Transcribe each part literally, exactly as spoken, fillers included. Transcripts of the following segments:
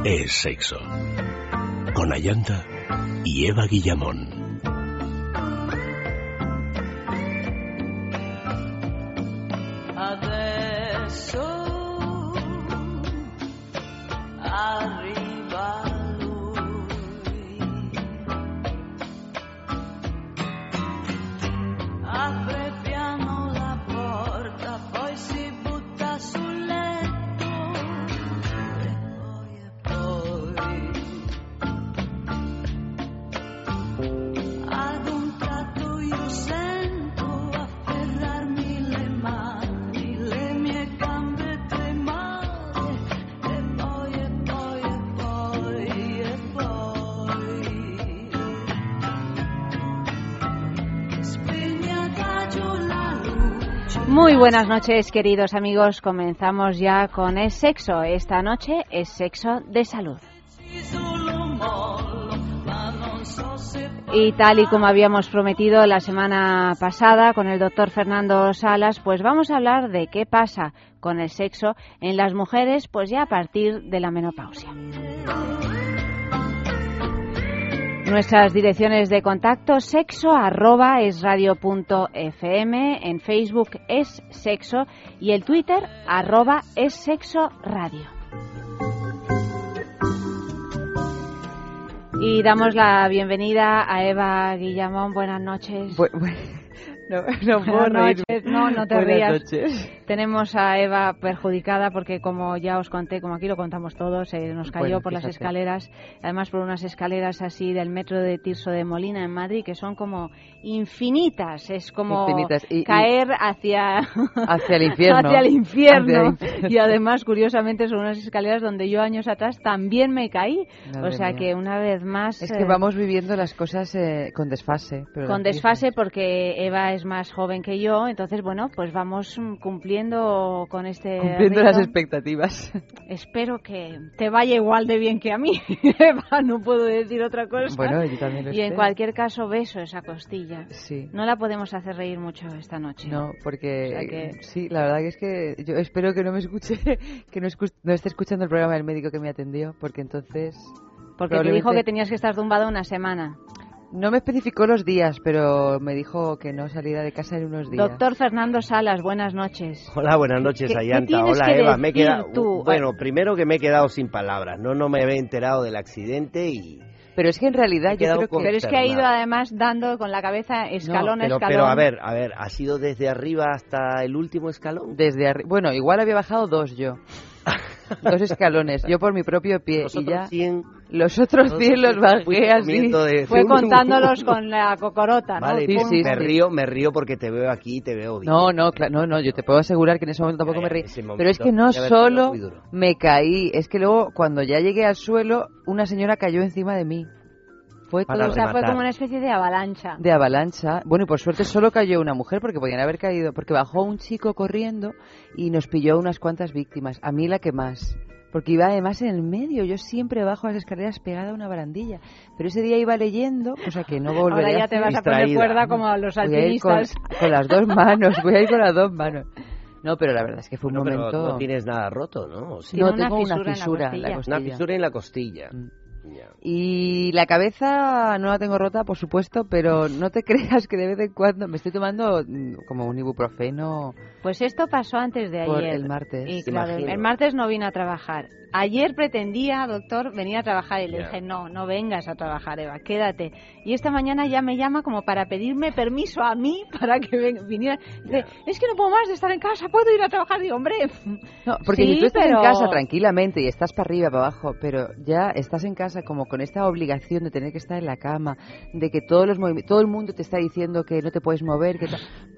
es sexo. Con Ayanta y Eva Guillamón. Muy buenas noches, queridos amigos. Comenzamos ya con Es Sexo. Esta noche es sexo de salud. Y tal y como habíamos prometido la semana pasada con el doctor Fernando Salas, pues vamos a hablar de qué pasa con el sexo en las mujeres, pues ya a partir de la menopausia. Nuestras direcciones de contacto: sexo arroba esradio punto fm, en Facebook Es Sexo y el Twitter arroba Es Sexo Radio. Y damos la bienvenida a Eva Guillamón. Buenas noches. Bu- bu- no, no puedo Buenas reír. noches. No, no te Buenas rías. noches. Tenemos a Eva perjudicada porque, como ya os conté, como aquí lo contamos todos, eh, nos cayó Bueno, por las fíjate. escaleras, además por unas escaleras así del metro de Tirso de Molina en Madrid, que son como infinitas, es como Infinitas. Y- y- caer hacia Hacia el infierno. hacia el infierno. Hacia el infierno. Y además, curiosamente, son unas escaleras donde yo años atrás también me caí. Madre o sea mía. que una vez más Es que eh, vamos viviendo las cosas eh, con desfase. Pero con las desfase, mismas. porque Eva es más joven que yo, entonces bueno, pues vamos mm, cumpliendo con este Cumpliendo ritmo. las expectativas. Espero que te vaya igual de bien que a mí, Eva, no puedo decir otra cosa. Bueno, yo también lo y en espero. cualquier caso, beso esa costilla. Sí. No la podemos hacer reír mucho esta noche. No, porque O sea que- sí, la verdad que es que yo espero que no me escuche, que no, escu- no esté escuchando el programa del médico que me atendió, porque entonces Porque te probablemente- dijo que tenías que estar tumbada una semana. no me especificó los días, pero me dijo que no saliera de casa en unos días. Doctor Fernando Salas, buenas noches. Hola, buenas noches, ¿Qué- qué Ayanta. tienes Hola, que Eva. Me he decir quedado. tú? Bueno, primero que me he quedado sin palabras. No, no me había enterado del accidente y. Pero es que en realidad Me he yo quedado creo que... con- Pero es que ha ido Consternado. además dando con la cabeza escalón a Pero, escalón. pero a ver, a ver, ¿ha sido desde arriba hasta el último escalón? Desde arri- Bueno, igual había bajado dos yo. Dos escalones. Yo por mi propio pie. Los y ya otros cien. los otros cien los bajé así. comiendo de- Fue contándolos con la cocorota, ¿no? Vale, Sí, pues sí, me sí. río, me río porque te veo aquí y te veo bien. No, no, cla- no, no, yo te puedo asegurar que en ese momento tampoco Ya, me reí. ese Pero es momento que no debe haber sido solo muy duro. me caí, es que luego cuando ya llegué al suelo, una señora cayó encima de mí. Fue Para O todo sea, fue rematar. como una especie de avalancha. de avalancha. Bueno, y por suerte solo cayó una mujer porque podían haber caído, porque bajó un chico corriendo y nos pilló unas cuantas víctimas. A mí la que más. Porque iba además en el medio. Yo siempre bajo las escaleras pegada a una barandilla. Pero ese día iba leyendo, cosa que no volveré Ahora ya a te hacer. vas a poner distraída. cuerda como a los Voy a ir con, alpinistas. con las dos manos, voy a ir con las dos manos. No, pero la verdad es que fue un Bueno, pero momento... no tienes nada roto, ¿no? ¿O sí? Tiene No, una tengo fisura en una la fisura en la costilla. costilla. Una fisura en la costilla. Mm. Ya. Y la cabeza no la tengo rota, por supuesto, pero no te creas que de vez en cuando me estoy tomando mm, como un ibuprofeno Pues esto pasó antes de por ayer. el martes. Y Te claro, imagino. el martes no vino a trabajar. Ayer pretendía, doctor, venir a trabajar y le Ya. dije, no, no vengas a trabajar, Eva, quédate. Y esta mañana ya me llama como para pedirme permiso a mí para que ven- viniera. Dice, es que no puedo más de estar en casa, puedo ir a trabajar. Digo, hombre, No, porque sí, si tú estás pero- en casa tranquilamente y estás para arriba, para abajo, pero ya estás en casa como con esta obligación de tener que estar en la cama, de que todos los movimi- todo el mundo te está diciendo que no te puedes mover, que ta-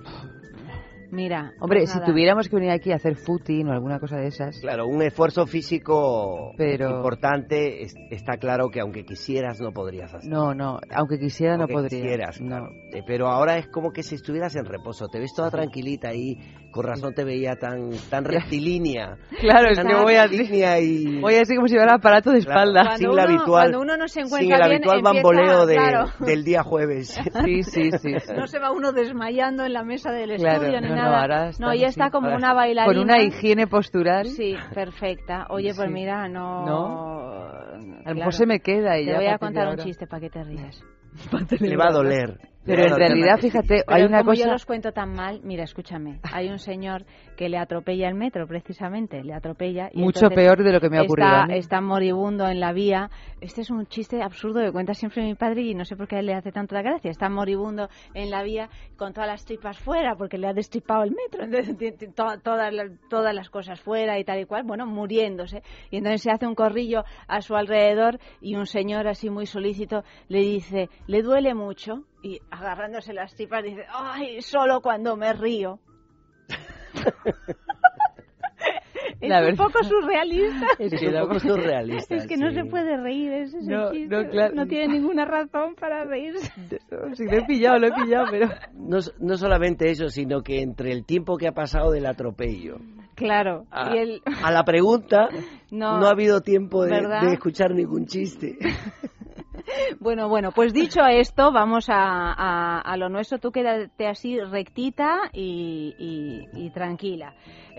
mira. Hombre, pues si nada. tuviéramos que venir aquí a hacer footing o alguna cosa de esas. Claro, un esfuerzo físico Pero- importante. es- Está claro que aunque quisieras no podrías hacer. No, no, aunque quisiera no Aunque podría. quisieras, no. claro. Eh, Pero ahora es como que si estuvieras en reposo. Te ves toda tranquilita ahí. Con razón te veía tan tan rectilínea. Claro, es Tan que voy así, rectilínea y voy así como si fuera aparato de Claro. espalda. Cuando sin uno, la habitual- cuando uno no se sin encuentra el bien, habitual empieza, bamboleo de, claro, del día jueves. Sí, sí, sí. sí. no se va uno desmayando en la mesa del Claro, estudio ni no, nada. nada. No, ahora está no ella así, está como ahora una bailarina. Con una higiene postural. Sí, perfecta. Oye, pues Sí. mira, no... ¿No? A lo Claro. mejor se me queda y Te ya voy a partir de contar un ahora. chiste para que te rías. Le va a doler. Pero en realidad, fíjate, Pero hay una como cosa... yo los cuento tan mal, mira, escúchame, hay un señor que le atropella el metro, precisamente, le atropella. Y Mucho entonces peor de lo que me ha ocurrido está, a mí. está moribundo en la vía. Este es un chiste absurdo que cuenta siempre mi padre y no sé por qué a él le hace tanta gracia. Está moribundo en la vía con todas las tripas fuera porque le ha destripado el metro. Entonces, tiene to- todas, las, todas las cosas fuera y tal y cual, bueno, muriéndose. Y entonces se hace un corrillo a su alrededor y un señor así muy solícito le dice, ¿le duele mucho? Y agarrándose las tripas dice, ¡ay, solo cuando me río! Es La un verdad. poco surrealista. Es Es que un da- poco surrealista. Es que no sí. se puede reír, ese es No, el chiste. no, claro. No tiene ninguna razón para reírse. Sí, lo he pillado, lo he pillado, pero... No, no solamente eso, sino que entre el tiempo que ha pasado del atropello Claro. a, Y él... a la pregunta, No, no, ha habido tiempo de, ¿verdad? de escuchar ningún chiste. Bueno, bueno, pues dicho esto, vamos a, a, a lo nuestro. Tú quédate así rectita y, y, y tranquila.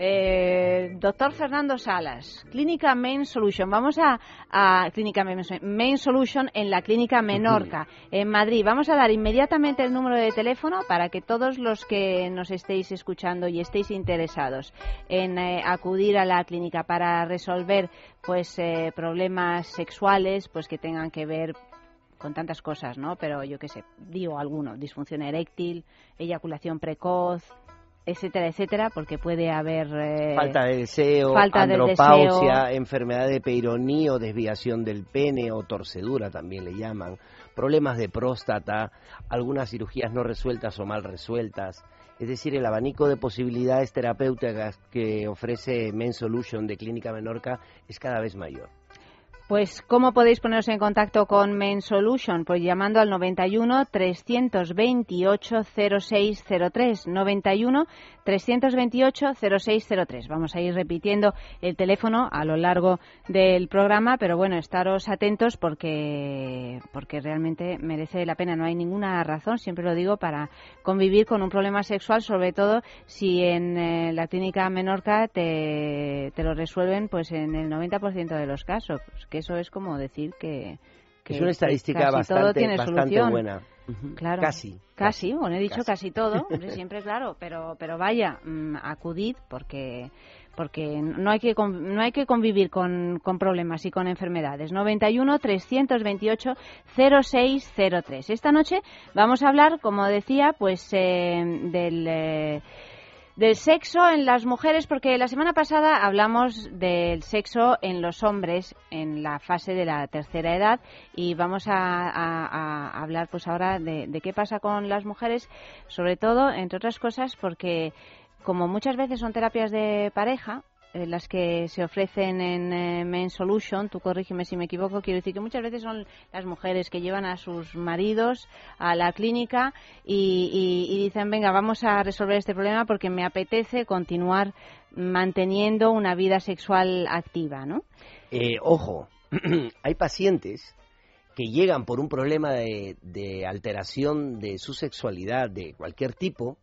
Eh, doctor Fernando Salas, Clínica Main Solution. Vamos a, a Clínica Main, Main Solution en la Clínica Menorca, en Madrid. Vamos a dar inmediatamente el número de teléfono para que todos los que nos estéis escuchando y estéis interesados en eh, acudir a la clínica para resolver pues eh, problemas sexuales pues que tengan que ver con tantas cosas, ¿no? Pero yo qué sé, digo alguno, disfunción eréctil, eyaculación precoz, etcétera, etcétera, porque puede haber... Eh, Falta de deseo, falta de andropausia, deseo. enfermedad de Peyronie o desviación del pene o torcedura también le llaman, problemas de próstata, algunas cirugías no resueltas o mal resueltas. Es decir, el abanico de posibilidades terapéuticas que ofrece Men Solution de Clínica Menorca es cada vez mayor. Pues, ¿cómo podéis poneros en contacto con Men Solution? Pues llamando al noventa y uno, trescientos veintiocho, cero seis cero tres, noventa y uno, trescientos veintiocho, cero seis cero tres. Vamos a ir repitiendo el teléfono a lo largo del programa, pero bueno, estaros atentos porque, porque realmente merece la pena. No hay ninguna razón, siempre lo digo, para convivir con un problema sexual, sobre todo si en eh, la clínica Menorca te, te lo resuelven pues en el noventa por ciento de los casos. Pues que eso es como decir que, que es una estadística casi bastante, todo tiene bastante solución. buena. Uh-huh. Claro. Casi. Casi, bueno, he dicho casi, casi todo, hombre, siempre claro, pero pero vaya, mmm, acudid porque porque no hay que no hay que convivir con, con problemas y con enfermedades. noventa y uno, trescientos veintiocho, cero seis cero tres. Esta noche vamos a hablar, como decía, pues eh, del eh, del sexo en las mujeres, porque la semana pasada hablamos del sexo en los hombres en la fase de la tercera edad y vamos a, a, a hablar pues ahora de, de qué pasa con las mujeres, sobre todo, entre otras cosas, porque como muchas veces son terapias de pareja, eh, las que se ofrecen en eh, Men Solution, tú corrígeme si me equivoco, quiero decir que muchas veces son las mujeres que llevan a sus maridos a la clínica y, y, y dicen, venga, vamos a resolver este problema porque me apetece continuar manteniendo una vida sexual activa, ¿no? Eh, ojo, hay pacientes que llegan por un problema de, de alteración de su sexualidad de cualquier tipo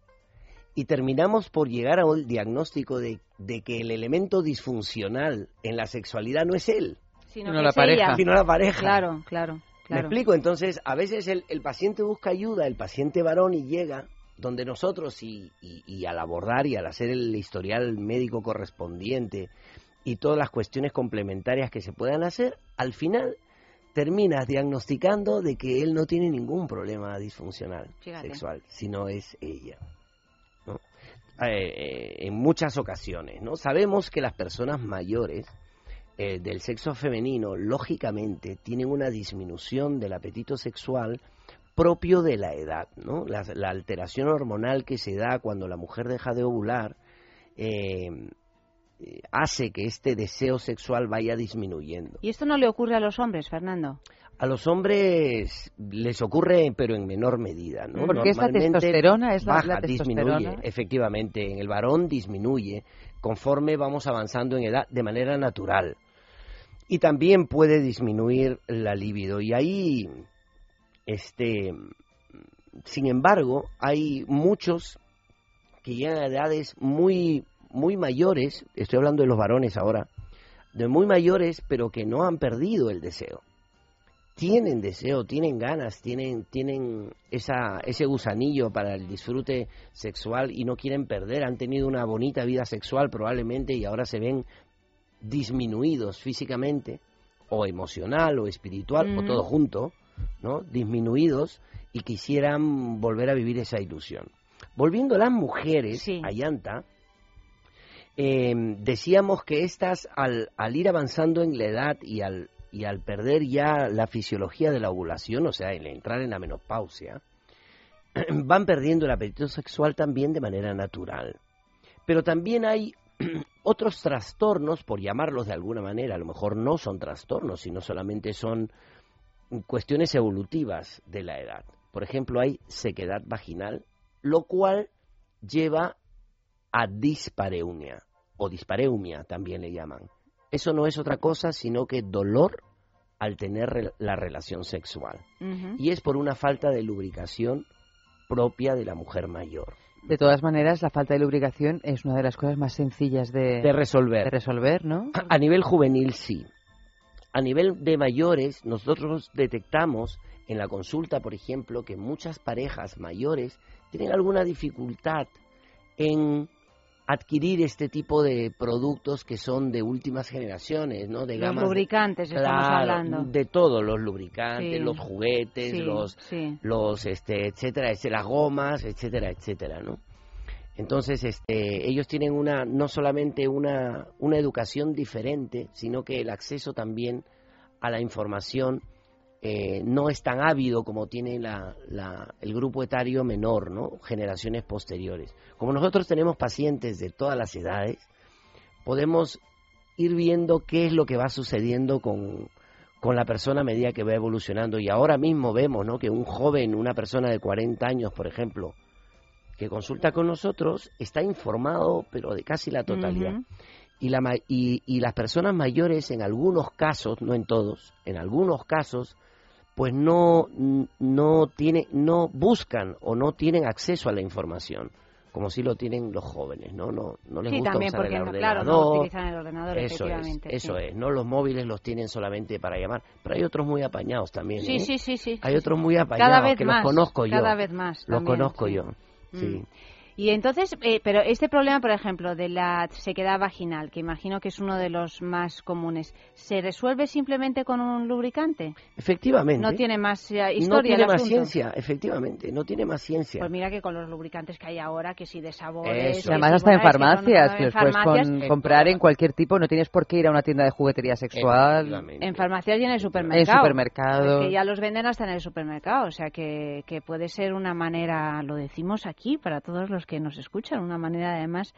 y terminamos por llegar a un diagnóstico de, de que el elemento disfuncional en la sexualidad no es él, Sino No, que la es pareja. ella. sino la pareja. Claro, claro, ¿Me claro. explico? Entonces, a veces el, el paciente busca ayuda, el paciente varón, y llega donde nosotros, y, y, y al abordar y al hacer el historial médico correspondiente y todas las cuestiones complementarias que se puedan hacer, al final terminas diagnosticando de que él no tiene ningún problema disfuncional Fíjate. sexual, sino es ella, ¿no? Eh, eh, en muchas ocasiones, ¿no? Sabemos que las personas mayores eh, del sexo femenino, lógicamente, tienen una disminución del apetito sexual propio de la edad, ¿no? La, la alteración hormonal que se da cuando la mujer deja de ovular eh, eh, hace que este deseo sexual vaya disminuyendo. ¿Y esto no le ocurre a los hombres, Fernando? A los hombres les ocurre, pero en menor medida, ¿no? Porque es la testosterona, es la, baja, la testosterona. disminuye, efectivamente, en el varón disminuye conforme vamos avanzando en edad de manera natural. Y también puede disminuir la libido. Y ahí, este, sin embargo, hay muchos que llegan a edades muy, muy mayores, estoy hablando de los varones ahora, de muy mayores, pero que no han perdido el deseo. Tienen deseo, tienen ganas, tienen, tienen esa, ese gusanillo para el disfrute sexual y no quieren perder. Han tenido una bonita vida sexual probablemente y ahora se ven disminuidos físicamente, o emocional, o espiritual, mm. o todo junto, ¿no? Disminuidos y quisieran volver a vivir esa ilusión. Volviendo a las mujeres, sí. Ayanta, eh, decíamos que estas, al, al ir avanzando en la edad y al y al perder ya la fisiología de la ovulación, o sea, el entrar en la menopausia, van perdiendo el apetito sexual también de manera natural. Pero también hay otros trastornos, por llamarlos de alguna manera, a lo mejor no son trastornos, sino solamente son cuestiones evolutivas de la edad. Por ejemplo, hay sequedad vaginal, lo cual lleva a dispareunia, o dispareumia también le llaman. Eso no es otra cosa sino que dolor al tener la relación sexual. Uh-huh. Y es por una falta de lubricación propia de la mujer mayor. De todas maneras, la falta de lubricación es una de las cosas más sencillas de, de resolver. De resolver, ¿no? A, a nivel juvenil, sí. A nivel de mayores, nosotros detectamos en la consulta, por ejemplo, que muchas parejas mayores tienen alguna dificultad en adquirir este tipo de productos que son de últimas generaciones, ¿no? De los lubricantes, de, estamos claro, hablando. De todos los lubricantes, sí. los juguetes, sí, los, sí. los, este, etcétera, las gomas, etcétera, etcétera, ¿no? Entonces, este, ellos tienen una, no solamente una, una educación diferente, sino que el acceso también a la información Eh, no es tan ávido como tiene la, la, el grupo etario menor, ¿no? Generaciones posteriores. Como nosotros tenemos pacientes de todas las edades, podemos ir viendo qué es lo que va sucediendo con, con la persona a medida que va evolucionando. Y ahora mismo vemos, ¿no?, que un joven, una persona de cuarenta años, por ejemplo, que consulta con nosotros, está informado, pero de casi la totalidad. Uh-huh. Y, la, y, y las personas mayores, en algunos casos, no en todos, en algunos casos, pues no no tiene, no buscan o no tienen acceso a la información, como si lo tienen los jóvenes, ¿no? No, no les sí, gusta también usar porque el no, ordenador. Claro, no utilizan el ordenador, eso efectivamente. Es, eso sí. es, ¿no? Los móviles los tienen solamente para llamar, pero hay otros muy apañados también, Sí, ¿eh? sí, sí, sí. Hay sí, otros sí. muy apañados, cada vez que más, los conozco yo. Cada vez más Los también, conozco sí. yo, sí. Mm. Y entonces, eh, pero este problema, por ejemplo, de la sequedad vaginal, que imagino que es uno de los más comunes, ¿se resuelve simplemente con un lubricante? Efectivamente. No tiene más uh, historia. No tiene el más asunto. ciencia, efectivamente, no tiene más ciencia. Pues mira que con los lubricantes que hay ahora, que si de sabores... Eso. Y además si hasta en farmacias, que, que los en puedes farmacias, con, comprar en cualquier tipo, no tienes por qué ir a una tienda de juguetería sexual. En farmacias y en el supermercado. En supermercado. Pues que ya los venden hasta en el supermercado, o sea que, que puede ser una manera, lo decimos aquí, para todos los que nos escuchan, una manera además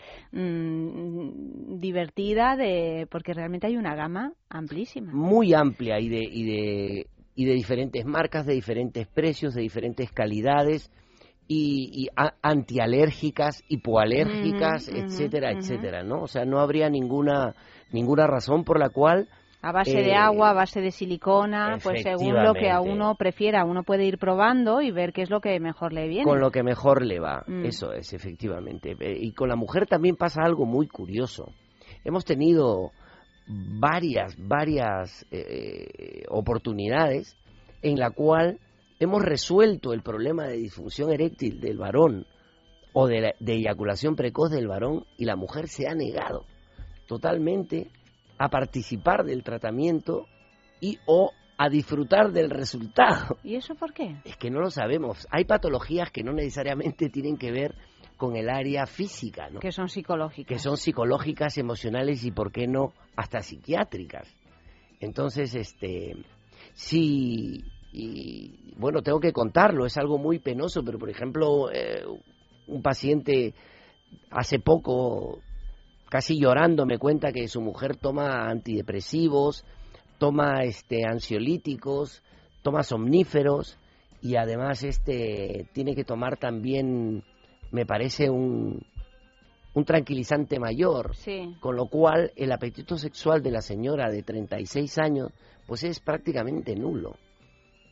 mmm, divertida, de porque realmente hay una gama amplísima. Muy amplia y de, y de, y de diferentes marcas, de diferentes precios, de diferentes calidades, y, y a, antialérgicas, hipoalérgicas, uh-huh, etcétera, uh-huh. etcétera, ¿no? O sea, no habría ninguna, ninguna razón por la cual... A base eh, de agua, a base de silicona, pues según lo que a uno prefiera, uno puede ir probando y ver qué es lo que mejor le viene. Con lo que mejor le va, mm. eso es, efectivamente. Y con la mujer también pasa algo muy curioso. Hemos tenido varias, varias eh, oportunidades en la cual hemos resuelto el problema de disfunción eréctil del varón o de, la, de eyaculación precoz del varón, y la mujer se ha negado totalmente a participar del tratamiento y o a disfrutar del resultado. ¿Y eso por qué? Es que no lo sabemos. Hay patologías que no necesariamente tienen que ver con el área física, ¿no? Que son psicológicas. Que son psicológicas, emocionales y, ¿por qué no?, hasta psiquiátricas. Entonces, este, sí, y bueno, tengo que contarlo, es algo muy penoso, pero por ejemplo, eh, un paciente hace poco, casi llorando, me cuenta que su mujer toma antidepresivos, toma este ansiolíticos, toma somníferos, y además este tiene que tomar también, me parece, un, un tranquilizante mayor, sí. Con lo cual el apetito sexual de la señora de treinta y seis años pues es prácticamente nulo.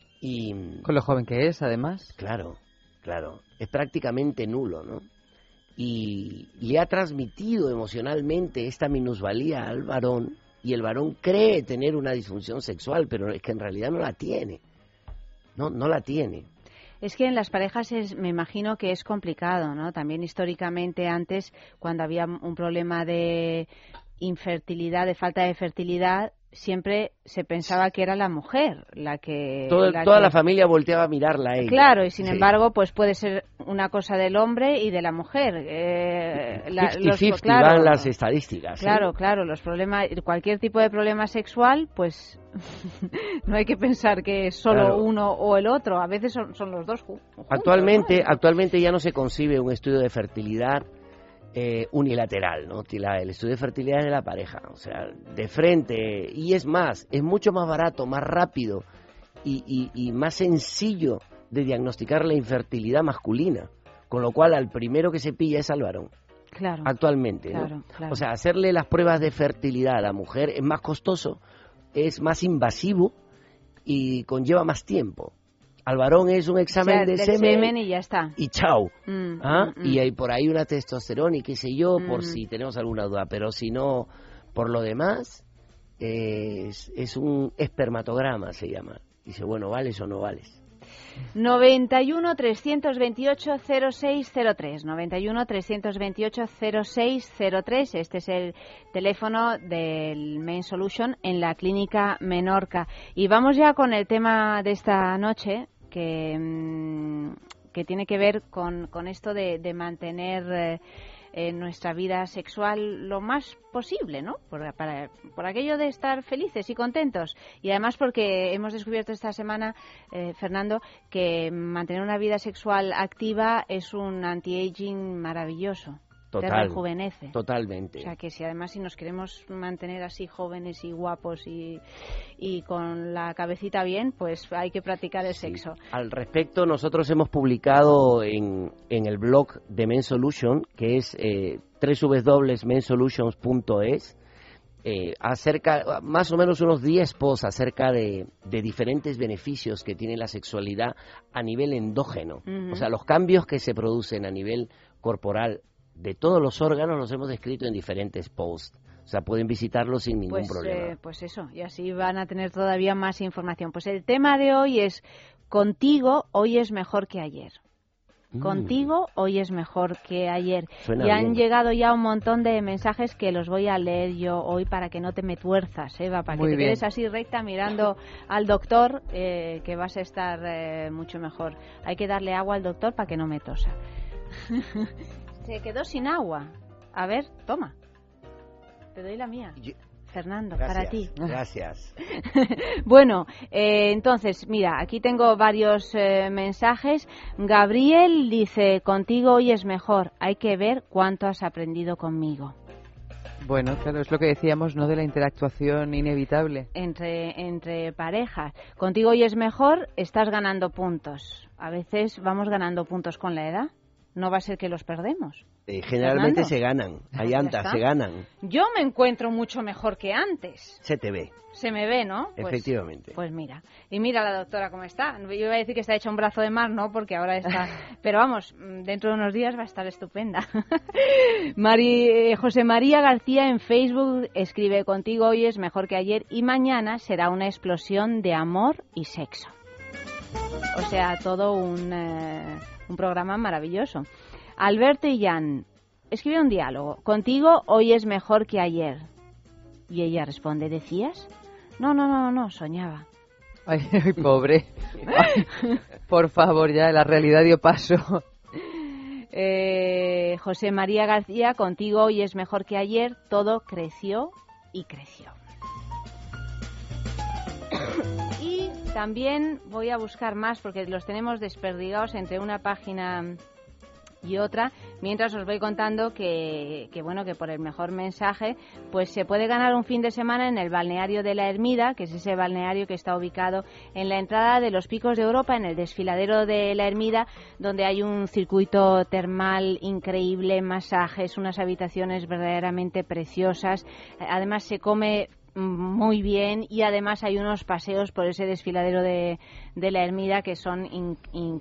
Y con lo joven que es, además. Claro, claro, es prácticamente nulo, ¿no? y le ha transmitido emocionalmente esta minusvalía al varón, y el varón cree tener una disfunción sexual, pero es que en realidad no la tiene. No, no la tiene. Es que en las parejas es, me imagino que es complicado, ¿no? También históricamente antes, cuando había un problema de infertilidad, de falta de fertilidad, siempre se pensaba que era la mujer la que... Todo, la toda que... la familia volteaba a mirarla a ella. Claro, y sin sí. embargo, pues puede ser una cosa del hombre y de la mujer. Eh, la, cincuenta cincuenta claro, van las estadísticas. Claro, ¿sí? claro, los problemas, cualquier tipo de problema sexual, pues no hay que pensar que es solo Claro. uno o el otro, a veces son, son los dos juntos. Actualmente, ¿no? actualmente ya no se concibe un estudio de fertilidad eh, unilateral, ¿no? La- El estudio de fertilidad es de la pareja, o sea, de frente, y es más, es mucho más barato, más rápido y, y, y más sencillo de diagnosticar la infertilidad masculina, con lo cual al primero que se pilla es al varón, Claro. actualmente, ¿no? Claro, claro. O sea, hacerle las pruebas de fertilidad a la mujer es más costoso, es más invasivo y conlleva más tiempo. Al varón es un O examen sea, de del semen, semen y ya está. y chao. Mm, ¿Ah? mm, mm. Y hay por ahí una testosterona y qué sé yo, por Mm. si tenemos alguna duda, pero si no, por lo demás, eh, es, es un espermatograma, se llama. Dice, bueno, ¿vales o no vales? noventa y uno, trescientos veintiocho, cero seis cero tres. noventa y uno, trescientos veintiocho, cero seis cero tres. Este es el teléfono del Men Solution en la Clínica Menorca. Y vamos ya con el tema de esta noche, que, mm, que tiene que ver con, con esto de, de mantener eh, eh, nuestra vida sexual lo más posible, ¿no? Por, para, por aquello de estar felices y contentos. Y además porque hemos descubierto esta semana, eh, Fernando, que mantener una vida sexual activa es un anti-aging maravilloso. Te Total, rejuvenece. totalmente. O sea que si además si nos queremos mantener así jóvenes y guapos y, y con la cabecita bien, pues hay que practicar el Sí. sexo. Al respecto, nosotros hemos publicado en, en el blog de Men Solution, que es eh, doble u doble u doble u punto men solutions punto es, eh, acerca, más o menos unos diez posts acerca de, de diferentes beneficios que tiene la sexualidad a nivel endógeno. Uh-huh. O sea, los cambios que se producen a nivel corporal de todos los órganos los hemos descrito en diferentes posts. O sea, pueden visitarlos sin ningún Pues, problema. eh, pues eso, y así van a tener todavía más información. Pues el tema de hoy es, contigo hoy es mejor que ayer. Mm. Contigo hoy es mejor que ayer. Suena y han bien. llegado ya un montón de mensajes que los voy a leer yo hoy para que no te me tuerzas, Eva, para Muy que te bien. quedes así recta mirando al doctor, eh, que vas a estar eh, mucho mejor. Hay que darle agua al doctor para que no me tosa. Se quedó sin agua. A ver, toma. Te doy la mía. Yo- Fernando, Gracias, para ti. Gracias. Bueno, eh, entonces, mira, aquí tengo varios eh, mensajes. Gabriel dice, contigo hoy es mejor, hay que ver cuánto has aprendido conmigo. Bueno, claro, es lo que decíamos, ¿no? De la interactuación inevitable. Entre, entre parejas. Contigo hoy es mejor, estás ganando puntos. A veces vamos ganando puntos con la edad. No va a ser que los perdemos. Eh, generalmente Fernando. se ganan, hay Ya antas, está. se ganan. Yo me encuentro mucho mejor que antes. Se te ve, Se me ve, ¿no? Pues- efectivamente. Pues mira, y mira la doctora cómo está. Yo iba a decir que está hecha un brazo de mar, no, porque ahora está... Pero vamos, dentro de unos días va a estar estupenda. Mari, eh, José María García en Facebook escribe, contigo hoy es mejor que ayer y mañana será una explosión de amor y sexo. O sea, todo un, eh, un programa maravilloso. Alberto y Jan escribe un diálogo. Contigo hoy es mejor que ayer. Y ella responde, ¿decías? No, no, no, no, soñaba. Ay, ay, pobre. Ay, por favor, ya, la realidad dio paso. Eh, José María García, contigo hoy es mejor que ayer. Todo creció y creció. Y también voy a buscar más porque los tenemos desperdigados entre una página y otra, mientras os voy contando que, que bueno, que por el mejor mensaje pues se puede ganar un fin de semana en el balneario de la Ermida, que es ese balneario que está ubicado en la entrada de los Picos de Europa, en el desfiladero de la Ermida, donde hay un circuito termal increíble, masajes, unas habitaciones verdaderamente preciosas. Además se come muy bien, y además hay unos paseos por ese desfiladero de, de la Ermida que son in, in,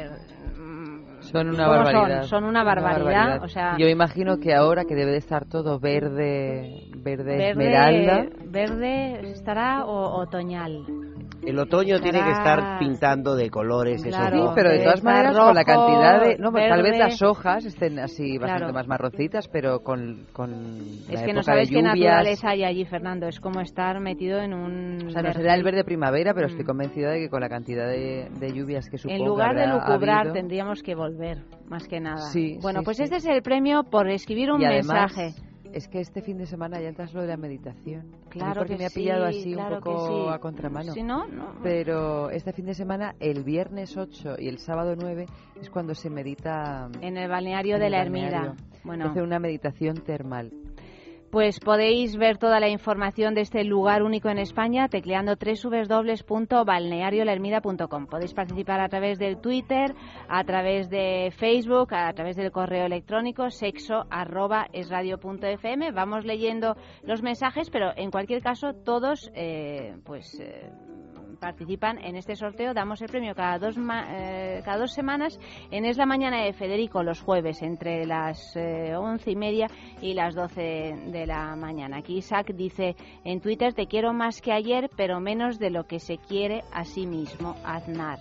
son una barbaridad. Son? son una barbaridad, una barbaridad. O sea, yo imagino que ahora que debe de estar todo verde, verde, verde esmeralda, verde estará o, otoñal. El otoño Estará... tiene que estar pintando de colores, claro, esos sí, pero de todas maneras rojo, con la cantidad de, no, verde, tal vez las hojas estén así bastante claro. más marroncitas, pero con, con es la que época no sabes de qué lluvias, naturaleza hay allí, Fernando. Es como estar metido en un. O sea, no será el verde primavera, pero mm. estoy convencida de que con la cantidad de, de lluvias que supongo. En lugar de lucubrar, habido, tendríamos que volver, más que nada. Sí, bueno, sí, pues sí. este es el premio por escribir un y además, mensaje. Es que este fin de semana ya entras lo de la meditación. Claro porque que me ha sí, pillado así claro un poco sí. a contramano. Si no, no. Pero este fin de semana, el viernes ocho y el sábado nueve, es cuando se medita en el balneario en de el la balneario. Ermida. Bueno, hace una meditación termal. Pues podéis ver toda la información de este lugar único en España tecleando doble u doble u doble u punto balneario la ermida punto com. Podéis participar a través del Twitter, a través de Facebook, a través del correo electrónico sexo arroba es radio punto f m. Vamos leyendo los mensajes, pero en cualquier caso todos eh, pues eh, participan en este sorteo. Damos el premio cada dos, ma- eh, cada dos semanas en Es la Mañana de Federico, los jueves entre las eh, once y media y las doce de la mañana. Aquí Isaac dice en Twitter: te quiero más que ayer, pero menos de lo que se quiere a sí mismo. Aznar.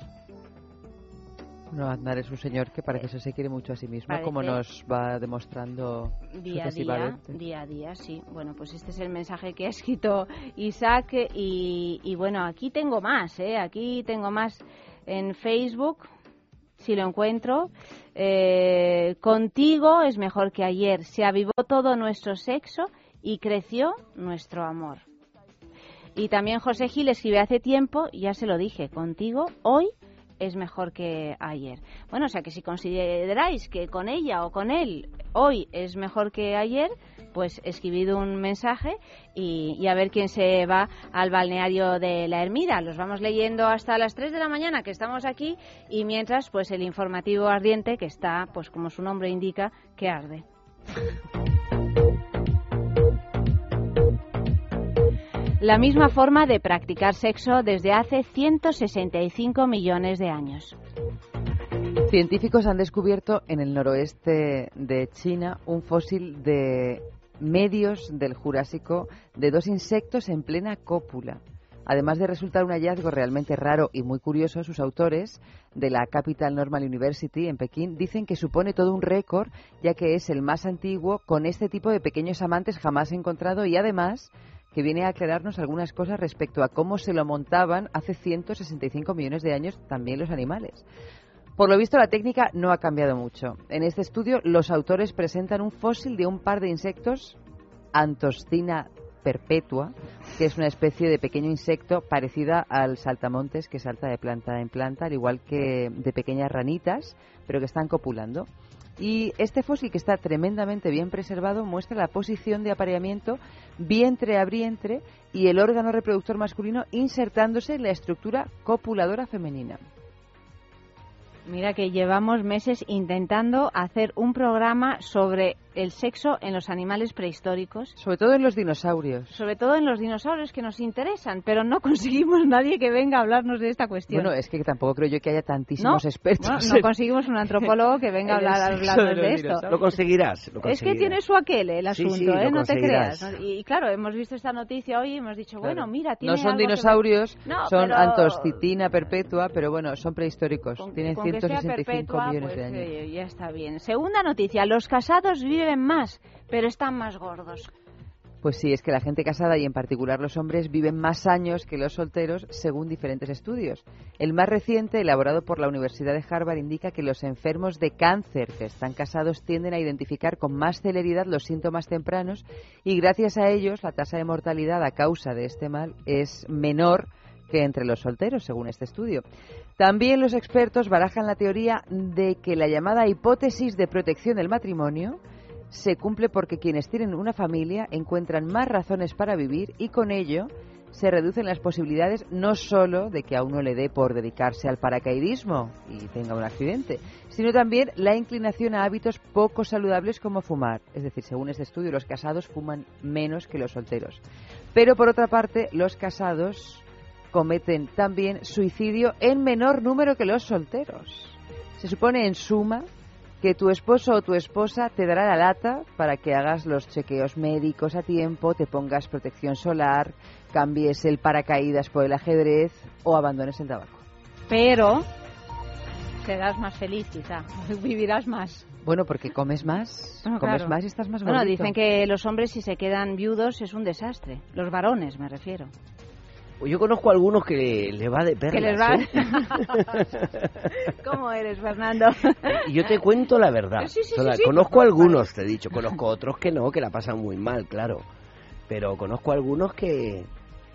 No, Aznar es un señor que parece que se quiere mucho a sí mismo, Parece como nos va demostrando día a día, día a día, sí. Bueno, pues este es el mensaje que ha escrito Isaac y, y bueno, aquí tengo más, ¿eh? Aquí tengo más en Facebook, si lo encuentro. Eh, contigo es mejor que ayer. Se avivó todo nuestro sexo y creció nuestro amor. Y también José Gil escribe hace tiempo, ya se lo dije, contigo hoy es mejor que ayer. Bueno, o sea que si consideráis que con ella o con él hoy es mejor que ayer, pues escribid un mensaje y, y a ver quién se va al balneario de la Ermida. Los vamos leyendo hasta las tres de la mañana que estamos aquí, y mientras pues el informativo ardiente que está, pues como su nombre indica, que arde. La misma forma de practicar sexo desde hace ciento sesenta y cinco millones de años. Científicos han descubierto en el noroeste de China un fósil de medios del Jurásico de dos insectos en plena cópula. Además de resultar un hallazgo realmente raro y muy curioso, sus autores de la Capital Normal University en Pekín dicen que supone todo un récord, ya que es el más antiguo con este tipo de pequeños amantes jamás encontrado, y además que viene a aclararnos algunas cosas respecto a cómo se lo montaban hace ciento sesenta y cinco millones de años también los animales. Por lo visto, la técnica no ha cambiado mucho. En este estudio, los autores presentan un fósil de un par de insectos, Antoscina perpetua, que es una especie de pequeño insecto parecida al saltamontes que salta de planta en planta, al igual que de pequeñas ranitas, pero que están copulando. Y este fósil, que está tremendamente bien preservado, muestra la posición de apareamiento vientre a vientre y el órgano reproductor masculino insertándose en la estructura copuladora femenina. Mira que llevamos meses intentando hacer un programa sobre el sexo en los animales prehistóricos. Sobre todo en los dinosaurios. Sobre todo en los dinosaurios que nos interesan, pero no conseguimos nadie que venga a hablarnos de esta cuestión. Bueno, es que tampoco creo yo que haya tantísimos ¿No? expertos. No, no conseguimos un antropólogo que venga a hablar, a hablarnos de, de esto. Lo conseguirás, lo conseguirás. Es que tiene su aquel el asunto, sí, sí, ¿eh? No te creas. ¿no? Y, y claro, hemos visto esta noticia hoy y hemos dicho, claro, bueno, mira, tiene no son algo dinosaurios, que... no, son pero... Antoscitina perpetua, pero bueno, son prehistóricos. Con, Tienen con ciento sesenta y cinco perpetua, millones pues, de años. Eh, ya está bien. Segunda noticia, los casados viven más, pero están más gordos. Pues sí, es que la gente casada, y en particular los hombres, viven más años que los solteros, según diferentes estudios. El más reciente, elaborado por la Universidad de Harvard, indica que los enfermos de cáncer que están casados tienden a identificar con más celeridad los síntomas tempranos, y gracias a ellos la tasa de mortalidad a causa de este mal es menor que entre los solteros, según este estudio. También los expertos barajan la teoría de que la llamada hipótesis de protección del matrimonio se cumple porque quienes tienen una familia encuentran más razones para vivir, y con ello se reducen las posibilidades no solo de que a uno le dé por dedicarse al paracaidismo y tenga un accidente, sino también la inclinación a hábitos poco saludables como fumar. Es decir, según este estudio, los casados fuman menos que los solteros. Pero por otra parte, los casados cometen también suicidio en menor número que los solteros. Se supone, en suma, que tu esposo o tu esposa te dará la lata para que hagas los chequeos médicos a tiempo, te pongas protección solar, cambies el paracaídas por el ajedrez o abandones el tabaco. Pero serás más feliz, quizá, vivirás más. Bueno, porque comes más, no, comes claro. más y estás más gordito. Bueno, dicen que los hombres, si se quedan viudos, es un desastre. Los varones, me refiero. Yo conozco a algunos que les va de perlas. ¿Que les va? ¿Eh? ¿Cómo eres, Fernando? Y yo te cuento la verdad. Sí, sí, o sea, sí, sí, conozco a algunos, te he dicho. Conozco a otros que no, que la pasan muy mal, claro. Pero conozco a algunos que...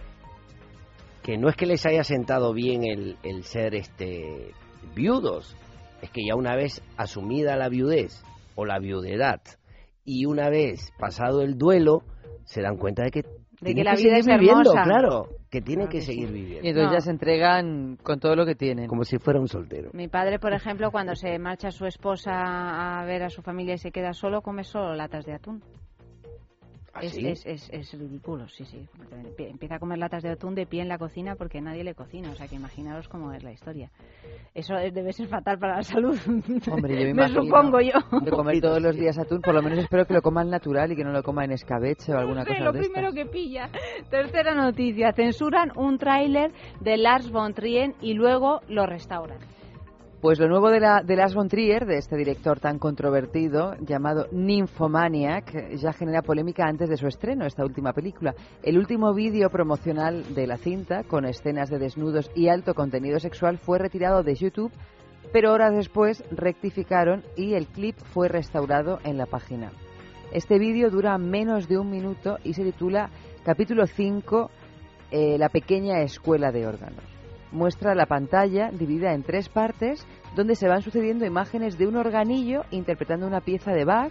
que no es que les haya sentado bien el, el ser este viudos. Es que ya una vez asumida la viudez o la viudedad y una vez pasado el duelo, se dan cuenta de que de que tienen la que vida seguir es viviendo, hermosa. claro, que tienen Claro que que seguir sí. viviendo. Y entonces No. ya se entregan con todo lo que tienen. Como si fuera un soltero. Mi padre, por ejemplo, cuando se marcha su esposa a ver a su familia y se queda solo, come solo latas de atún. ¿Ah, Es, sí? es, es, es ridículo, sí, sí. Empieza a comer latas de atún de pie en la cocina porque nadie le cocina. O sea, que imaginaros cómo es la historia. Eso debe ser fatal para la salud. Hombre, yo me, me imagino supongo yo. de comer todos los días atún. Por lo menos espero que lo coman natural y que no lo coman en escabeche o alguna No sé, cosa lo de primero estas. que pilla. Tercera noticia. Censuran un tráiler de Lars von Trier y luego lo restauran. Pues lo nuevo de, la, de Lars von Trier, de este director tan controvertido, llamado Nymphomaniac, ya genera polémica antes de su estreno, esta última película. El último vídeo promocional de la cinta, con escenas de desnudos y alto contenido sexual, fue retirado de YouTube, pero horas después rectificaron y el clip fue restaurado en la página. Este vídeo dura menos de un minuto y se titula Capítulo cinco, eh, La pequeña escuela de órganos. Muestra la pantalla dividida en tres partes donde se van sucediendo imágenes de un organillo interpretando una pieza de Bach,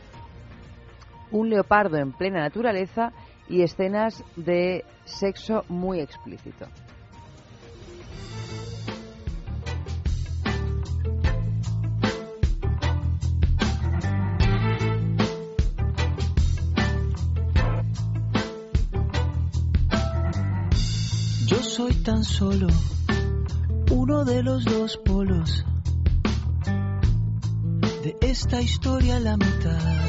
un leopardo en plena naturaleza y escenas de sexo muy explícito. Yo soy tan solo uno de los dos polos de esta historia, la mitad.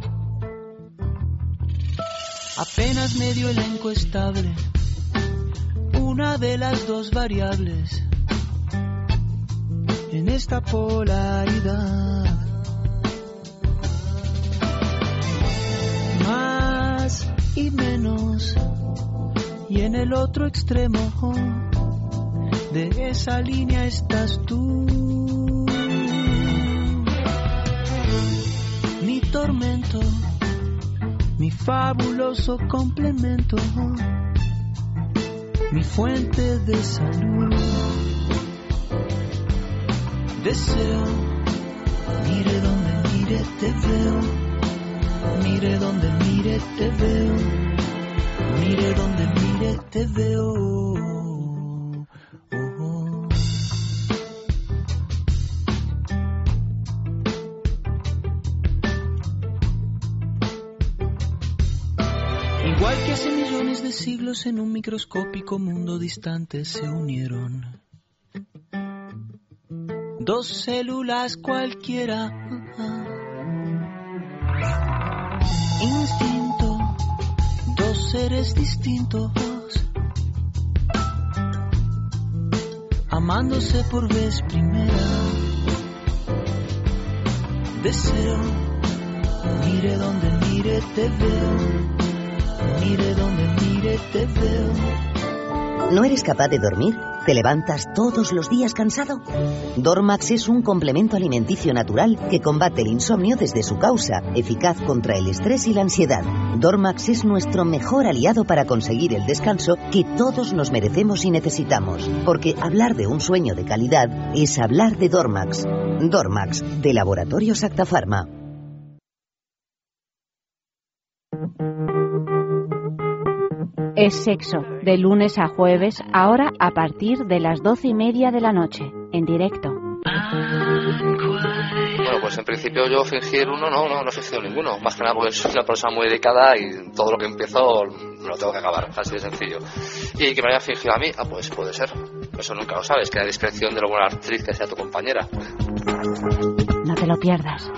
Apenas medio elenco estable, una de las dos variables en esta polaridad. Más y menos, y en el otro extremo de esa línea estás tú. Mi tormento, mi fabuloso complemento, mi fuente de salud. Deseo, mire donde mire te veo, mire donde mire te veo, mire donde mire te veo. Igual que hace millones de siglos en un microscópico mundo distante se unieron dos células cualquiera. Instinto, dos seres distintos, amándose por vez primera. Deseo, mire donde mire te veo. Mire donde mire te veo. ¿No eres capaz de dormir? ¿Te levantas todos los días cansado? Dormax es un complemento alimenticio natural que combate el insomnio desde su causa, eficaz contra el estrés y la ansiedad. Dormax es nuestro mejor aliado para conseguir el descanso que todos nos merecemos y necesitamos, porque hablar de un sueño de calidad es hablar de Dormax. Dormax, de Laboratorios Acta Pharma. Es Sexo, de lunes a jueves, ahora a partir de las doce y media de la noche, en directo. Bueno, pues en principio yo fingir uno, no, no, no he fingido ninguno. Más que nada porque soy una persona muy dedicada y todo lo que empiezo me lo tengo que acabar, así de sencillo. Y que me haya fingido a mí, ah, pues puede ser. Eso nunca lo sabes, que a discreción de la buena actriz que sea tu compañera. No te lo pierdas.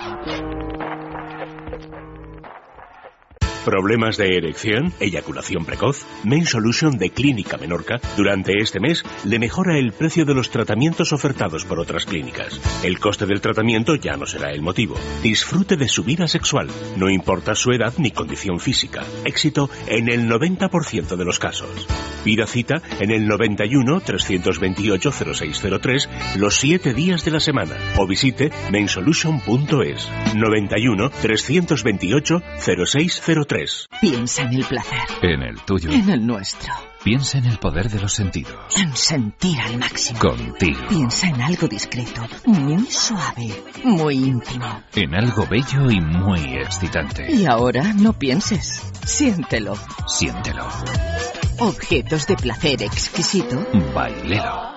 ¿Problemas de erección? ¿Eyaculación precoz? Men Solution de Clínica Menorca durante este mes le mejora el precio de los tratamientos ofertados por otras clínicas. El coste del tratamiento ya no será el motivo. Disfrute de su vida sexual, no importa su edad ni condición física. Éxito en el noventa por ciento de los casos. Pida cita en el noventa y uno, trescientos veintiocho, cero seis cero tres los siete días de la semana o visite men solution punto es. noventa y uno, trescientos veintiocho, cero seis cero tres. Piensa en el placer. En el tuyo. En el nuestro. Piensa en el poder de los sentidos. En sentir al máximo. Contigo. Piensa en algo discreto, muy suave, muy íntimo. En algo bello y muy excitante. Y ahora no pienses. Siéntelo. Siéntelo. Objetos de placer exquisito. Bailelo.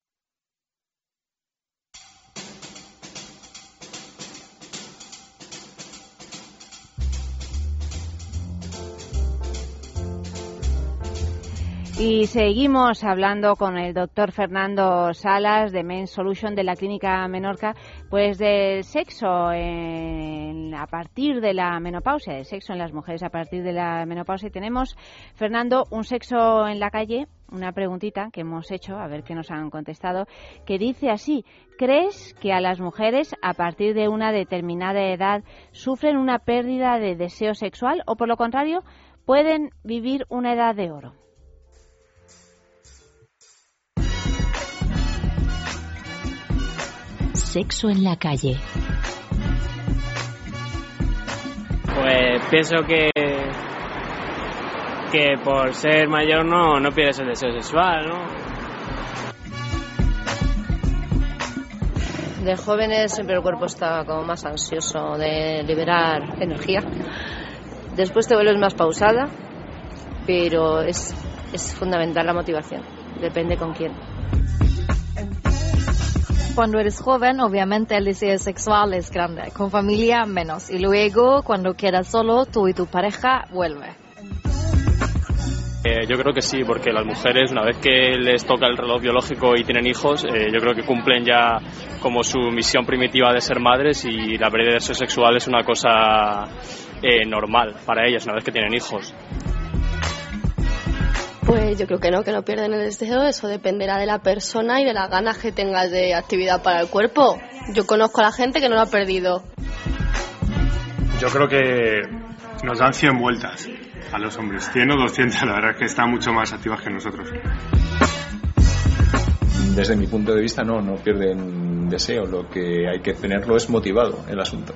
Y seguimos hablando con el doctor Fernando Salas de Men Solution de la Clínica Menorca, pues del sexo en, a partir de la menopausia, el sexo en las mujeres a partir de la menopausia. Y tenemos, Fernando, un sexo en la calle, una preguntita que hemos hecho, a ver qué nos han contestado, que dice así: ¿crees que a las mujeres a partir de una determinada edad sufren una pérdida de deseo sexual o por lo contrario pueden vivir una edad de oro? Sexo en la calle. Pues pienso que que por ser mayor no, no pierdes el deseo sexual, ¿no? De jóvenes siempre el cuerpo está como más ansioso de liberar energía. Después te vuelves más pausada, pero es, es fundamental la motivación. Depende con quién. Cuando eres joven, obviamente el deseo sexual es grande, con familia menos, y luego cuando quedas solo, tú y tu pareja vuelve. Eh, yo creo que sí, porque las mujeres, una vez que les toca el reloj biológico y tienen hijos, eh, yo creo que cumplen ya como su misión primitiva de ser madres, y la pérdida de deseo sexual es una cosa eh, normal para ellas una vez que tienen hijos. Pues yo creo que no, que no pierden el deseo. Eso dependerá de la persona y de las ganas que tengas de actividad para el cuerpo. Yo conozco a la gente que no lo ha perdido. Yo creo que nos dan cien vueltas a los hombres, cien o doscientas, la verdad es que están mucho más activas que nosotros. Desde mi punto de vista no, no pierden deseo, lo que hay que tenerlo es motivado el asunto.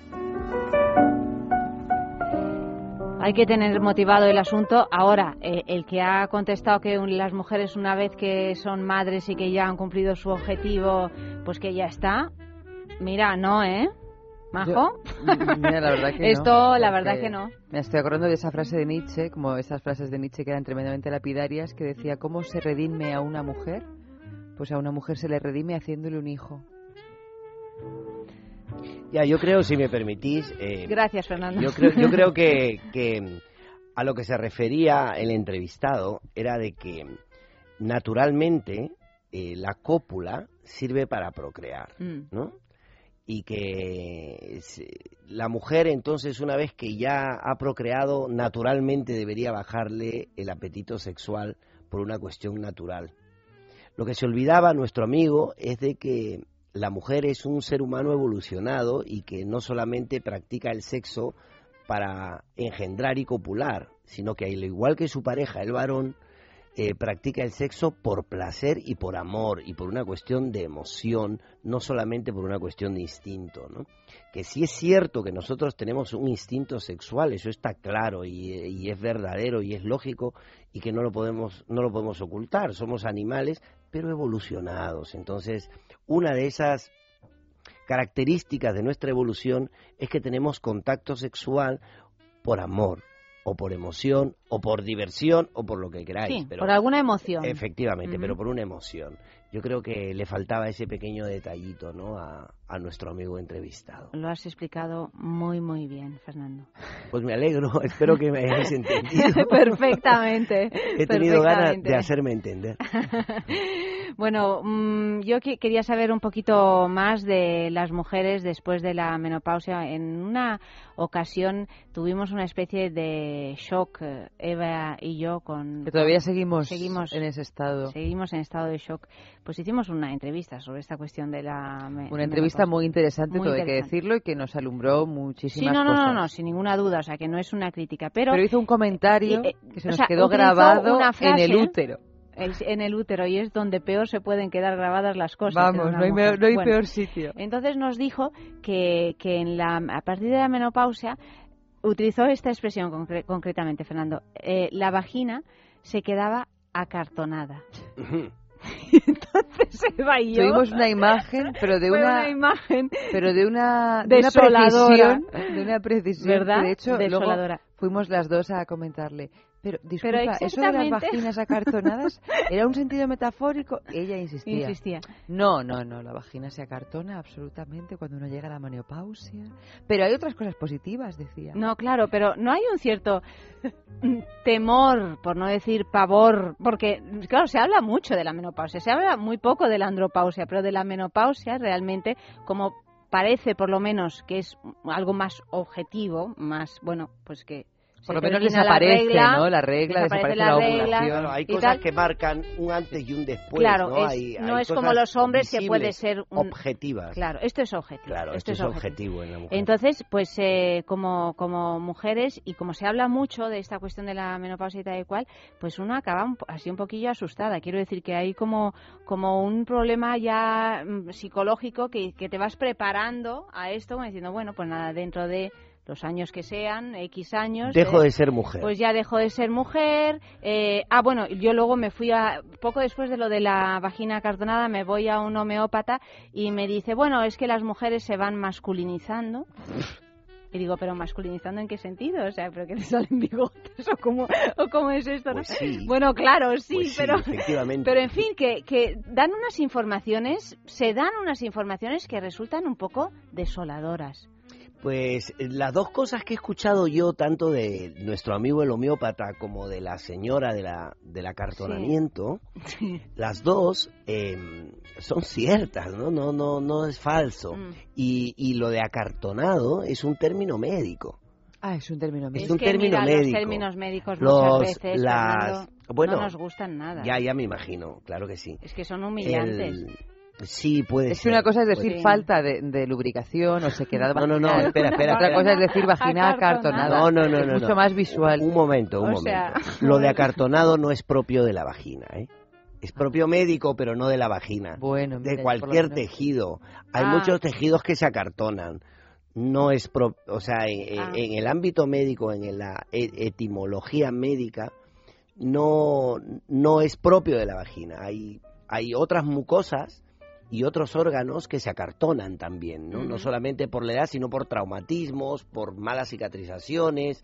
Hay que tener motivado el asunto. Ahora, eh, el que ha contestado que un, las mujeres una vez que son madres y que ya han cumplido su objetivo, pues que ya está. Mira, no, ¿eh? ¿Majo? Yo, mira, la verdad que Esto, no, la verdad que no. Me estoy acordando de esa frase de Nietzsche, como esas frases de Nietzsche que eran tremendamente lapidarias, que decía: ¿cómo se redime a una mujer? Pues a una mujer se le redime haciéndole un hijo. Ya, yo creo, si me permitís... Eh, Gracias, Fernando. Yo creo, yo creo que, que a lo que se refería el entrevistado era de que naturalmente eh, la cópula sirve para procrear, mm. ¿no? Y que la mujer entonces, una vez que ya ha procreado, naturalmente debería bajarle el apetito sexual por una cuestión natural. Lo que se olvidaba nuestro amigo es de que la mujer es un ser humano evolucionado y que no solamente practica el sexo para engendrar y copular, sino que al igual que su pareja, el varón, eh, practica el sexo por placer y por amor y por una cuestión de emoción, no solamente por una cuestión de instinto, ¿no? Que sí es cierto que nosotros tenemos un instinto sexual, eso está claro y, y es verdadero y es lógico y que no lo podemos no lo podemos ocultar, somos animales pero evolucionados. Entonces, una de esas características de nuestra evolución es que tenemos contacto sexual por amor o por emoción, o por diversión, o por lo que queráis. Sí, pero, por alguna emoción. Efectivamente, Uh-huh. pero por una emoción. Yo creo que le faltaba ese pequeño detallito, ¿no?, a, a nuestro amigo entrevistado. Lo has explicado muy, muy bien, Fernando. Pues me alegro, espero que me hayáis entendido. Perfectamente. He tenido ganas perfectamente. de hacerme entender. Bueno, mmm, yo que quería saber un poquito más de las mujeres después de la menopausia. En una ocasión tuvimos una especie de shock, Eva y yo, con... Que todavía seguimos, seguimos en ese estado. Seguimos en estado de shock. Pues hicimos una entrevista sobre esta cuestión de la me- Una entrevista muy interesante, Muy todo hay interesante. que decirlo, y que nos alumbró muchísimas Sí, no, no, cosas. no, no, sin ninguna duda, o sea, que no es una crítica, pero... Pero hizo un comentario eh, que se o nos sea, quedó utilizó grabado una en frase, el útero. el- en el útero, y es donde peor se pueden quedar grabadas las cosas. Vamos, en una no hay, mujer. me- no hay Bueno, peor sitio. Entonces nos dijo que, que en la, a partir de la menopausia utilizó esta expresión concre- concretamente, Fernando. Eh, la vagina se quedaba acartonada. Entonces Eva y yo... Tuvimos una imagen, pero de Fue una, una imagen pero de una, de una desoladora. precisión, de una precisión, ¿Verdad? que de hecho luego Desoladora. fuimos las dos a comentarle. Pero disculpa, eso de las exactamente. vaginas acartonadas era un sentido metafórico. Ella insistía. Insistía. No, no, no, la vagina se acartona absolutamente cuando uno llega a la menopausia. Pero hay otras cosas positivas, decía. No, claro, pero no hay un cierto temor, por no decir pavor, porque, claro, se habla mucho de la menopausia, se habla muy poco de la andropausia, pero de la menopausia realmente, como parece por lo menos que es algo más objetivo, más, bueno, pues que... Por se lo menos termina la desaparece, regla, ¿no? La regla, desaparece desaparece la la regla ovulación. Claro, hay y cosas tal. que marcan un antes y un después, Claro, ¿no? es- Hay- no hay es como cosas los hombres, que puede visibles, ser un- objetivas. Claro, esto es objetivo. Claro, esto, es objetivo en la mujer. Entonces, pues eh, como, como mujeres, y como se habla mucho de esta cuestión de la menopausia y tal y cual, pues uno acaba un po- así un poquillo asustada. Quiero decir que hay como, como un problema ya mm, psicológico que, que te vas preparando a esto, como diciendo, bueno, pues nada, dentro de los años que sean, X años... Dejo eh, de ser mujer. Pues ya dejo de ser mujer. Eh, ah, bueno, yo luego me fui a... Poco después de lo de la vagina acartonada, me voy a un homeópata y me dice, bueno, es que las mujeres se van masculinizando. Y digo, ¿pero masculinizando en qué sentido? O sea, ¿pero que le salen bigotes? ¿O cómo, o cómo es esto? Pues ¿no? sí. Bueno, claro, sí, Pues sí, pero... efectivamente. Pero en fin, que, que dan unas informaciones, se dan unas informaciones que resultan un poco desoladoras. Pues eh, las dos cosas que he escuchado yo, tanto de nuestro amigo el homeópata como de la señora de la, del acartonamiento, Sí. las dos eh, son ciertas, ¿no? No, no, no es falso. Mm. Y, y lo de acartonado es un término médico. Ah, es un término médico. Es un que, término mira, médico. Los términos médicos Los- muchas veces, las- Fernando, bueno, no nos gustan nada. Ya, ya me imagino, claro que sí. Es que son humillantes. El- Sí, puede Es ser. que una cosa es decir puede- falta de, de lubricación o sequedad No, no, no, vaginal. espera, espera, Otra espera. cosa es decir vagina acartonada. No, no, no, Es no. mucho no. más visual. Un momento, un O momento. sea, Lo de acartonado no es propio de la vagina, ¿eh? Es propio médico, pero no de la vagina. Bueno, mira, de por cualquier lo menos. tejido. Hay Ah. muchos tejidos que se acartonan. No es pro, o sea, en, Ah. en el ámbito médico, en la e- etimología médica, no, no es propio de la vagina. Hay, hay otras mucosas y otros órganos que se acartonan también, ¿no? Ujú. No solamente por la edad, sino por traumatismos, por malas cicatrizaciones,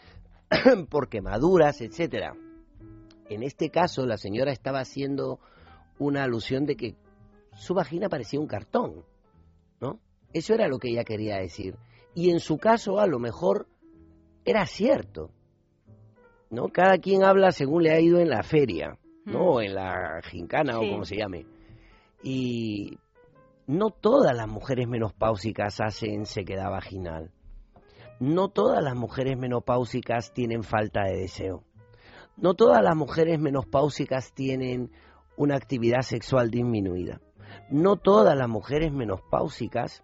por quemaduras, etcétera. En este caso, la señora estaba haciendo una alusión de que su vagina parecía un cartón, ¿no? Eso era lo que ella quería decir. Y en su caso, a lo mejor, era cierto, ¿no? Cada quien habla según le ha ido en la feria, ¿no? Mm. O en la gincana, Sí. o como se llame. Y no todas las mujeres menopáusicas hacen sequedad vaginal. No todas las mujeres menopáusicas tienen falta de deseo. No todas las mujeres menopáusicas tienen una actividad sexual disminuida. No todas las mujeres menopáusicas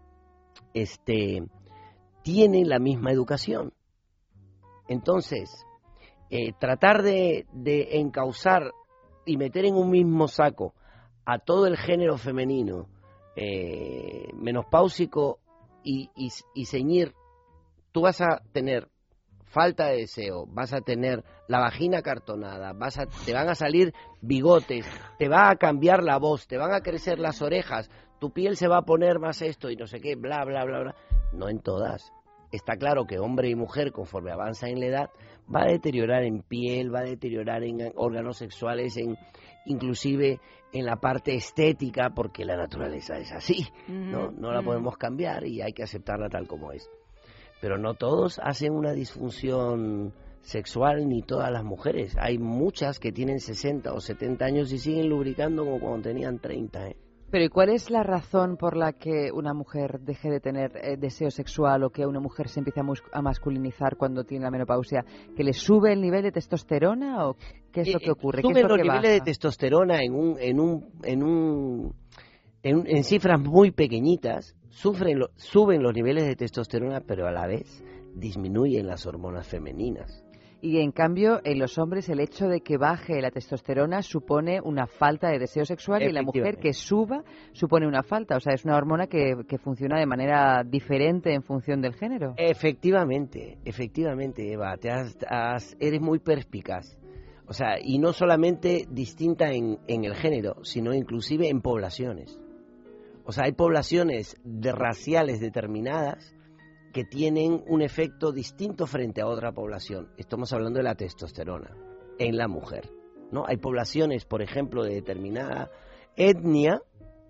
este, tienen la misma educación. Entonces, eh, tratar de, de encauzar y meter en un mismo saco a todo el género femenino eh, menopáusico y, y, y ceñir, tú vas a tener falta de deseo, vas a tener la vagina acartonada, vas a, te van a salir bigotes, te va a cambiar la voz, te van a crecer las orejas, tu piel se va a poner más esto y no sé qué, bla, bla, bla, bla. No en todas. está claro que hombre y mujer, conforme avanza en la edad, va a deteriorar en piel, va a deteriorar en órganos sexuales, en inclusive en la parte estética, porque la naturaleza es así, ¿no? No la podemos cambiar y hay que aceptarla tal como es. Pero no todos hacen una disfunción sexual, ni todas las mujeres. Hay muchas que tienen sesenta o setenta años y siguen lubricando como cuando tenían treinta, ¿eh? Pero ¿y cuál es la razón por la que una mujer deje de tener eh, deseo sexual o que una mujer se empiece a, mus- a masculinizar cuando tiene la menopausia? ¿Que le sube el nivel de testosterona o qué es lo que ocurre? Suben ¿Qué es lo los que niveles baja? de testosterona en un en un en un en, en cifras muy pequeñitas, sufren lo- suben los niveles de testosterona, pero a la vez disminuyen las hormonas femeninas. Y en cambio, en los hombres el hecho de que baje la testosterona supone una falta de deseo sexual y en la mujer que suba supone una falta. O sea, es una hormona que, que funciona de manera diferente en función del género. Efectivamente, efectivamente, Eva, te has, has- eres muy perspicaz. O sea, y no solamente distinta en, en el género, sino inclusive en poblaciones. O sea, hay poblaciones de raciales determinadas que tienen un efecto distinto frente a otra población. Estamos hablando de la testosterona en la mujer, ¿no? Hay poblaciones, por ejemplo, de determinada etnia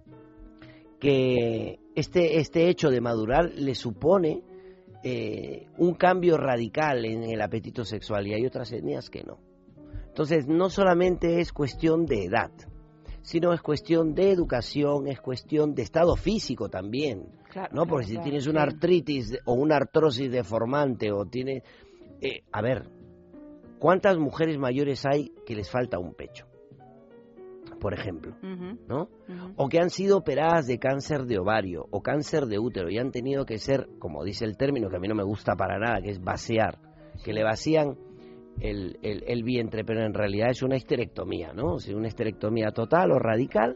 que este, este hecho de madurar le supone eh, un cambio radical en el apetito sexual, y hay otras etnias que no. Entonces, no solamente es cuestión de edad, sino es cuestión de educación, es cuestión de estado físico también, claro, ¿no? Porque claro, si claro, tienes una sí. artritis o una artrosis deformante o tienes... Eh, a ver, ¿cuántas mujeres mayores hay que les falta un pecho? Por ejemplo, Ujú. ¿no? Ujú. O que han sido operadas de cáncer de ovario o cáncer de útero y han tenido que ser, como dice el término que a mí no me gusta para nada, que es vaciar, que le vacían el, el, el vientre, pero en realidad es una histerectomía, ¿no? O sea, una histerectomía total o radical,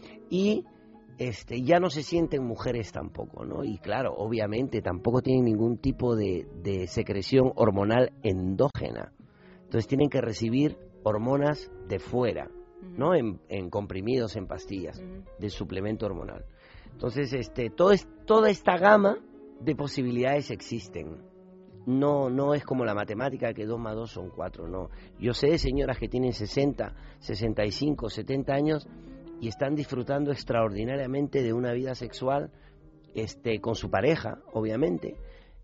y este ya no se sienten mujeres tampoco, ¿no? Y claro, obviamente tampoco tienen ningún tipo de, de secreción hormonal endógena. Entonces tienen que recibir hormonas de fuera, ¿no? En, en comprimidos, en pastillas, de suplemento hormonal. Entonces, este, todo es, toda esta gama de posibilidades existen. No, no es como la matemática que dos más dos son cuatro, no. Yo sé de señoras que tienen sesenta, sesenta y cinco, setenta años y están disfrutando extraordinariamente de una vida sexual este, con su pareja, obviamente,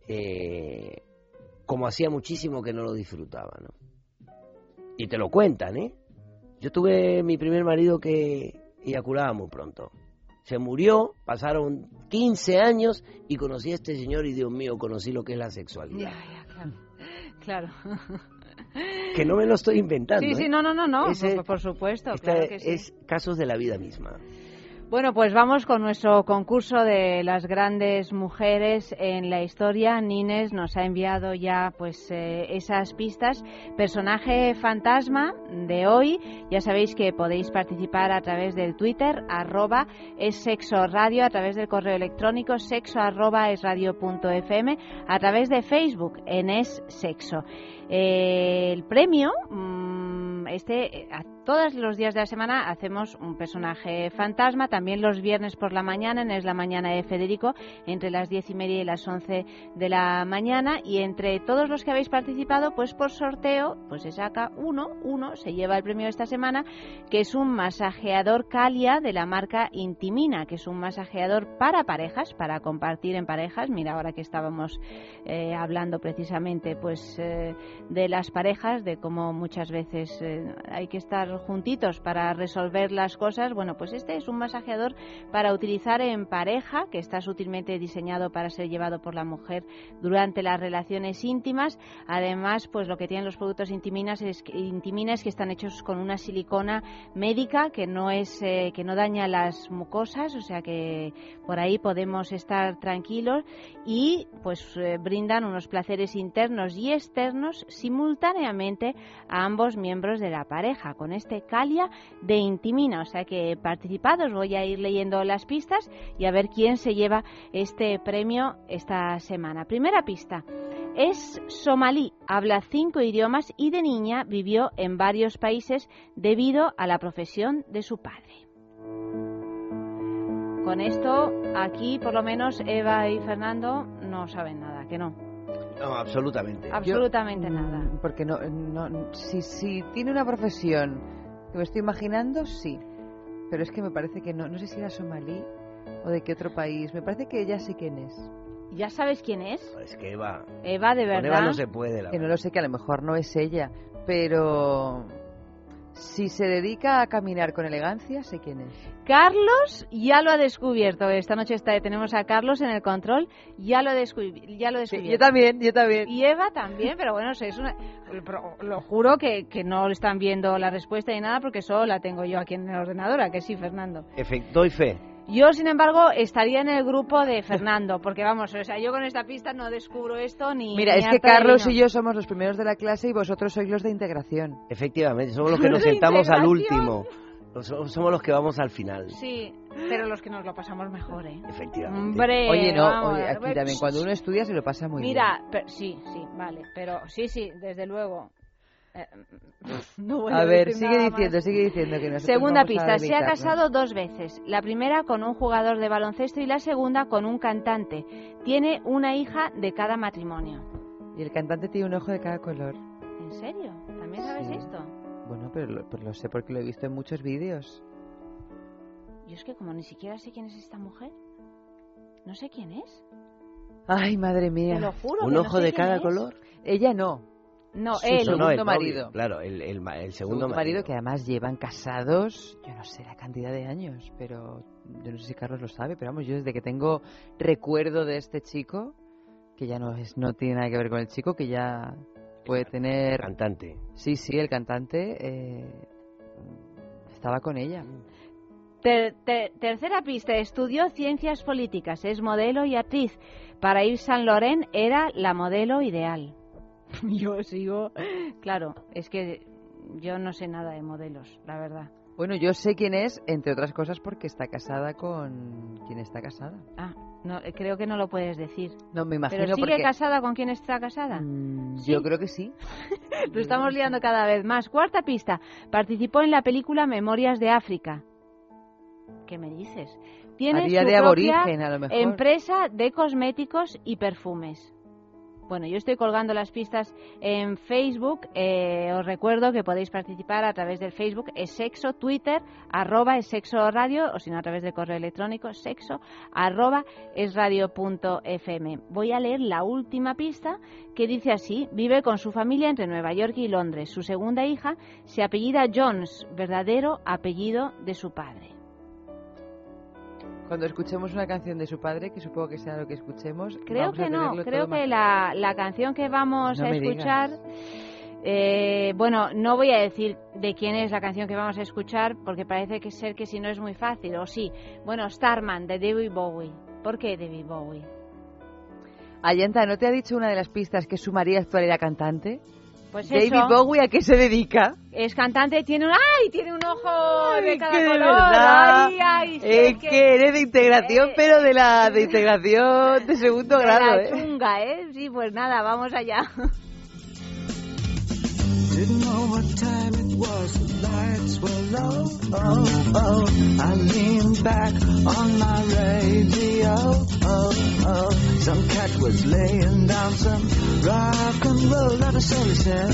eh, como hacía muchísimo que no lo disfrutaba, ¿no? Y te lo cuentan, ¿eh? Yo tuve mi primer marido que eyaculaba muy pronto. Se murió, pasaron quince años y conocí a este señor y, Dios mío, conocí lo que es la sexualidad. Ya, ya, claro. claro. Que no me lo estoy inventando. Sí, sí, ¿eh? no, no, no, no, Ese, por, por supuesto, esta claro que sí. Es casos de la vida misma. Bueno, pues vamos con nuestro concurso de las grandes mujeres en la historia. Nines nos ha enviado ya pues eh, esas pistas. Personaje fantasma de hoy, ya sabéis que podéis participar a través del Twitter, arroba es sexo radio, a través del correo electrónico sexo arroba es radio punto fm, a través de Facebook en Es Sexo. Eh, el premio, mmm, este, a todos los días de la semana hacemos un personaje fantasma, también los viernes por la mañana, en Es la Mañana de Federico, entre las diez y media y las once de la mañana, y entre todos los que habéis participado, pues por sorteo, pues se saca uno, uno, se lleva el premio de esta semana, que es un masajeador Calia de la marca Intimina, que es un masajeador para parejas, para compartir en parejas. Mira, ahora que estábamos eh, hablando precisamente, pues eh, de las parejas, de cómo muchas veces eh, hay que estar juntitos para resolver las cosas. Bueno, pues este es un masajeador para utilizar en pareja, que está sutilmente diseñado para ser llevado por la mujer durante las relaciones íntimas. Además, pues lo que tienen los productos Intiminas es, Intimina es que están hechos con una silicona médica que no es eh, que no daña las mucosas, o sea que por ahí podemos estar tranquilos, y pues eh, brindan unos placeres internos y externos simultáneamente a ambos miembros de la pareja con este Calia de Intimina. O sea que participad, os voy a ir leyendo las pistas y a ver quién se lleva este premio esta semana. Primera pista: es somalí, habla cinco idiomas y de niña vivió en varios países debido a la profesión de su padre. Con esto, aquí por lo menos Eva y Fernando no saben nada, ¿que no? No, absolutamente. Absolutamente Yo, nada. Porque no, no si, si tiene una profesión que me estoy imaginando, sí. Pero es que me parece que no. No sé si era somalí o de qué otro país. Me parece que ya sé quién es. ¿Ya sabes quién es? Es que Eva... Eva, de verdad. Con Eva no se puede, la Que verdad. no lo sé, que a lo mejor no es ella. Pero si se dedica a caminar con elegancia, sé quién es. Carlos ya lo ha descubierto. Esta noche está, tenemos a Carlos en el control. Ya lo, descubri ya lo ha descubierto. Sí, yo también, yo también. Y Eva también, pero bueno, es una, lo juro que, que no están viendo la respuesta ni nada porque solo la tengo yo aquí en el ordenador, ¿a que sí, Fernando? Efect, doy fe. Yo, sin embargo, estaría en el grupo de Fernando, porque vamos, o sea, yo con esta pista no descubro esto ni... Mira, ni es que harta de Carlos vino. y yo somos los primeros de la clase y vosotros sois los de integración. Efectivamente, somos los que nos ¿De sentamos al integración? último. Somos somos los que vamos al final. Sí, pero los que nos lo pasamos mejor, ¿eh? Efectivamente. Hombre, Oye, no, vamos, oye, a aquí ver, también, cuando uno estudia se lo pasa muy Mira, bien. pero, sí, sí, vale, pero sí, sí, desde luego. Eh, no voy A ver, decir sigue nada diciendo, más. sigue diciendo que nosotros Segunda vamos a pista, se ha limitarnos. casado dos veces. La primera con un jugador de baloncesto y la segunda con un cantante. Tiene una hija de cada matrimonio. Y el cantante tiene un ojo de cada color. ¿En serio? ¿También sabes Sí. esto? Bueno, pero lo, pues lo sé porque lo he visto en muchos vídeos. Yo es que como ni siquiera sé quién es esta mujer, no sé quién es. Ay, madre mía. Te lo juro. ¿Un que no ojo sé de quién cada es. color? Ella no. No, Su él. segundo No, el novio, marido. Claro, el, el, ma- el segundo, Segundo marido que además llevan casados, yo no sé la cantidad de años, pero yo no sé si Carlos lo sabe, pero vamos, yo desde que tengo recuerdo de este chico, que ya no es no tiene nada que ver con el chico, que ya puede tener... Cantante. Sí, sí, el cantante eh, estaba con ella. Ter- ter- tercera pista, estudió ciencias políticas, es modelo y actriz. Para Yves Saint Laurent era la modelo ideal. Yo sigo... Claro, es que yo no sé nada de modelos, la verdad. Bueno, yo sé quién es, entre otras cosas, porque está casada con quien está casada. Ah, no, creo que no lo puedes decir. No, me imagino ¿Pero sigue porque... casada con quien está casada? Mm, ¿Sí? Yo creo que sí. Lo estamos liando cada vez más. Cuarta pista, participó en la película Memorias de África. ¿Qué me dices? Tiene Haría su de propia aborigen, a lo mejor. empresa de cosméticos y perfumes. Bueno, yo estoy colgando las pistas en Facebook. Eh, os recuerdo que podéis participar a través del Facebook es sexo, Twitter, arroba es sexo radio, o si no a través de correo electrónico sexo, arroba es radio punto fm. Voy a leer la última pista que dice así: vive con su familia entre Nueva York y Londres. Su segunda hija se apellida Jones, verdadero apellido de su padre. Cuando escuchemos una canción de su padre, que supongo que sea lo que escuchemos... Creo vamos a que no, tenerlo creo todo que más- la, la canción que vamos No a me escuchar, eh, bueno, no voy a decir de quién es la canción que vamos a escuchar, porque parece que ser que si no es muy fácil, o sí. Bueno, Starman, de David Bowie. ¿Por qué David Bowie? Ayanta, ¿no te ha dicho una de las pistas que su marido actual era cantante? Pues David eso, Bowie, ¿a qué se dedica? es cantante, tiene un... ¡Ay! Tiene un ojo de cada que de color. verdad, ¡Ay, ay! sí, es es que eres de integración, pero de la de integración de segundo de grado, la ¿eh? chunga, ¿eh? Sí, pues nada, vamos allá. Didn't know what time it was, the lights were low. Oh, oh, I leaned back on my radio. Oh, oh, some cat was laying down some rock and roll that I slowly said.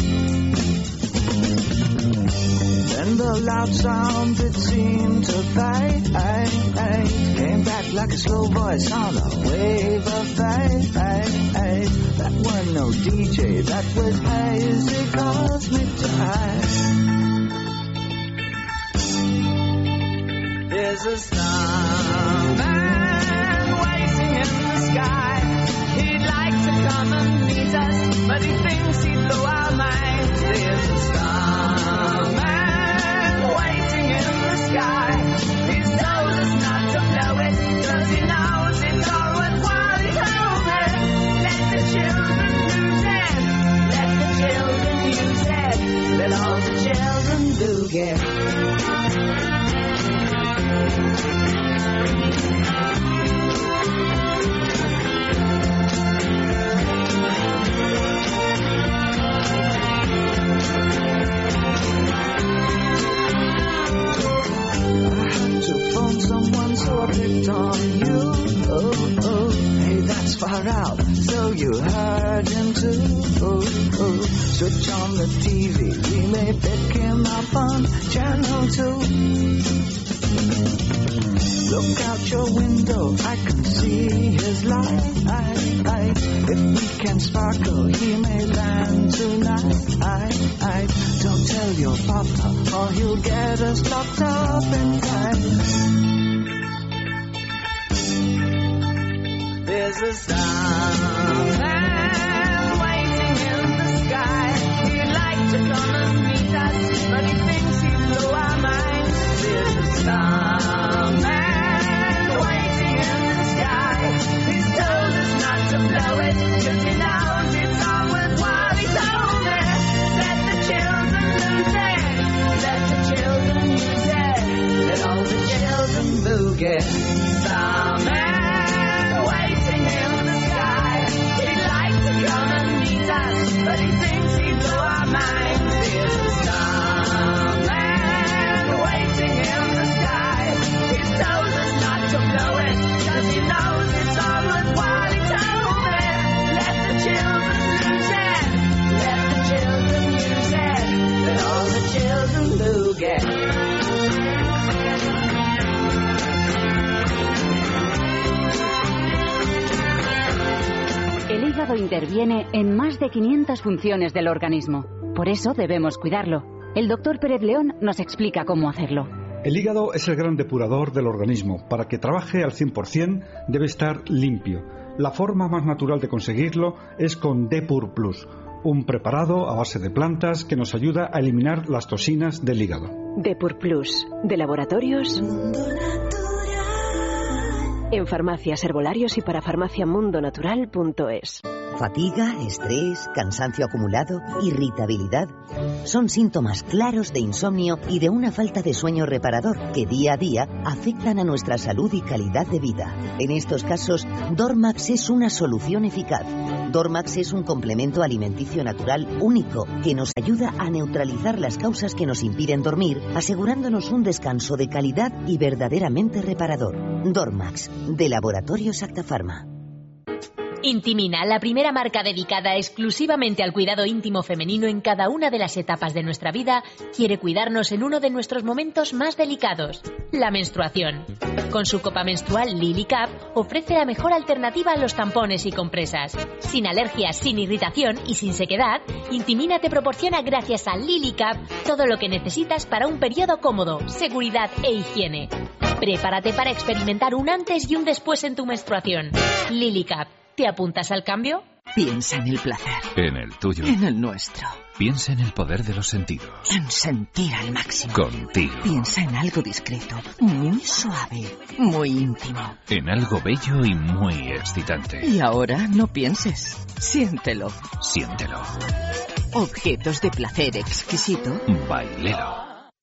Then the loud sound it seemed to fade, came back like a slow voice on a wave of fate. That wasn't no D J, that was hazy cosmic jive. There's a starman waiting in the sky. He'd like to come and meet us, but he thinks he'd blow our minds. There's a starman waiting in the sky. He's told us not to blow it, cause he knows it's all worthwhile. He's home. Let the children lose it. Let the children use it. Let all the children do get. To phone someone, so I picked on you. Oh, oh, hey, that's far out. So know you heard him too. Oh, oh. Switch on the T V, we may pick him up on channel two. Look out your window, I can see his light. If we can sparkle, he may land tonight. Don't tell your papa, or he'll get us locked up in time. There's a starman waiting in the sky. He'd like to come and meet us, but he thinks he'd blow our minds. There's a starman waiting in the sky. He's told us not to blow it, 'cause he knows it's all worthwhile. He told me, let the children lose it, let the children use it, let all the children boogie. Starman waiting in the sky. He'd like to come and meet us, but he thinks he'd blow our minds. There's a starman waiting in the sky. He's told us not to blow it, 'cause he knows it's all worthwhile. He told me, let the children lose it, let the children use it, let all the children boogie. El hígado interviene en más de quinientas funciones del organismo. Por eso debemos cuidarlo. El doctor Pérez León nos explica cómo hacerlo. El hígado es el gran depurador del organismo. Para que trabaje al cien por ciento debe estar limpio. La forma más natural de conseguirlo es con Depur Plus, un preparado a base de plantas que nos ayuda a eliminar las toxinas del hígado. Depur Plus, de Laboratorios en farmacias, herbolarios y para farmacia mundo natural punto es. Fatiga, estrés, cansancio acumulado, irritabilidad. Son síntomas claros de insomnio y de una falta de sueño reparador que día a día afectan a nuestra salud y calidad de vida. En estos casos, Dormax es una solución eficaz. Dormax es un complemento alimenticio natural único que nos ayuda a neutralizar las causas que nos impiden dormir, asegurándonos un descanso de calidad y verdaderamente reparador. Dormax, de Laboratorios Acta Pharma. Intimina, la primera marca dedicada exclusivamente al cuidado íntimo femenino en cada una de las etapas de nuestra vida, quiere cuidarnos en uno de nuestros momentos más delicados, la menstruación. Con su copa menstrual Lily Cap ofrece la mejor alternativa a los tampones y compresas. Sin alergias, sin irritación y sin sequedad, Intimina te proporciona gracias a Lily Cap todo lo que necesitas para un periodo cómodo, seguridad e higiene. Prepárate para experimentar un antes y un después en tu menstruación. Lily Cap. ¿Te apuntas al cambio? Piensa en el placer. En el tuyo. En el nuestro. Piensa en el poder de los sentidos. En sentir al máximo. Contigo. Piensa en algo discreto, muy suave, muy íntimo. En algo bello y muy excitante. Y ahora no pienses. Siéntelo. Siéntelo. Objetos de placer exquisito. Bailelo.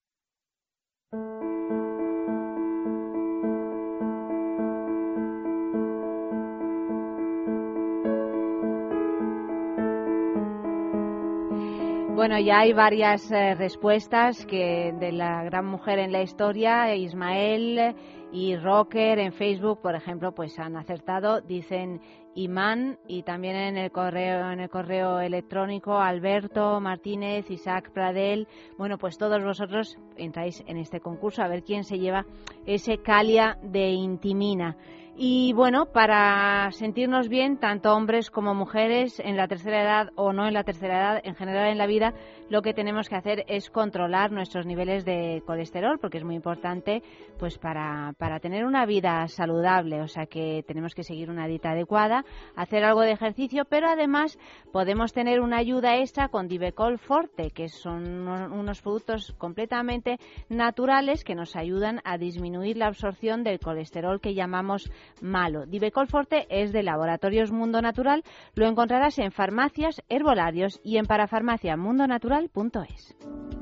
Bueno, ya hay varias eh, respuestas que de la gran mujer en la historia, Ismael y Rocker en Facebook, por ejemplo, pues han acertado, dicen Imán, y también en el correo en el correo electrónico Alberto Martínez, Isaac Pradel. Bueno, pues todos vosotros entráis en este concurso a ver quién se lleva ese Calia de Intimina. Y bueno, para sentirnos bien, tanto hombres como mujeres, en la tercera edad o no en la tercera edad, en general en la vida, lo que tenemos que hacer es controlar nuestros niveles de colesterol, porque es muy importante pues para, para tener una vida saludable. O sea que tenemos que seguir una dieta adecuada, hacer algo de ejercicio, pero además podemos tener una ayuda extra con Divecol Forte, que son unos productos completamente naturales que nos ayudan a disminuir la absorción del colesterol que llamamos malo. Divecol Forte es de Laboratorios Mundo Natural. Lo encontrarás en farmacias, herbolarios y en parafarmacia mundo natural punto es.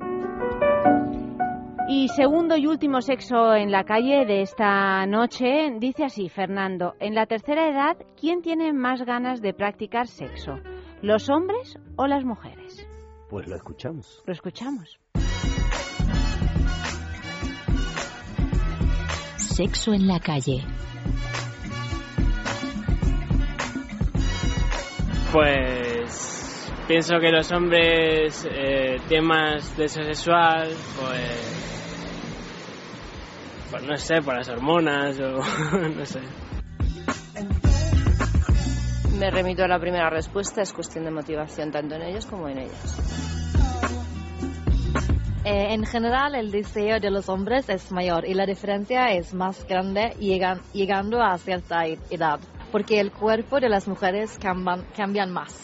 Y segundo y último sexo en la calle de esta noche, dice así Fernando: en la tercera edad, ¿quién tiene más ganas de practicar sexo? ¿Los hombres o las mujeres? Pues lo escuchamos. Lo escuchamos. Sexo en la calle. Pues pienso que los hombres eh, tienen más deseo sexual, pues, pues no sé, por las hormonas o no sé. Me remito a la primera respuesta, es cuestión de motivación tanto en ellos como en ellas. Eh, en general, el deseo de los hombres es mayor y la diferencia es más grande llegan, llegando a cierta edad, porque el cuerpo de las mujeres cambian, cambian más.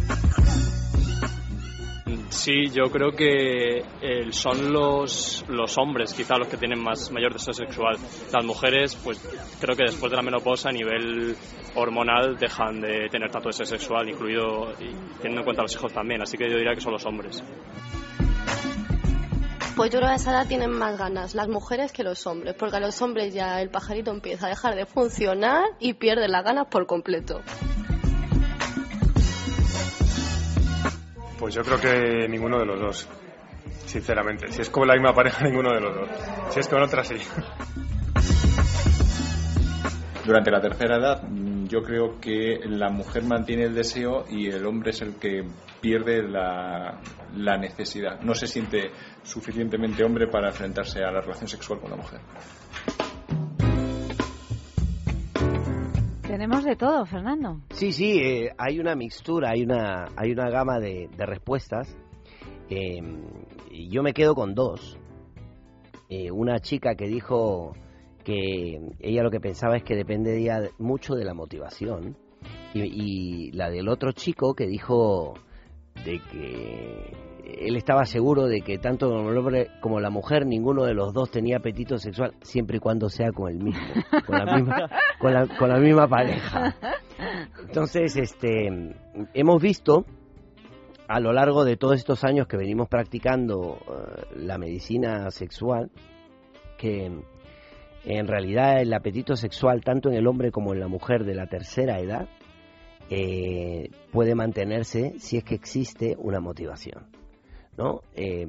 Sí, yo creo que eh, son los, los hombres quizá los que tienen más mayor deseo sexual. Las mujeres, pues creo que después de la menopausa a nivel hormonal dejan de tener tanto deseo sexual, incluido y teniendo en cuenta los hijos también, así que yo diría que son los hombres. Pues yo creo que a esa edad tienen más ganas las mujeres que los hombres, porque a los hombres ya el pajarito empieza a dejar de funcionar y pierden las ganas por completo. Pues yo creo que ninguno de los dos, sinceramente. Si es con la misma pareja, ninguno de los dos. Si es con otra, sí. Durante la tercera edad, yo creo que la mujer mantiene el deseo y el hombre es el que pierde la, la necesidad. No se siente suficientemente hombre para enfrentarse a la relación sexual con la mujer. Tenemos de todo, Fernando. Sí, sí, eh, hay una mixtura, hay una, hay una gama de, de respuestas. Eh, y yo me quedo con dos. Eh, una chica que dijo que ella lo que pensaba es que dependía mucho de la motivación. Y, y la del otro chico que dijo de que él estaba seguro de que tanto el hombre como la mujer, ninguno de los dos tenía apetito sexual, siempre y cuando sea con el mismo, con la misma, con la, con la misma pareja. Entonces, este, hemos visto a lo largo de todos estos años que venimos practicando uh, la medicina sexual, que en realidad el apetito sexual, tanto en el hombre como en la mujer de la tercera edad, eh, puede mantenerse si es que existe una motivación, ¿no? Eh,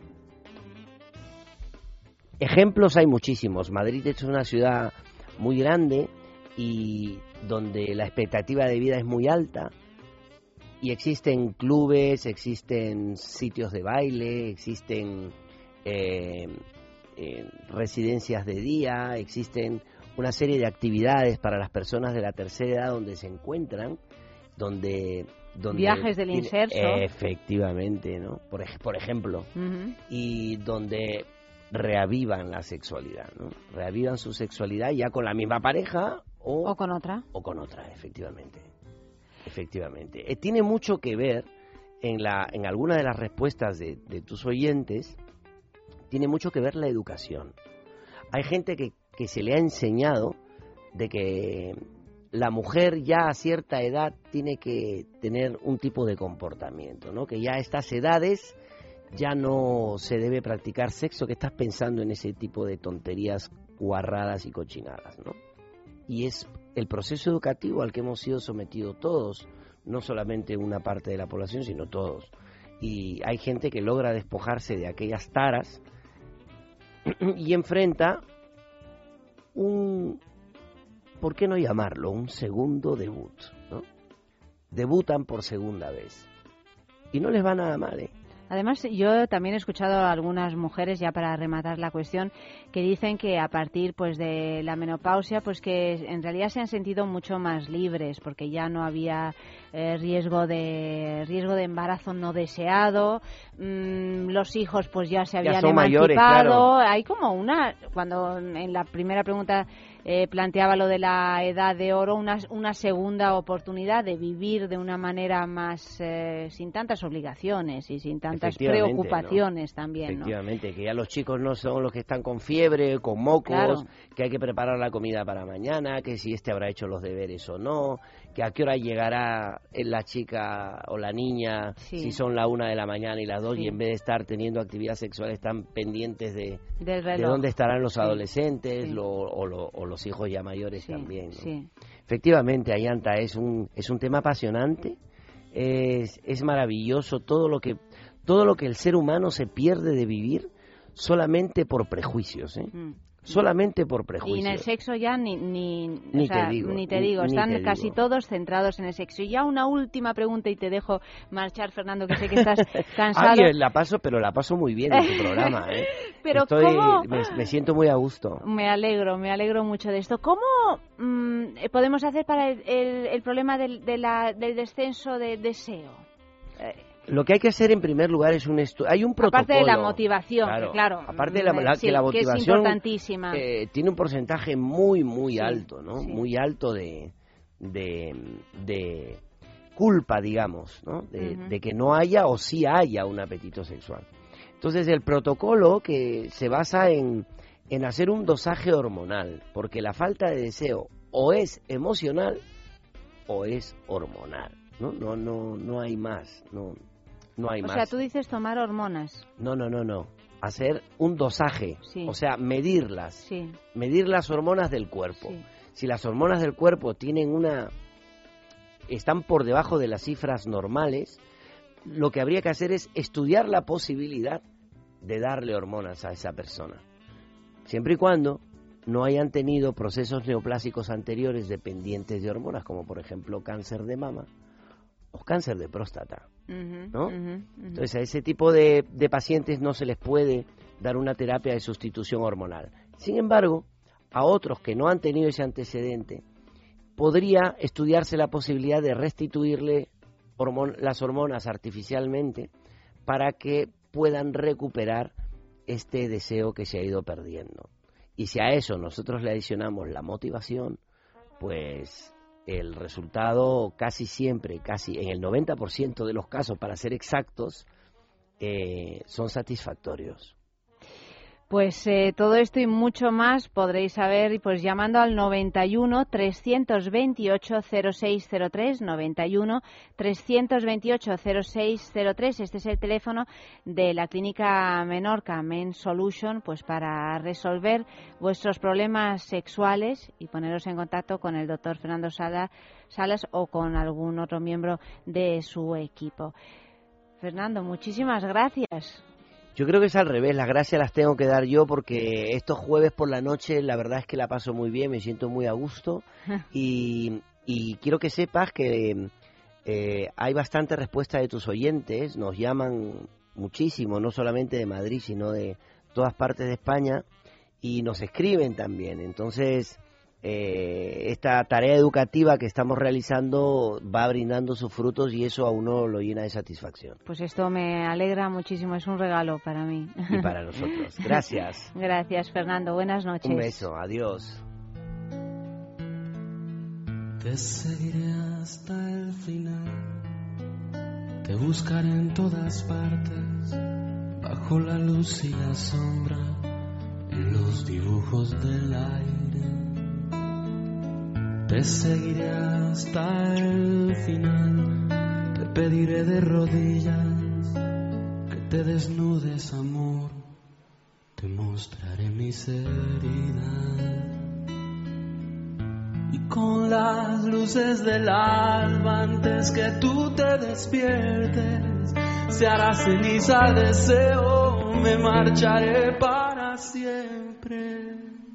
ejemplos hay muchísimos. Madrid es una ciudad muy grande y donde la expectativa de vida es muy alta y existen clubes, existen sitios de baile, existen eh, eh, residencias de día, existen una serie de actividades para las personas de la tercera edad donde se encuentran, donde... donde viajes del inserso. Efectivamente, ¿no? Por, ej- por ejemplo. Uh-huh. Y donde reavivan la sexualidad, ¿no? Reavivan su sexualidad ya con la misma pareja o... O con otra. O con otra, efectivamente. Efectivamente. Eh, tiene mucho que ver en, la, en alguna de las respuestas de, de tus oyentes, tiene mucho que ver la educación. Hay gente que, que se le ha enseñado de que la mujer ya a cierta edad tiene que tener un tipo de comportamiento, ¿no? Que ya a estas edades ya no se debe practicar sexo, que estás pensando en ese tipo de tonterías guarradas y cochinadas, ¿no? Y es el proceso educativo al que hemos sido sometidos todos, no solamente una parte de la población, sino todos. Y hay gente que logra despojarse de aquellas taras y enfrenta un... ¿por qué no llamarlo? Un segundo debut, ¿no? Debutan por segunda vez. Y no les va nada mal, ¿eh? Además, yo también he escuchado a algunas mujeres, ya para rematar la cuestión, que dicen que a partir pues de la menopausia, pues que en realidad se han sentido mucho más libres, porque ya no había eh, riesgo de riesgo de embarazo no deseado, mmm, los hijos pues ya se habían ya son emancipado. Mayores, claro. Hay como una, cuando en la primera pregunta eh, planteaba lo de la edad de oro, una, una segunda oportunidad de vivir de una manera más eh, sin tantas obligaciones y sin tantas preocupaciones, ¿no? También, efectivamente, ¿no? Que ya los chicos no son los que están con fiebre, con mocos, claro. Que hay que preparar la comida para mañana, que si este habrá hecho los deberes o no, que a qué hora llegará la chica o la niña, sí. Si son la una de la mañana y las dos, sí. Y en vez de estar teniendo actividad sexual están pendientes de, de dónde estarán los sí. adolescentes, sí. Lo, o, lo, o los hijos ya mayores, sí. También, ¿no? Sí. Efectivamente, Ayanta, es un, es un tema apasionante, es, es maravilloso todo lo que todo lo que el ser humano se pierde de vivir solamente por prejuicios, ¿eh? Mm. solamente por prejuicio. Y en el sexo ya ni, ni, Ni o sea, te digo, ni te ni- digo. ni Están te casi digo. todos centrados en el sexo. Y ya una última pregunta y te dejo marchar, Fernando, que sé que estás cansado. Ay, la paso, pero la paso muy bien en tu programa, ¿eh? Pero Estoy, ¿cómo? me, me siento muy a gusto. Me alegro, me alegro mucho de esto. ¿Cómo mm, podemos hacer para el, el, el problema del, de la, del descenso de deseo? Eh, Lo que hay que hacer en primer lugar es un estudio. Hay un protocolo. aparte de la motivación, Claro, que claro. aparte de la, mm, la- sí, que la que es motivación importantísima. eh, tiene un porcentaje muy, muy Sí, alto, ¿no? sí. Muy alto de, de, de culpa, digamos, ¿no? De, Ujú. de que no haya o sí haya un apetito sexual. Entonces, el protocolo que se basa en, en hacer un dosaje hormonal, porque la falta de deseo o es emocional o es hormonal, ¿no? No, no, no hay más, no, no hay O más. sea, tú dices tomar hormonas. No, no, no, no. Hacer un dosaje, Sí. o sea, medirlas, Sí. medir las hormonas del cuerpo. Sí. Si las hormonas del cuerpo tienen una, están por debajo de las cifras normales, lo que habría que hacer es estudiar la posibilidad de darle hormonas a esa persona, siempre y cuando no hayan tenido procesos neoplásicos anteriores dependientes de hormonas, como por ejemplo cáncer de mama o cáncer de próstata. Ujú, ¿No? ujú, ujú. Entonces a ese tipo de, de pacientes no se les puede dar una terapia de sustitución hormonal. Sin embargo, a otros que no han tenido ese antecedente, podría estudiarse la posibilidad de restituirle hormon- las hormonas artificialmente para que puedan recuperar este deseo que se ha ido perdiendo. Y si a eso nosotros le adicionamos la motivación, pues el resultado casi siempre, casi en el noventa por ciento de los casos, para ser exactos, eh, son satisfactorios. Pues eh, todo esto y mucho más podréis saber pues llamando al noventa y uno, trescientos veintiocho, cero seis cero tres, noventa y uno, trescientos veintiocho, cero seis cero tres. Este es el teléfono de la clínica Menorca, Men Solution, pues para resolver vuestros problemas sexuales y poneros en contacto con el doctor Fernando Sala, Salas o con algún otro miembro de su equipo. Fernando, muchísimas gracias. Yo creo que es al revés, las gracias las tengo que dar yo porque estos jueves por la noche la verdad es que la paso muy bien, me siento muy a gusto y, y quiero que sepas que eh, hay bastante respuesta de tus oyentes, nos llaman muchísimo, no solamente de Madrid sino de todas partes de España y nos escriben también, entonces eh, esta tarea educativa que estamos realizando va brindando sus frutos y eso a uno lo llena de satisfacción. Pues esto me alegra muchísimo, es un regalo para mí. Y para nosotros. Gracias. Gracias, Fernando. Buenas noches. Un beso. Adiós. Te seguiré hasta el final. Te buscaré en todas partes, bajo la luz y la sombra, en los dibujos del aire. Te seguiré hasta el final. Te pediré de rodillas que te desnudes, amor. Te mostraré mis heridas. Y con las luces del alba, antes que tú te despiertes, se hará ceniza el deseo, me marcharé para siempre.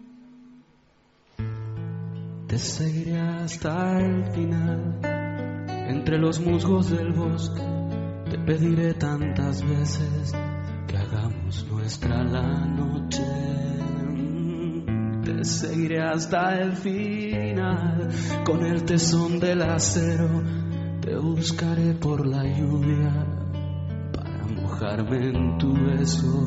Te seguiré hasta el final, entre los musgos del bosque, te pediré tantas veces que hagamos nuestra la noche. Te seguiré hasta el final, con el tesón del acero, te buscaré por la lluvia para mojarme en tu beso.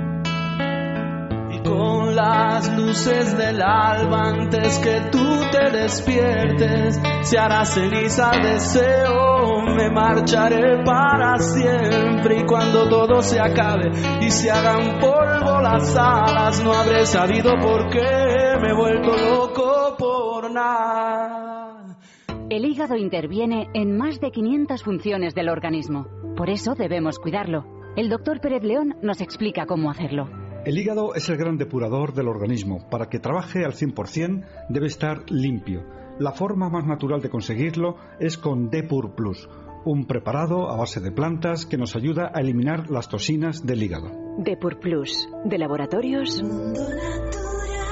Y con las luces del alba, antes que tú te despiertes, se hará ceniza el deseo, me marcharé para siempre. Y cuando todo se acabe y se hagan polvo las alas, no habré sabido por qué me he vuelto loco por nada. El hígado interviene en más de quinientas funciones del organismo. Por eso debemos cuidarlo. El doctor Pérez León nos explica cómo hacerlo. El hígado es el gran depurador del organismo. Para que trabaje al cien por cien debe estar limpio. La forma más natural de conseguirlo es con Depur Plus, un preparado a base de plantas que nos ayuda a eliminar las toxinas del hígado. Depur Plus, de Laboratorios Mundo Natural.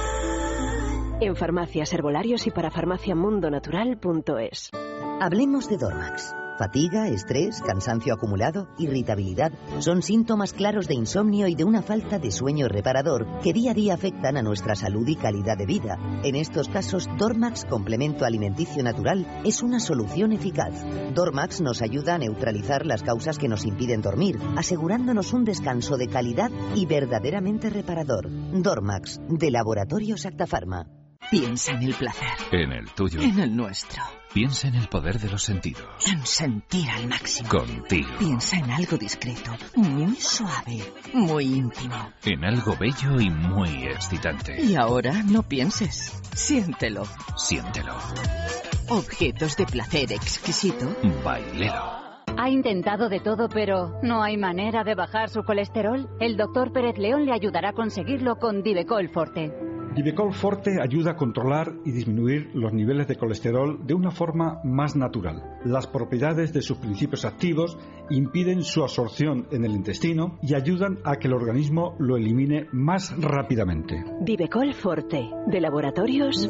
En farmacias, herbolarios y para farmaciamundonatural punto es. Hablemos de Dormax. Fatiga, estrés, cansancio acumulado, irritabilidad son síntomas claros de insomnio y de una falta de sueño reparador que día a día afectan a nuestra salud y calidad de vida. En estos casos, Dormax Complemento Alimenticio Natural es una solución eficaz. Dormax nos ayuda a neutralizar las causas que nos impiden dormir, asegurándonos un descanso de calidad y verdaderamente reparador. Dormax, de Laboratorios Acta Pharma. Piensa en el placer. En el tuyo. En el nuestro. Piensa en el poder de los sentidos. En sentir al máximo. Contigo. Piensa en algo discreto, muy suave, muy íntimo. En algo bello y muy excitante. Y ahora no pienses. Siéntelo. Siéntelo. Objetos de placer exquisito. Bailelo. Ha intentado de todo, pero ¿no hay manera de bajar su colesterol? El doctor Pérez León le ayudará a conseguirlo con Divecol Forte. Divecol Forte ayuda a controlar y disminuir los niveles de colesterol de una forma más natural. Las propiedades de sus principios activos impiden su absorción en el intestino y ayudan a que el organismo lo elimine más rápidamente. Divecol Forte, de Laboratorios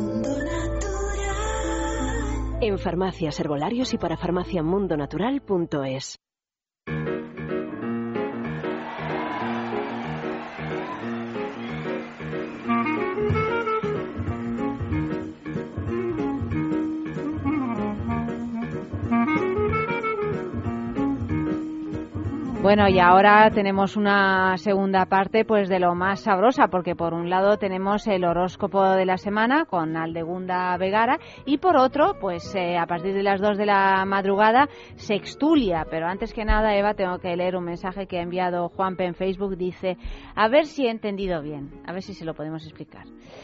en farmacias, herbolarios y para farmaciamundonatural punto es. Bueno, y ahora tenemos una segunda parte pues de lo más sabrosa, porque por un lado tenemos el horóscopo de la semana con Aldegunda Vegara y por otro, pues eh, a partir de las dos de la madrugada, Sextulia. Pero antes que nada, Eva, tengo que leer un mensaje que ha enviado Juanpe en Facebook. Dice, a ver si he entendido bien, a ver si se lo podemos explicar.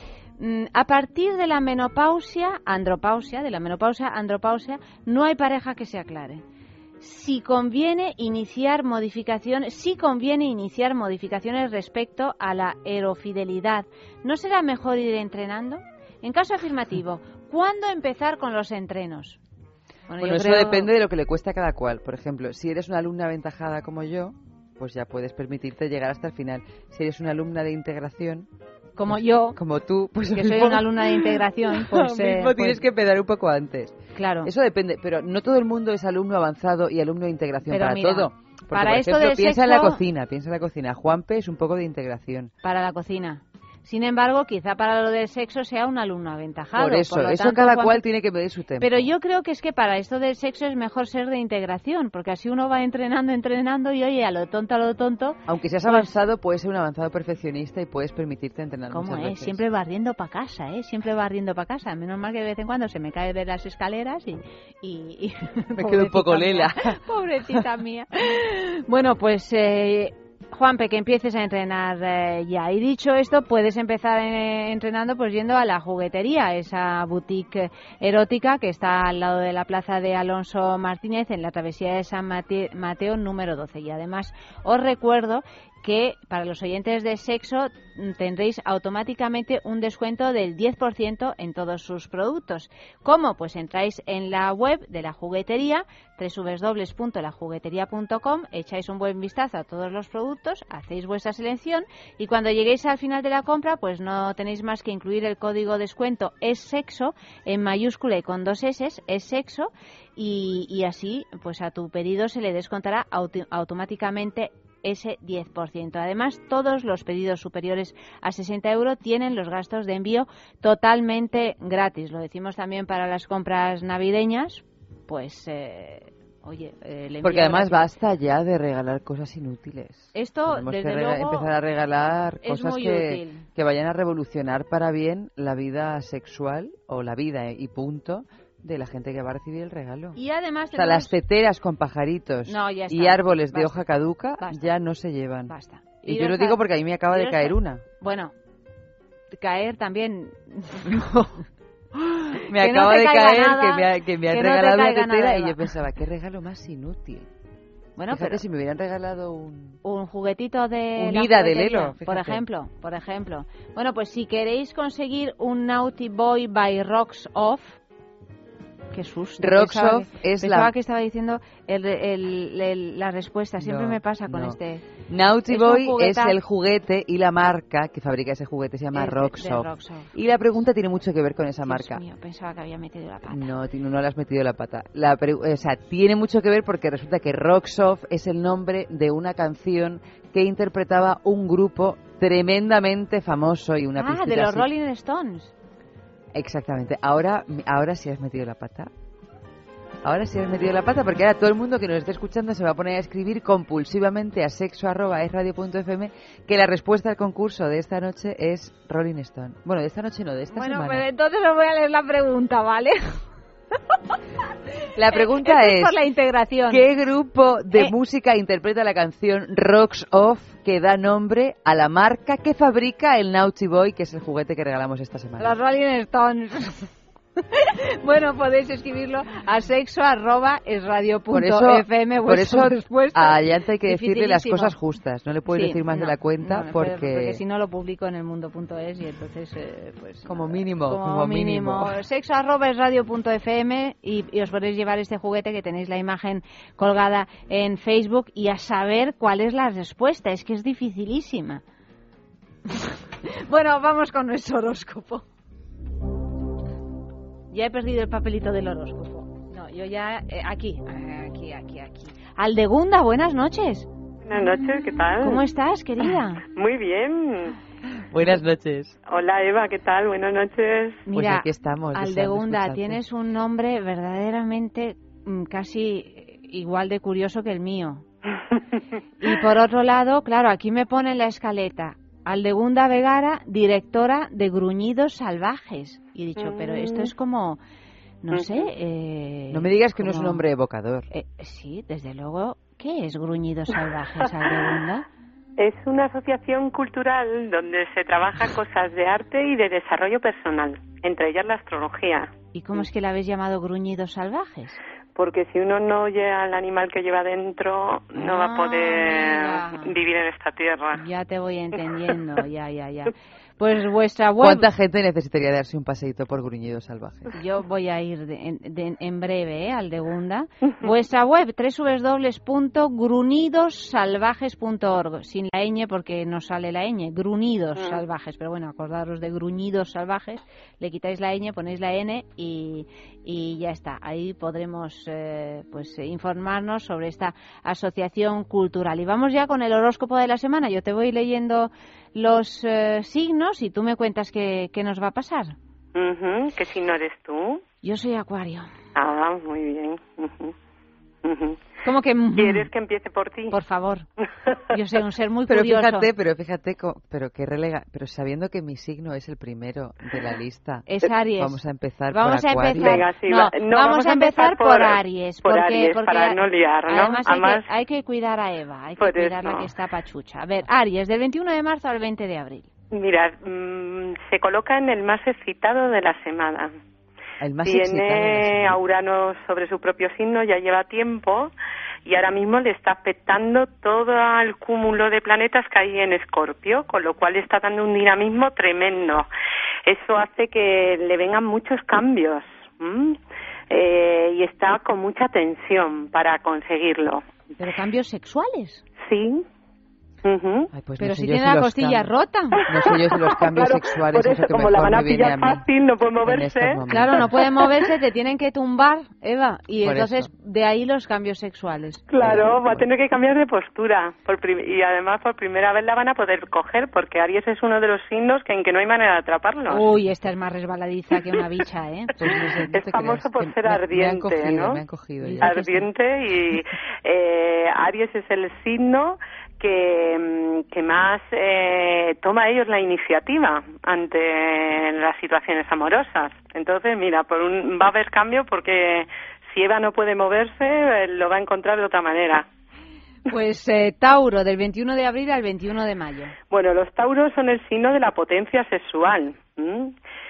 A partir de la menopausia, andropausia, de la menopausia, andropausia, no hay pareja que se aclare. Si conviene iniciar modificaciones, si conviene iniciar modificaciones respecto a la erofidelidad, ¿no será mejor ir entrenando? En caso afirmativo, ¿cuándo empezar con los entrenos? Bueno, bueno eso creo... depende de lo que le cueste a cada cual. Por ejemplo, si eres una alumna aventajada como yo, pues ya puedes permitirte llegar hasta el final. Si eres una alumna de integración, como yo, como tú, pues que soy una alumna de integración, pues, lo mismo eh, tienes pues... que empezar un poco antes. Claro. Eso depende, pero no todo el mundo es alumno avanzado y alumno de integración. Pero para mira, todo. Porque, para por esto ejemplo, del piensa sexo... en la cocina, piensa en la cocina. Juanpe es un poco de integración. Para la cocina. Sin embargo, quizá para lo del sexo sea un alumno aventajado. Por eso, por lo eso tanto, cada Juan... cual tiene que medir su tiempo. Pero yo creo que es que para esto del sexo es mejor ser de integración, porque así uno va entrenando, entrenando y oye, a lo tonto, a lo tonto... Aunque seas pues... avanzado, puedes ser un avanzado perfeccionista y puedes permitirte entrenar ¿Cómo muchas es? veces. Siempre barriendo para casa, ¿eh? Siempre barriendo para casa. Menos mal que de vez en cuando se me cae de las escaleras y... y, y... me quedo un poco lela. Pobrecita mía. Bueno, pues... Eh... Juanpe, que empieces a entrenar eh, ya. Y dicho esto, puedes empezar eh, entrenando pues yendo a la juguetería, esa boutique erótica que está al lado de la plaza de Alonso Martínez en la travesía de San Mate- Mateo número doce. Y además os recuerdo que para los oyentes de Sexo tendréis automáticamente un descuento del diez por ciento en todos sus productos. ¿Cómo? Pues entráis en la web de la juguetería, doble u doble u doble u punto la juguetería punto com, echáis un buen vistazo a todos los productos, hacéis vuestra selección y cuando lleguéis al final de la compra, pues no tenéis más que incluir el código descuento es sexo en mayúscula y con dos S, es sexo, y, y así pues a tu pedido se le descontará auto- automáticamente ese diez por ciento. Además, todos los pedidos superiores a sesenta euros tienen los gastos de envío totalmente gratis. Lo decimos también para las compras navideñas, pues, eh, oye, eh, el envío porque además gratis. basta ya de regalar cosas inútiles. Esto, Tenemos desde que rega- luego, empezar a regalar es cosas muy que, útil. que vayan a revolucionar para bien la vida sexual o la vida y punto de la gente que va a recibir el regalo. Y además o sea, tenemos... las teteras con pajaritos No, ya está. y árboles de Basta. hoja caduca Basta. ya no se llevan. Basta. Y, Y yo lo deja- digo porque a mí me acaba y de caer deja- una. Bueno, caer también... Me Que no acaba te de caiga caer nada, que me, ha- que me han que no te regalado una caiga nada, tetera y Eva. yo pensaba, qué regalo más inútil. Bueno, Fíjate, pero si me hubieran regalado un... un juguetito de Un la ida de juguetería, Lelo, por fíjate. ejemplo, por ejemplo. Bueno, pues si queréis conseguir un Naughty Boy by Rocks Off, Qué susto. Rocksoft Pensaba que, es pensaba la... que estaba diciendo el, el, el, la respuesta. Siempre No, me pasa con no. este... Naughty es Boy un es jugueta- el juguete y la marca que fabrica ese juguete se llama Es de- de Rocksoft. Rocksoft. Y la pregunta tiene mucho que ver con esa Dios marca. mío, pensaba que había metido la pata. No, ti- no le has metido la pata. La pre- o sea, tiene mucho que ver porque resulta que Rocksoft es el nombre de una canción que interpretaba un grupo tremendamente famoso y una Ah, pistita de los así. Rolling Stones. Exactamente. Ahora, ahora sí has metido la pata. Ahora sí has metido la pata porque ahora todo el mundo que nos esté escuchando se va a poner a escribir compulsivamente a sexo arroba es radio punto f m que la respuesta al concurso de esta noche es Rolling Stone. Bueno, de esta noche no, de esta Bueno, semana. pues entonces os voy a leer la pregunta, ¿vale? La pregunta Esto es es, por la integración. ¿qué grupo de Eh. música interpreta la canción Rocks Off que da nombre a la marca que fabrica el Naughty Boy, que es el juguete que regalamos esta semana? Los Rolling Stones. Bueno, podéis escribirlo a sexo arroba es radio Por punto eso, f m por eso respuesta. a Ayanta hay que decirle las Dificilísimo. cosas justas. No le puedes Sí, decir más no, de la cuenta no, pero- porque... porque si no lo publico en el mundo punto es y entonces eh, pues Como mínimo, como, como mínimo, mínimo. sexo arroba es radio punto f m y, y os podéis llevar este juguete que tenéis la imagen colgada en Facebook y a saber cuál es la respuesta. Es que es dificilísima. Bueno, vamos con nuestro horóscopo. Ya he perdido el papelito del horóscopo. No, yo ya... eh, aquí, eh, aquí, aquí, aquí. Aldegunda, buenas noches. Buenas noches, ¿qué tal? ¿Cómo estás, querida? Muy bien. Buenas noches. Hola, Eva, ¿qué tal? Buenas noches. Pues Mira, aquí estamos. deseando Aldegunda, escucharte. tienes un nombre verdaderamente mm, casi igual de curioso que el mío. Y por otro lado, claro, aquí me pone en la escaleta Aldegunda Vegara, directora de Gruñidos Salvajes. Y he dicho, pero esto es como, no sé... Eh, No me digas que no es un como- hombre evocador. Eh, sí, desde luego. ¿Qué es Gruñidos Salvajes, Aldegunda? Es una asociación cultural donde se trabaja cosas de arte y de desarrollo personal, entre ellas la astrología. ¿Y cómo es que la habéis llamado Gruñidos Salvajes? Porque si uno no oye al animal que lleva dentro, no va a poder mira. vivir en esta tierra. Ya te voy entendiendo, ya, ya, ya. Pues vuestra web... ¿Cuánta gente necesitaría darse un paseíto por Gruñidos Salvajes? Yo voy a ir de- en, de- en breve, ¿eh? Aldegunda. Vuestra web, doble u doble u doble u punto grunidos salvajes punto org. Sin la ñ, porque no sale la ñ. Grunidos Mm. Salvajes. Pero bueno, acordaros de Gruñidos Salvajes. Le quitáis la ñ, ponéis la n y, y ya está. Ahí podremos eh, pues eh, informarnos sobre esta asociación cultural. Y vamos ya con el horóscopo de la semana. Yo te voy leyendo los eh, signos y tú me cuentas qué, qué nos va a pasar. Ujú, ¿qué signo eres tú? Yo soy Acuario. Ah, muy bien. Ujú, ujú. ¿Cómo que? ¿Quieres que empiece por ti? Por favor. Yo soy un ser muy Pero curioso. fíjate, pero fíjate, co- pero qué relega, pero sabiendo que mi signo es el primero de la lista. Es Aries. Vamos a empezar Vamos por a Acuario. empezar. Venga, sí, no, va- no, vamos, a empezar por, Aries. por porque, Aries, porque para no liar, ¿no? Además, hay, Además- que, hay que cuidar a Eva. Hay que Por cuidarla eso. que está pachucha. A ver, Aries, del veintiuno de marzo al veinte de abril. Mira, mm, se coloca en el más excitado de la semana. El más excitado de la Tiene semana. a Urano sobre su propio signo, ya lleva tiempo, y ahora mismo le está afectando todo el cúmulo de planetas que hay en Escorpio, con lo cual le está dando un dinamismo tremendo. Eso hace que le vengan muchos cambios, ¿m? Eh, y está con mucha tensión para conseguirlo. ¿Pero cambios sexuales? Sí. Ujú. Ay, pues Pero no si sé yo tiene la los costilla cam- rota. No sé yo si los cambios Claro, sexuales por es lo eso, que como mejor la van a me viene pillar a mí. fácil, no puede en moverse. estos momentos. Claro, no puede moverse, te tienen que tumbar, Eva. Y Por entonces, eso. de ahí los cambios sexuales. Claro, va a tener que cambiar de postura. Por prim- y además, por primera vez la van a poder coger, porque Aries es uno de los signos que en que no hay manera de atraparlos. Uy, esta es más resbaladiza que una bicha, ¿eh? Pues no sé, no Es te famoso creas, por que ser me- me han ardiente, cogido, ¿no? me han cogido ya. Ardiente y eh, Aries es el signo que, mm, que más eh, toma ellos la iniciativa ante las situaciones amorosas. Entonces, mira, por un, va a haber cambio porque si Eva no puede moverse, eh, lo va a encontrar de otra manera. Pues eh, Tauro, del veintiuno de abril al veintiuno de mayo. Bueno, los tauros son el signo de la potencia sexual. ¿m?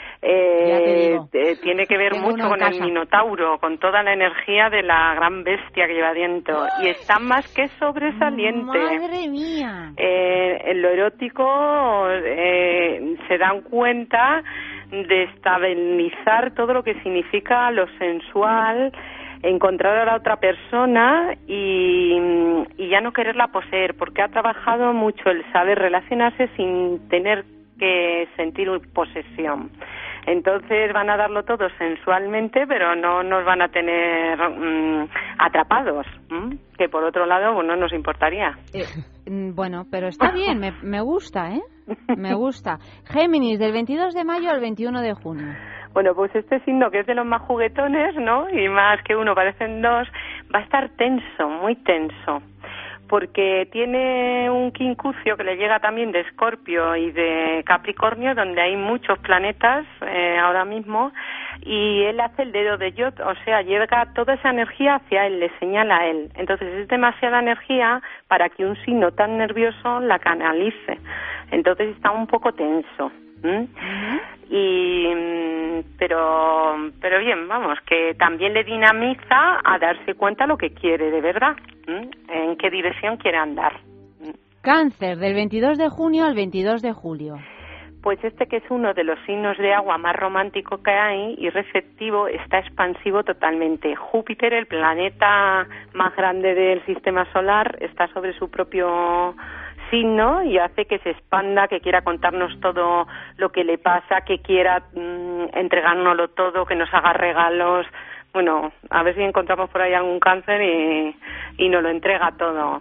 Eh, Ya te digo. eh, tiene que ver Tengo mucho uno en con el casa. minotauro, con toda la energía de la gran bestia que lleva dentro. Y está más que sobresaliente. ¡Madre mía! Eh, en lo erótico eh, se dan cuenta de estabilizar todo lo que significa lo sensual, encontrar a la otra persona y, y ya no quererla poseer, porque ha trabajado mucho el saber relacionarse sin tener que sentir posesión. Entonces van a darlo todo sensualmente, pero no nos van a tener mmm, atrapados, ¿m? Que por otro lado, bueno, nos importaría. Eh, bueno, pero está bien, me, me gusta, ¿eh? Me gusta. Géminis, del veintidós de mayo al veintiuno de junio. Bueno, pues este signo, que es de los más juguetones, ¿no? Y más que uno, parecen dos, va a estar tenso, muy tenso, porque tiene un quincucio que le llega también de Escorpio y de Capricornio, donde hay muchos planetas eh, ahora mismo, y él hace el dedo de Yod, o sea, llega toda esa energía hacia él, le señala a él. Entonces es demasiada energía para que un signo tan nervioso la canalice. Entonces está un poco tenso. ¿Mm? Uh-huh. Y pero pero bien, vamos, que también le dinamiza a darse cuenta lo que quiere de verdad, ¿Mm? En qué dirección quiere andar. Cáncer, del veintidós de junio al veintidós de julio. Pues este, que es uno de los signos de agua más romántico que hay y receptivo, está expansivo totalmente. Júpiter, el planeta más grande del sistema solar, está sobre su propio signo y hace que se expanda, que quiera contarnos todo lo que le pasa, que quiera mmm, entregárnoslo todo, que nos haga regalos. Bueno, a ver si encontramos por ahí algún cáncer y, y nos lo entrega todo.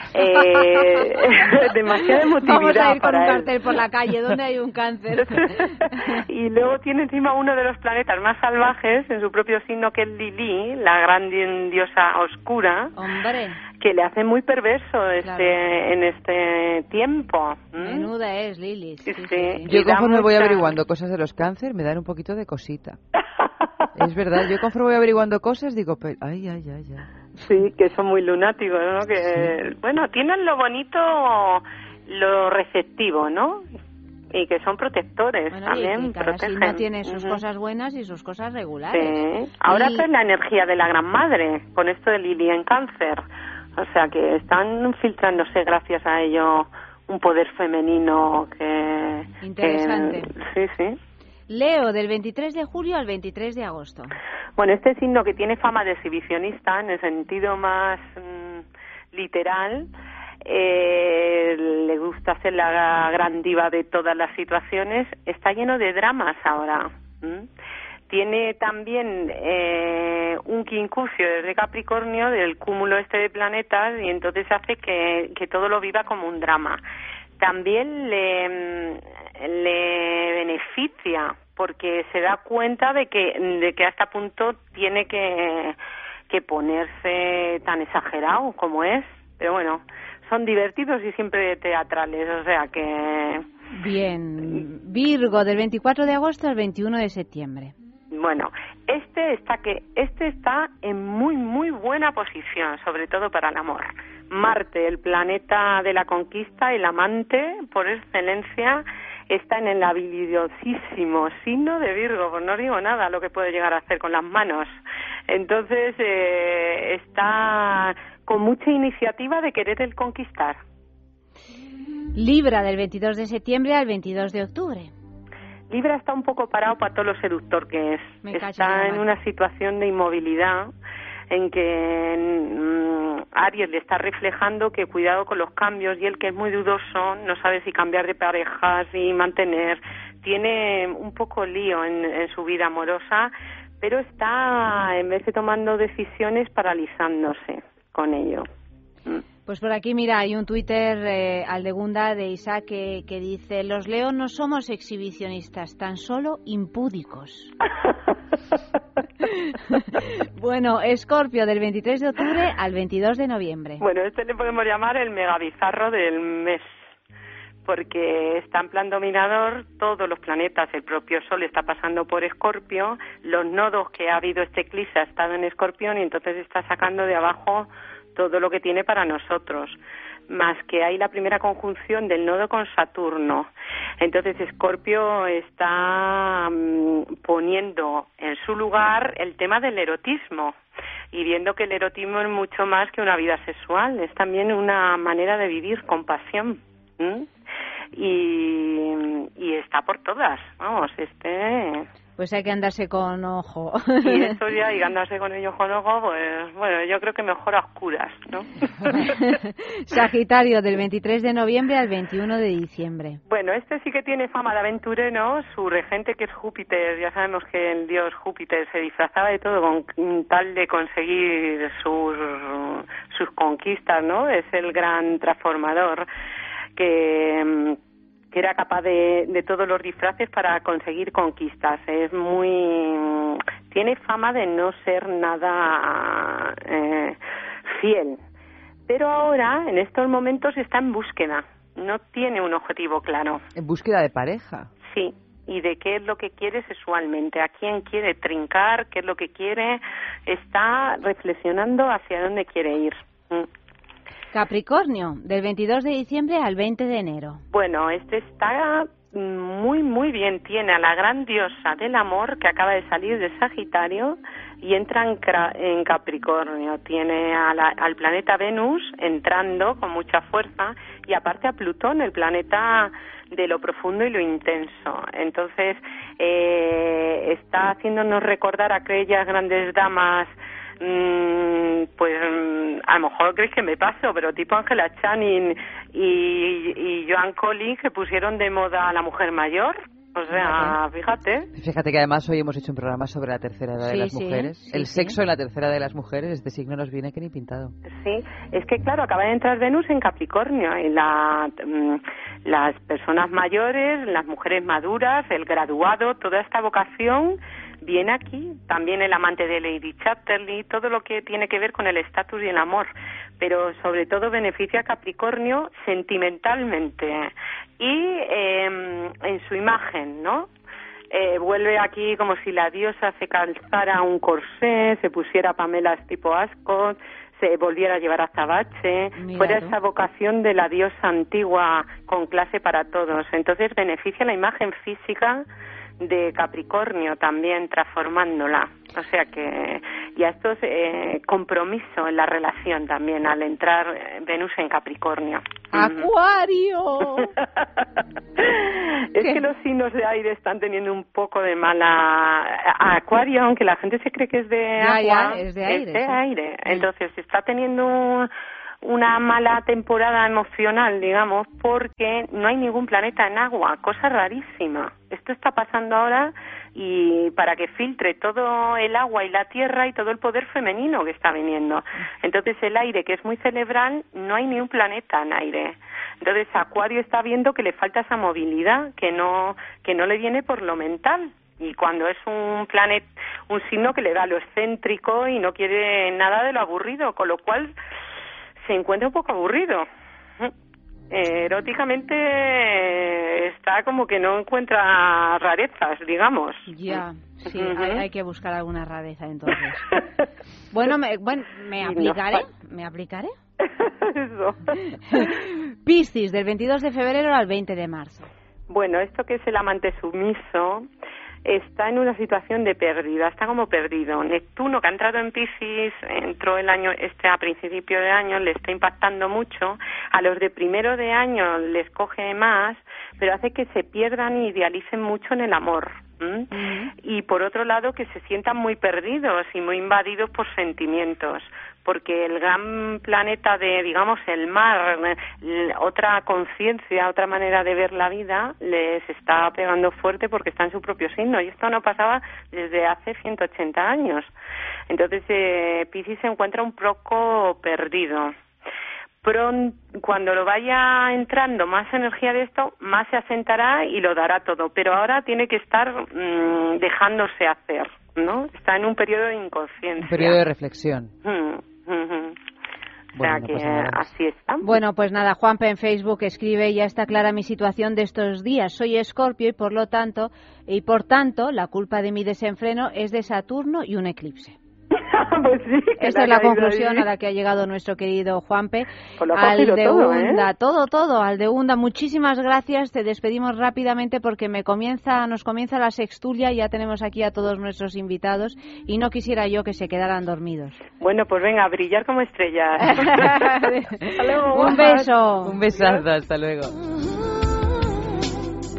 Eh, demasiada emotividad. Vamos a ir con para un él. cartel por la calle donde hay un cáncer. Y luego tiene encima uno de los planetas más salvajes en su propio signo, que es Lili, la gran diosa oscura. Hombre. Que le hace muy perverso este Claro. en este tiempo. ¿Mm? Menuda es, Lili. Sí, Sí. sí. Yo Y da conforme voy mucha- averiguando cosas de los cáncer, me dan un poquito de cosita. Es verdad, yo conforme voy averiguando cosas, digo, pero, ay, ay, ay, ay. Sí, que son muy lunáticos, ¿no? Que, bueno, tienen lo bonito, lo receptivo, ¿no? Y que son protectores Bueno, también, y que cada protegen. signo tiene sus Ujú. cosas buenas y sus cosas regulares. Sí. Ahora Y- es la energía de la Gran Madre, con esto de Lili en Cáncer. O sea, que están filtrándose gracias a ello un poder femenino que... Interesante. que- sí, sí. Leo, del veintitrés de julio al veintitrés de agosto. Bueno, este signo, que tiene fama de exhibicionista en el sentido más mm, literal, eh, le gusta ser la gran diva de todas las situaciones, está lleno de dramas ahora. ¿m? Tiene también eh, un quincucio desde Capricornio del cúmulo este de planetas, y entonces hace que, que todo lo viva como un drama. También le, le beneficia porque se da cuenta de que de que hasta punto tiene que, que ponerse tan exagerado como es, pero bueno, son divertidos y siempre teatrales, o sea que... Bien. Virgo, del veinticuatro de agosto al veintiuno de septiembre. Bueno, este está que este está en muy muy buena posición, sobre todo para el amor. Marte, el planeta de la conquista, el amante por excelencia, está en el habilidosísimo signo de Virgo, pues no digo nada lo que puede llegar a hacer con las manos. Entonces eh, está con mucha iniciativa de querer el conquistar. Libra, del veintidós de septiembre al veintidós de octubre. Libra está un poco parado para todo lo seductor que es. Me cacho Está en en la una situación de inmovilidad en que mm, Aries le está reflejando que cuidado con los cambios, y él, que es muy dudoso, no sabe si cambiar de parejas y mantener, tiene un poco lío en, en su vida amorosa, pero está, en vez de tomando decisiones, paralizándose con ello. Mm. Pues por aquí, mira, hay un Twitter, eh, Aldegunda, de Isaac, que, que dice: los Leo no somos exhibicionistas, tan solo impúdicos. Bueno, Escorpio, del veintitrés de octubre al veintidós de noviembre. Bueno, este le podemos llamar el megabizarro del mes, porque está en plan dominador todos los planetas. El propio Sol está pasando por Escorpio, los nodos que ha habido este eclipse ha estado en Escorpión, y entonces está sacando de abajo todo lo que tiene para nosotros, más que hay la primera conjunción del nodo con Saturno. Entonces Escorpio está um, poniendo en su lugar el tema del erotismo, y viendo que el erotismo es mucho más que una vida sexual, es también una manera de vivir con pasión. ¿Mm? y, y está por todas, vamos, este... Pues hay que andarse con ojo. Y esto ya, y andarse con ellos con ojo, pues bueno, yo creo que mejor a oscuras, ¿no? Sagitario, del veintitrés de noviembre al veintiuno de diciembre. Bueno, este sí que tiene fama de aventurero, su regente que es Júpiter, ya sabemos que el dios Júpiter se disfrazaba de todo con tal de conseguir sus, sus conquistas, ¿no? Es el gran transformador que... que era capaz de, de todos los disfraces para conseguir conquistas. Es muy... tiene fama de no ser nada eh, fiel. Pero ahora, en estos momentos, está en búsqueda. No tiene un objetivo claro. En búsqueda de pareja. Sí, y de qué es lo que quiere sexualmente, a quién quiere trincar, qué es lo que quiere. Está reflexionando hacia dónde quiere ir. Mm. Capricornio, del veintidós de diciembre al veinte de enero. Bueno, este está muy, muy bien. Tiene a la gran diosa del amor que acaba de salir de Sagitario y entra en, en Capricornio. Tiene a la, al planeta Venus entrando con mucha fuerza y aparte a Plutón, el planeta de lo profundo y lo intenso. Entonces, eh, está haciéndonos recordar a aquellas grandes damas. Pues a lo mejor crees que me paso, pero tipo Angela Channing y, y Joan Collins, que pusieron de moda a la mujer mayor. O sea, fíjate. Fíjate que además hoy hemos hecho un programa sobre la tercera edad sí, de las sí, mujeres. Sí, el sí. sexo en la tercera edad de las mujeres, este signo nos viene que ni pintado. Sí, es que claro, acaba de entrar Venus en Capricornio y la, las personas mayores, las mujeres maduras, el graduado, toda esta vocación viene aquí. También el amante de Lady Chatterley, todo lo que tiene que ver con el estatus y el amor, pero sobre todo beneficia a Capricornio sentimentalmente y eh, en su imagen, ¿no? Eh, vuelve aquí como si la diosa se calzara un corsé, se pusiera pamelas tipo Ascot, se volviera a llevar azabache, Mira fuera tú. esa vocación de la diosa antigua con clase para todos. Entonces beneficia la imagen física de Capricornio también, transformándola. O sea que, y a esto es eh, compromiso en la relación también al entrar Venus en Capricornio. ¡Acuario! Es que los signos de aire están teniendo un poco de mala... A Acuario, aunque la gente se cree que es de Ya, agua, ya, es de aire, es de sí. aire. Entonces está teniendo un- una mala temporada emocional, digamos, porque no hay ningún planeta en agua, cosa rarísima. Esto está pasando ahora y para que filtre todo el agua y la tierra y todo el poder femenino que está viniendo. Entonces el aire, que es muy cerebral, no hay ni un planeta en aire. Entonces Acuario está viendo que le falta esa movilidad, que no que no le viene por lo mental. Y cuando es un planeta, un signo que le da lo excéntrico y no quiere nada de lo aburrido, con lo cual se encuentra un poco aburrido. Eh, eróticamente está como que no encuentra rarezas, digamos. Ya, sí, Ujú. hay, hay que buscar alguna rareza entonces. Bueno, me, bueno, me Y no aplicaré, fa- me aplicaré. Eso. Piscis, del veintidós de febrero al veinte de marzo. Bueno, esto que es el amante sumiso está en una situación de pérdida, está como perdido. Neptuno, que ha entrado en Piscis, entró el año este a principio de año, le está impactando mucho. A los de primero de año les coge más, pero hace que se pierdan y idealicen mucho en el amor. ¿m? Y por otro lado, que se sientan muy perdidos y muy invadidos por sentimientos, porque el gran planeta de, digamos, el mar, l- otra conciencia, otra manera de ver la vida, les está pegando fuerte porque está en su propio signo, y esto no pasaba desde hace ciento ochenta años. Entonces, eh, Piscis se encuentra un poco perdido. Pron- cuando lo vaya entrando más energía de esto, más se asentará y lo dará todo, pero ahora tiene que estar mm, dejándose hacer, ¿no? Está en un periodo de inconsciencia. Un periodo de reflexión. Mm, ujú. O Bueno, sea no que pasa nada. así está. Bueno, pues nada, Juanpe en Facebook escribe: ya está clara mi situación de estos días. Soy Escorpio y por lo tanto, y por tanto, la culpa de mi desenfreno es de Saturno y un eclipse. Pues sí, que Esta le es la ha caído conclusión ahí. a la que ha llegado nuestro querido Juanpe. Pues lo ha cogido todo, ¿eh? Aldeunda, todo, todo, Aldeunda, muchísimas gracias. Te despedimos rápidamente porque me comienza, nos comienza la sextulia y ya tenemos aquí a todos nuestros invitados y no quisiera yo que se quedaran dormidos. Bueno, pues venga, a brillar como estrellas. Hasta luego, Un guapas. beso. Un besazo, hasta luego.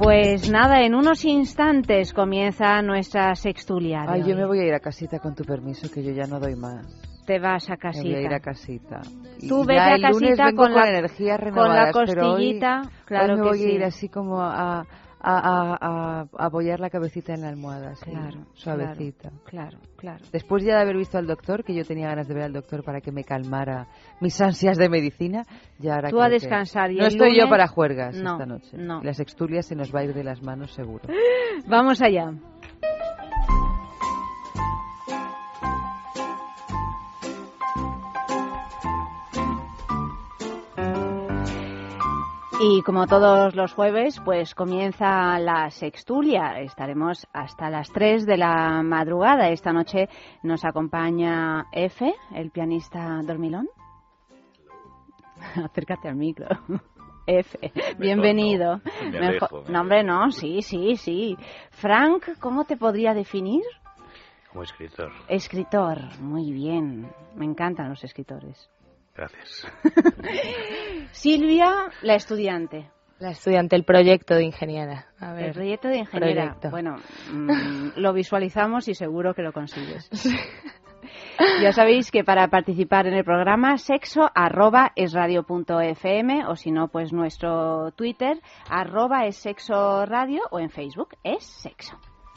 Pues nada, en unos instantes comienza nuestra sextulia. de Ay, yo hoy. me voy a ir a casita con tu permiso, que yo ya no doy más. Te vas a Me casita. voy a ir a casita. Y Tú ya vete a el lunes casita vengo con la, energías con renovadas, la pero hoy- costillita, hoy claro me que voy sí. a ir así como a, a, a, a- a apoyar la cabecita en la almohada, así, Claro, suavecita. Claro, claro. Después ya de haber visto al doctor, que yo tenía ganas de ver al doctor para que me calmara mis ansias de medicina, ya ahora Tú creo a que descansar, y no el estoy yo lunes- para juergas No, esta noche. no. La sextulia se nos va a ir de las manos seguro. Vamos allá. Y como todos los jueves, pues comienza la sextulia. Estaremos hasta las tres de la madrugada. Esta noche nos acompaña Efe, el pianista dormilón. Acércate al micro. Efe, bienvenido. Me Mejor- alejo, me No, hombre, no, sí, sí, sí. Frank, ¿cómo te podría definir? Como escritor. Escritor, muy bien. Me encantan los escritores. Gracias. Silvia, la estudiante. La estudiante, el proyecto de ingeniera. A ver, El proyecto de ingeniera. proyecto. Bueno, mm, lo visualizamos y seguro que lo consigues. Ya sabéis que para participar en el programa, sexo arroba es radio punto fm, o si no, pues nuestro Twitter, arroba es sexo radio, o en Facebook es sexo.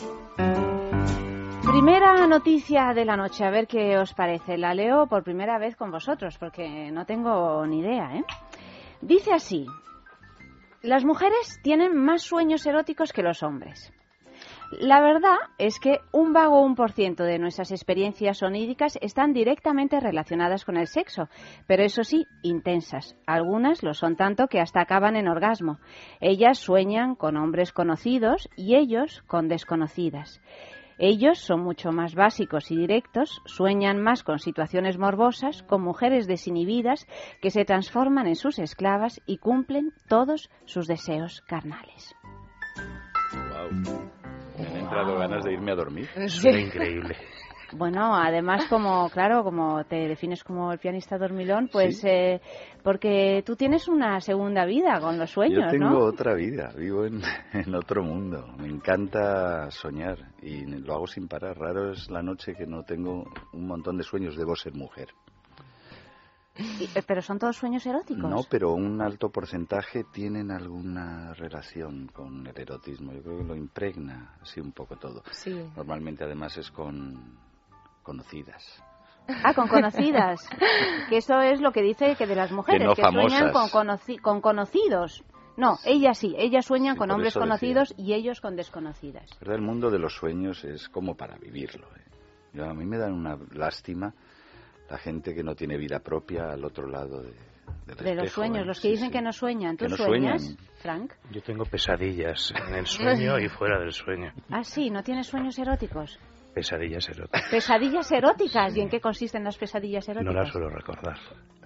Primera noticia de la noche, a ver qué os parece. La leo por primera vez con vosotros, porque no tengo ni idea, ¿eh? Dice así: las mujeres tienen más sueños eróticos que los hombres. La verdad es que un vago uno por ciento de nuestras experiencias oníricas están directamente relacionadas con el sexo, pero eso sí, intensas. Algunas lo son tanto que hasta acaban en orgasmo. Ellas sueñan con hombres conocidos y ellos con desconocidas. Ellos son mucho más básicos y directos, sueñan más con situaciones morbosas, con mujeres desinhibidas que se transforman en sus esclavas y cumplen todos sus deseos carnales. Wow. Me han entrado ganas de irme a dormir. Sí. Suena increíble. Bueno, además, como claro, como te defines como el pianista dormilón, pues Sí. eh, porque tú tienes una segunda vida con los sueños, Yo tengo ¿no? otra vida, vivo en, en otro mundo. Me encanta soñar y lo hago sin parar. Raro es la noche que no tengo un montón de sueños. Debo ser mujer. Y- eh, pero son todos sueños eróticos. No, pero un alto porcentaje tienen alguna relación con el erotismo. Yo creo que lo impregna así un poco todo. Sí. Normalmente además es con conocidas. Ah, con conocidas. Que eso es lo que dice que de las mujeres, Que no que sueñan con, famosas. conoci- con conocidos. No, ellas sí, ellas sueñan Sí, con por hombres eso decía. conocidos y ellos con desconocidas. ¿Verdad? El mundo de los sueños es como para vivirlo. ¿eh? Yo, a mí me dan una lástima la gente que no tiene vida propia al otro lado de, del De los espejo, sueños, ¿eh? los que Sí, dicen sí. que no sueñan. ¿Tú Que no sueñas, sueñan. Frank? Yo tengo pesadillas en el sueño y fuera del sueño. Ah, sí, ¿no tienes sueños eróticos? Pesadillas eróticas. Pesadillas eróticas. ¿Y en qué consisten las pesadillas eróticas? No las suelo recordar.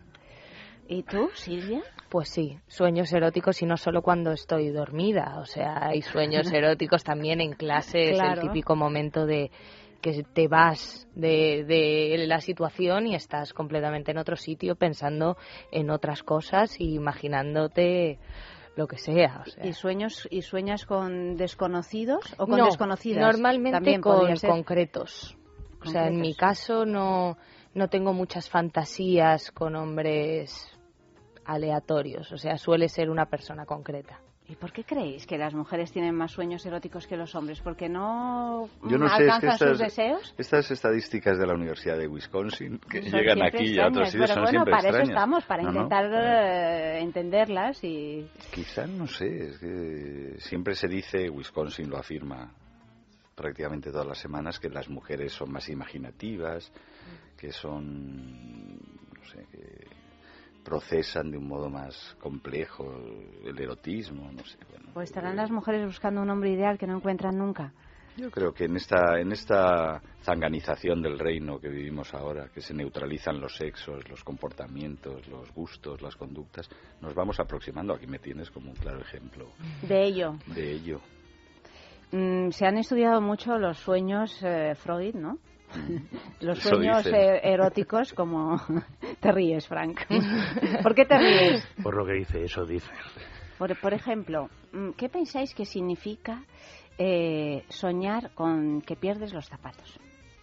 ¿Y tú, Silvia? Pues sí, sueños eróticos y no solo cuando estoy dormida. O sea, hay sueños eróticos también en clase. Claro. Es el típico momento de que te vas de, de la situación y estás completamente en otro sitio pensando en otras cosas y imaginándote lo que sea. O sea. ¿Y sueños y sueñas con desconocidos o con No, desconocidas? Normalmente También con podría ser. concretos. O sea, en mi caso no, no tengo muchas fantasías con hombres aleatorios. O sea, suele ser una persona concreta. ¿Y por qué creéis que las mujeres tienen más sueños eróticos que los hombres? ¿Porque no, Yo no sé, es que alcanzan sus estas, deseos? estas estadísticas de la Universidad de Wisconsin que Son llegan siempre aquí y a otros extrañas, sitios pero son bueno, siempre para extrañas. eso estamos, para No, no, intentar claro. eh, entenderlas y... Quizá, no sé, es que siempre se dice, Wisconsin lo afirma prácticamente todas las semanas, que las mujeres son más imaginativas, que son, no sé, que procesan de un modo más complejo el erotismo, no sé. Bueno, ¿O estarán las mujeres buscando un hombre ideal que no encuentran nunca? yo creo que en esta, en esta zanganización del reino que vivimos ahora, que se neutralizan los sexos, los comportamientos, los gustos, las conductas, nos vamos aproximando. Aquí me tienes como un claro ejemplo De ello. de ello. Mm, se han estudiado mucho los sueños eh, Freud, ¿no? Los Eso sueños dicen. eh, eróticos como... Te ríes, Frank. ¿Por qué te ríes? Por lo que dice, eso dice. Por, por ejemplo, ¿qué pensáis que significa eh, soñar con que pierdes los zapatos?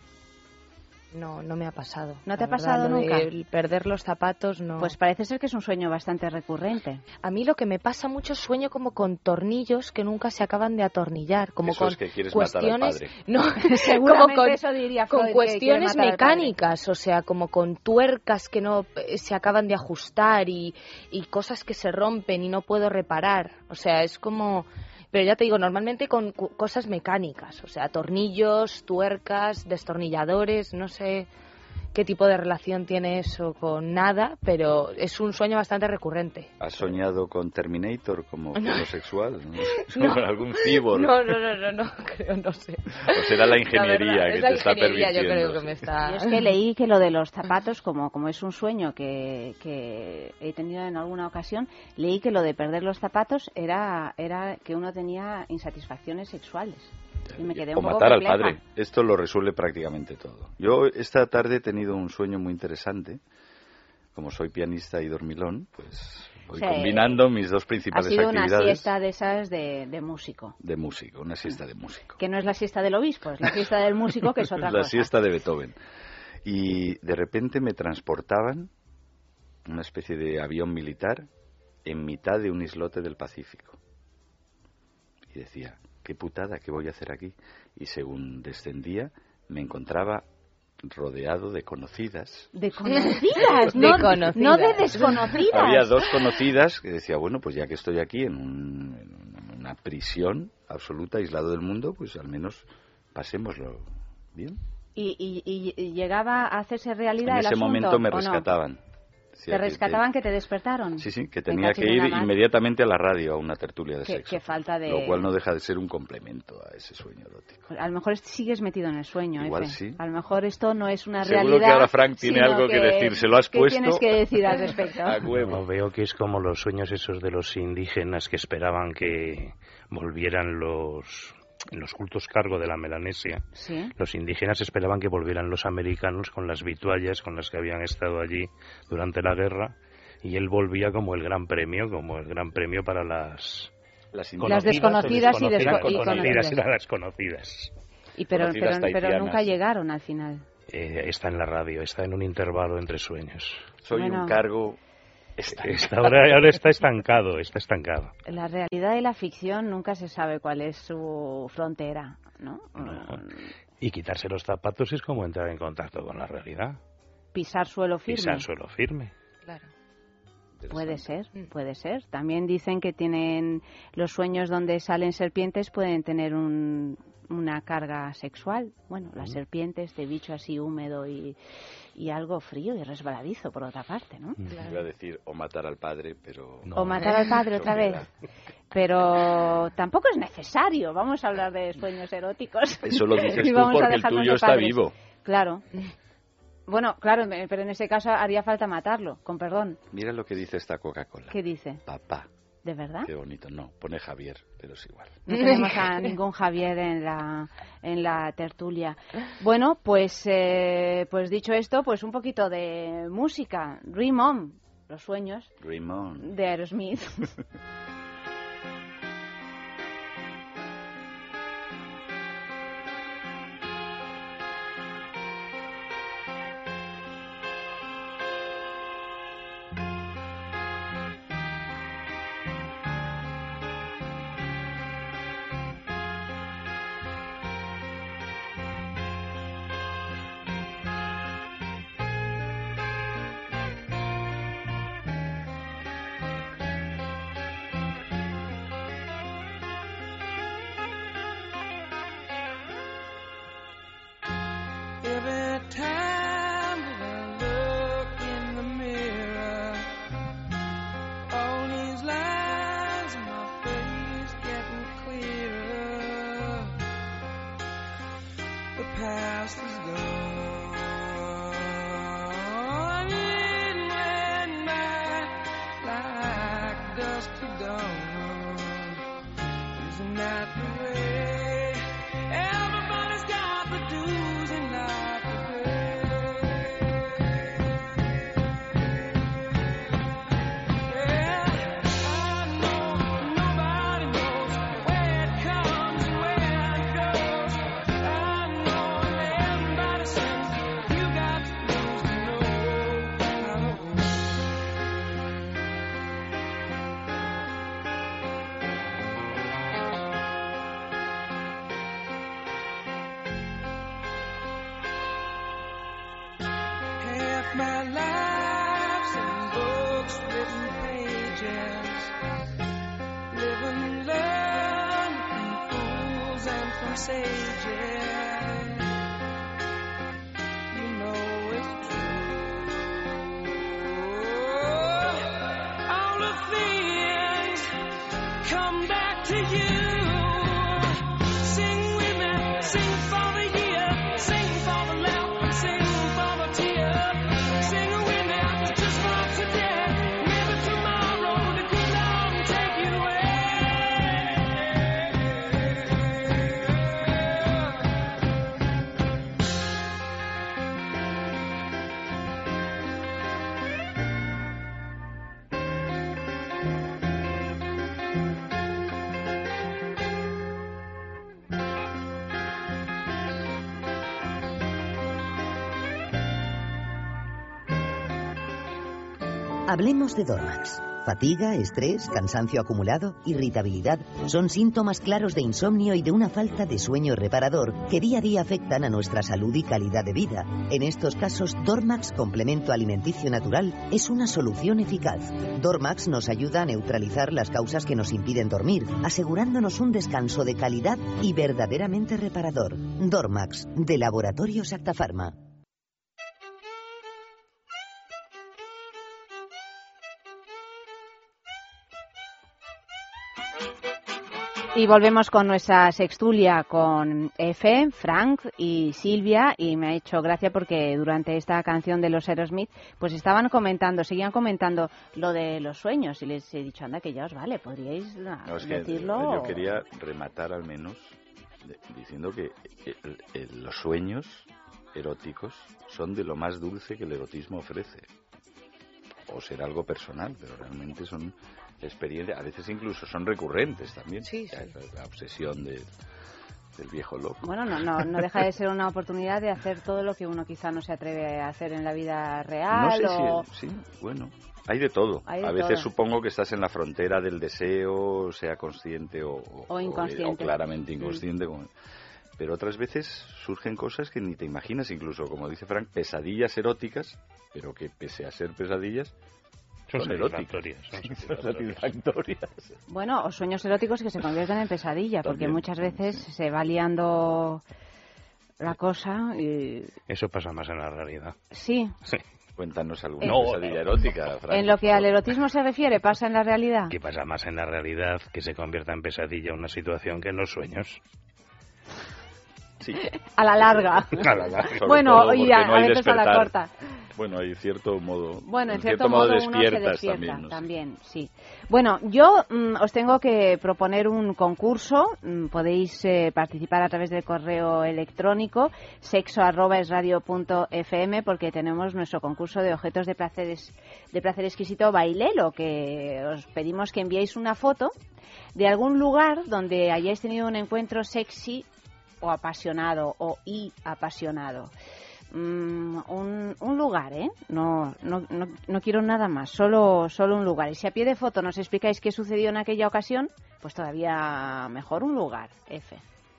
No, no me ha pasado. ¿No te ha La pasado verdad, lo nunca? de perder los zapatos, no. Pues parece ser que es un sueño bastante recurrente. A mí lo que me pasa mucho es sueño como con tornillos que nunca se acaban de atornillar, como eso con es que quieres cuestiones, matar al padre. no, Seguramente como con, eso diría con Freud, que cuestiones quiere matar al mecánicas, o sea, como con tuercas que no eh, se acaban de ajustar y, y cosas que se rompen y no puedo reparar, o sea, es como... Pero ya te digo, normalmente con cu- cosas mecánicas, o sea, tornillos, tuercas, destornilladores, no sé qué tipo de relación tiene eso con nada, pero es un sueño bastante recurrente. ¿Has soñado con Terminator como No. homosexual? ¿No? No. ¿Con algún cyborg? No, no, no, no, no, creo, no sé. O será la ingeniería La verdad, que es la te está ingeniería, permitiendo. yo creo que me está... Yo es que leí que lo de los zapatos, como, como es un sueño que, que he tenido en alguna ocasión, leí que lo de perder los zapatos era, era que uno tenía insatisfacciones sexuales. Y me quedé un O poco matar al perpleja. padre. Esto lo resuelve prácticamente todo. Yo esta tarde he tenido un sueño muy interesante. Como soy pianista y dormilón, pues voy Sí. combinando mis dos Ha principales sido una actividades. siesta de esas de, de músico. De músico, una siesta de músico. Que no es la siesta del obispo, es la siesta del músico, que es otra la cosa. siesta de Beethoven. Y de repente me transportaban, una especie de avión militar, en mitad de un islote del Pacífico. Y decía, qué putada, ¿qué voy a hacer aquí? Y según descendía, me encontraba rodeado de conocidas. De conocidas, no De conocidas. no de desconocidas. Había dos conocidas que decía, bueno, pues ya que estoy aquí en, un- en una prisión absoluta, aislado del mundo, pues al menos pasémoslo bien. Y, y, y- y llegaba a hacerse realidad En el ese asunto, momento me ¿o no? rescataban. ¿Te Decía que- rescataban que te despertaron? Sí, sí, que Me tenía cacho que en ir una mar. inmediatamente a la radio a una tertulia de Qué- sexo. qué falta de- Lo cual no deja de ser un complemento a ese sueño erótico. A lo mejor sigues metido en el sueño, Igual Efe. sí. A lo mejor esto no es una Seguro realidad. que ahora Frank tiene sino algo que decir. ¿Se lo has ¿qué puesto? tienes que decir al respecto? A huevo. No, veo que es como los sueños esos de los indígenas que esperaban que volvieran los en los cultos cargo de la Melanesia. Sí. Los indígenas esperaban que volvieran los americanos con las vituallas con las que habían estado allí durante la guerra, y él volvía como el gran premio, como el gran premio para las Las, Las desconocidas y desco- y conocidas conocidas. y las desconocidas. Y pero, Conocidas pero, pero tahitianas. nunca llegaron al final. Eh, está en la radio, está en un intervalo entre sueños. Soy Bueno. un cargo... Está ahora, ahora está estancado, está estancado. La realidad y la ficción nunca se sabe cuál es su frontera, ¿no? Y quitarse los zapatos es como entrar en contacto con la realidad. Pisar suelo firme. Pisar suelo firme. Claro. Puede ser, puede ser. También dicen que tienen los sueños donde salen serpientes pueden tener un, una carga sexual. Bueno, las serpientes de bicho así húmedo y, y algo frío y resbaladizo, por otra parte, ¿no? Iba a decir o matar al padre, pero... O matar al padre otra vez. Pero tampoco es necesario. Vamos a hablar de sueños eróticos. Eso lo dices Y tú vamos a porque el dejarnos tuyo de está padres. vivo. Claro. Bueno, claro, pero en ese caso haría falta matarlo, con perdón. Mira lo que dice esta Coca-Cola. ¿Qué dice? Papá. ¿De verdad? Qué bonito. No, pone Javier, pero es igual. No tenemos a ningún Javier en la en la tertulia. Bueno, pues eh, pues dicho esto, pues un poquito de música. Dream On, los sueños Dream On. de Aerosmith. Every time that I look in the mirror, all these lines on my face getting clearer. The past is gone. It went by like dust to dawn. Isn't that the way everybody's got the dues in life today? Yeah, I know my life's in books, written pages. Live and learn from fools and from sages. You know it's true. All the things come back to you. Sing with me, sing for the year, sing for the laugh and sing for the tear. Sing with me, just for today, maybe tomorrow the good Lord will take you away. Hablemos de Dormax. Fatiga, estrés, cansancio acumulado, irritabilidad son síntomas claros de insomnio y de una falta de sueño reparador que día a día afectan a nuestra salud y calidad de vida. En estos casos, Dormax, complemento alimenticio natural, es una solución eficaz. Dormax nos ayuda a neutralizar las causas que nos impiden dormir, asegurándonos un descanso de calidad y verdaderamente reparador. Dormax, de Laboratorios Acta Pharma. Y volvemos con nuestra sextulia con Efe, Frank y Silvia, y me ha hecho gracia porque durante esta canción de los Aerosmith pues estaban comentando, seguían comentando lo de los sueños, y les he dicho, anda, que ya os vale, podríais no, es que decirlo. Yo quería rematar al menos de, diciendo que el, el, los sueños eróticos son de lo más dulce que el erotismo ofrece. O será algo personal, pero realmente son experiencias, a veces incluso son recurrentes también. Sí, sí. La obsesión de, del viejo loco. Bueno, no, no, no deja de ser una oportunidad de hacer todo lo que uno quizá no se atreve a hacer en la vida real. No sé o... si, sí, bueno, hay de todo. Hay de a veces todo. Supongo que estás en la frontera del deseo, sea consciente o, o inconsciente. O, o claramente inconsciente. Mm. Como... Pero otras veces surgen cosas que ni te imaginas, incluso, como dice Frank, pesadillas eróticas, pero que pese a ser pesadillas, son, son satisfactorias. eróticas. Son satisfactorias. Bueno, o sueños eróticos que se convierten en pesadilla, porque También. muchas veces sí. se va liando la cosa y... Eso pasa más en la realidad. Sí. Sí. Cuéntanos alguna Eh, pesadilla erótica, Frank. En lo que al erotismo se refiere, ¿pasa en la realidad? ¿Qué pasa más en la realidad que se convierta en pesadilla una situación que en los sueños? Sí. A la larga. A la larga. Bueno, y a, no a veces despertar. a la corta. Bueno, hay cierto modo. Bueno, en, en cierto, cierto modo, modo uno se despiertas despierta también, ¿no? también, sí. Bueno, yo mm, os tengo que proponer un concurso. Mm, podéis eh, participar a través del correo electrónico sexo arroba es radio punto f m, porque tenemos nuestro concurso de objetos de placer, de placer exquisito Bailelo, que os pedimos que enviéis una foto de algún lugar donde hayáis tenido un encuentro sexy o apasionado o y apasionado. Mm, un, un lugar, ¿eh? No, no, no, no quiero nada más, solo, solo un lugar. Y si a pie de foto nos explicáis qué sucedió en aquella ocasión, pues todavía mejor un lugar, F.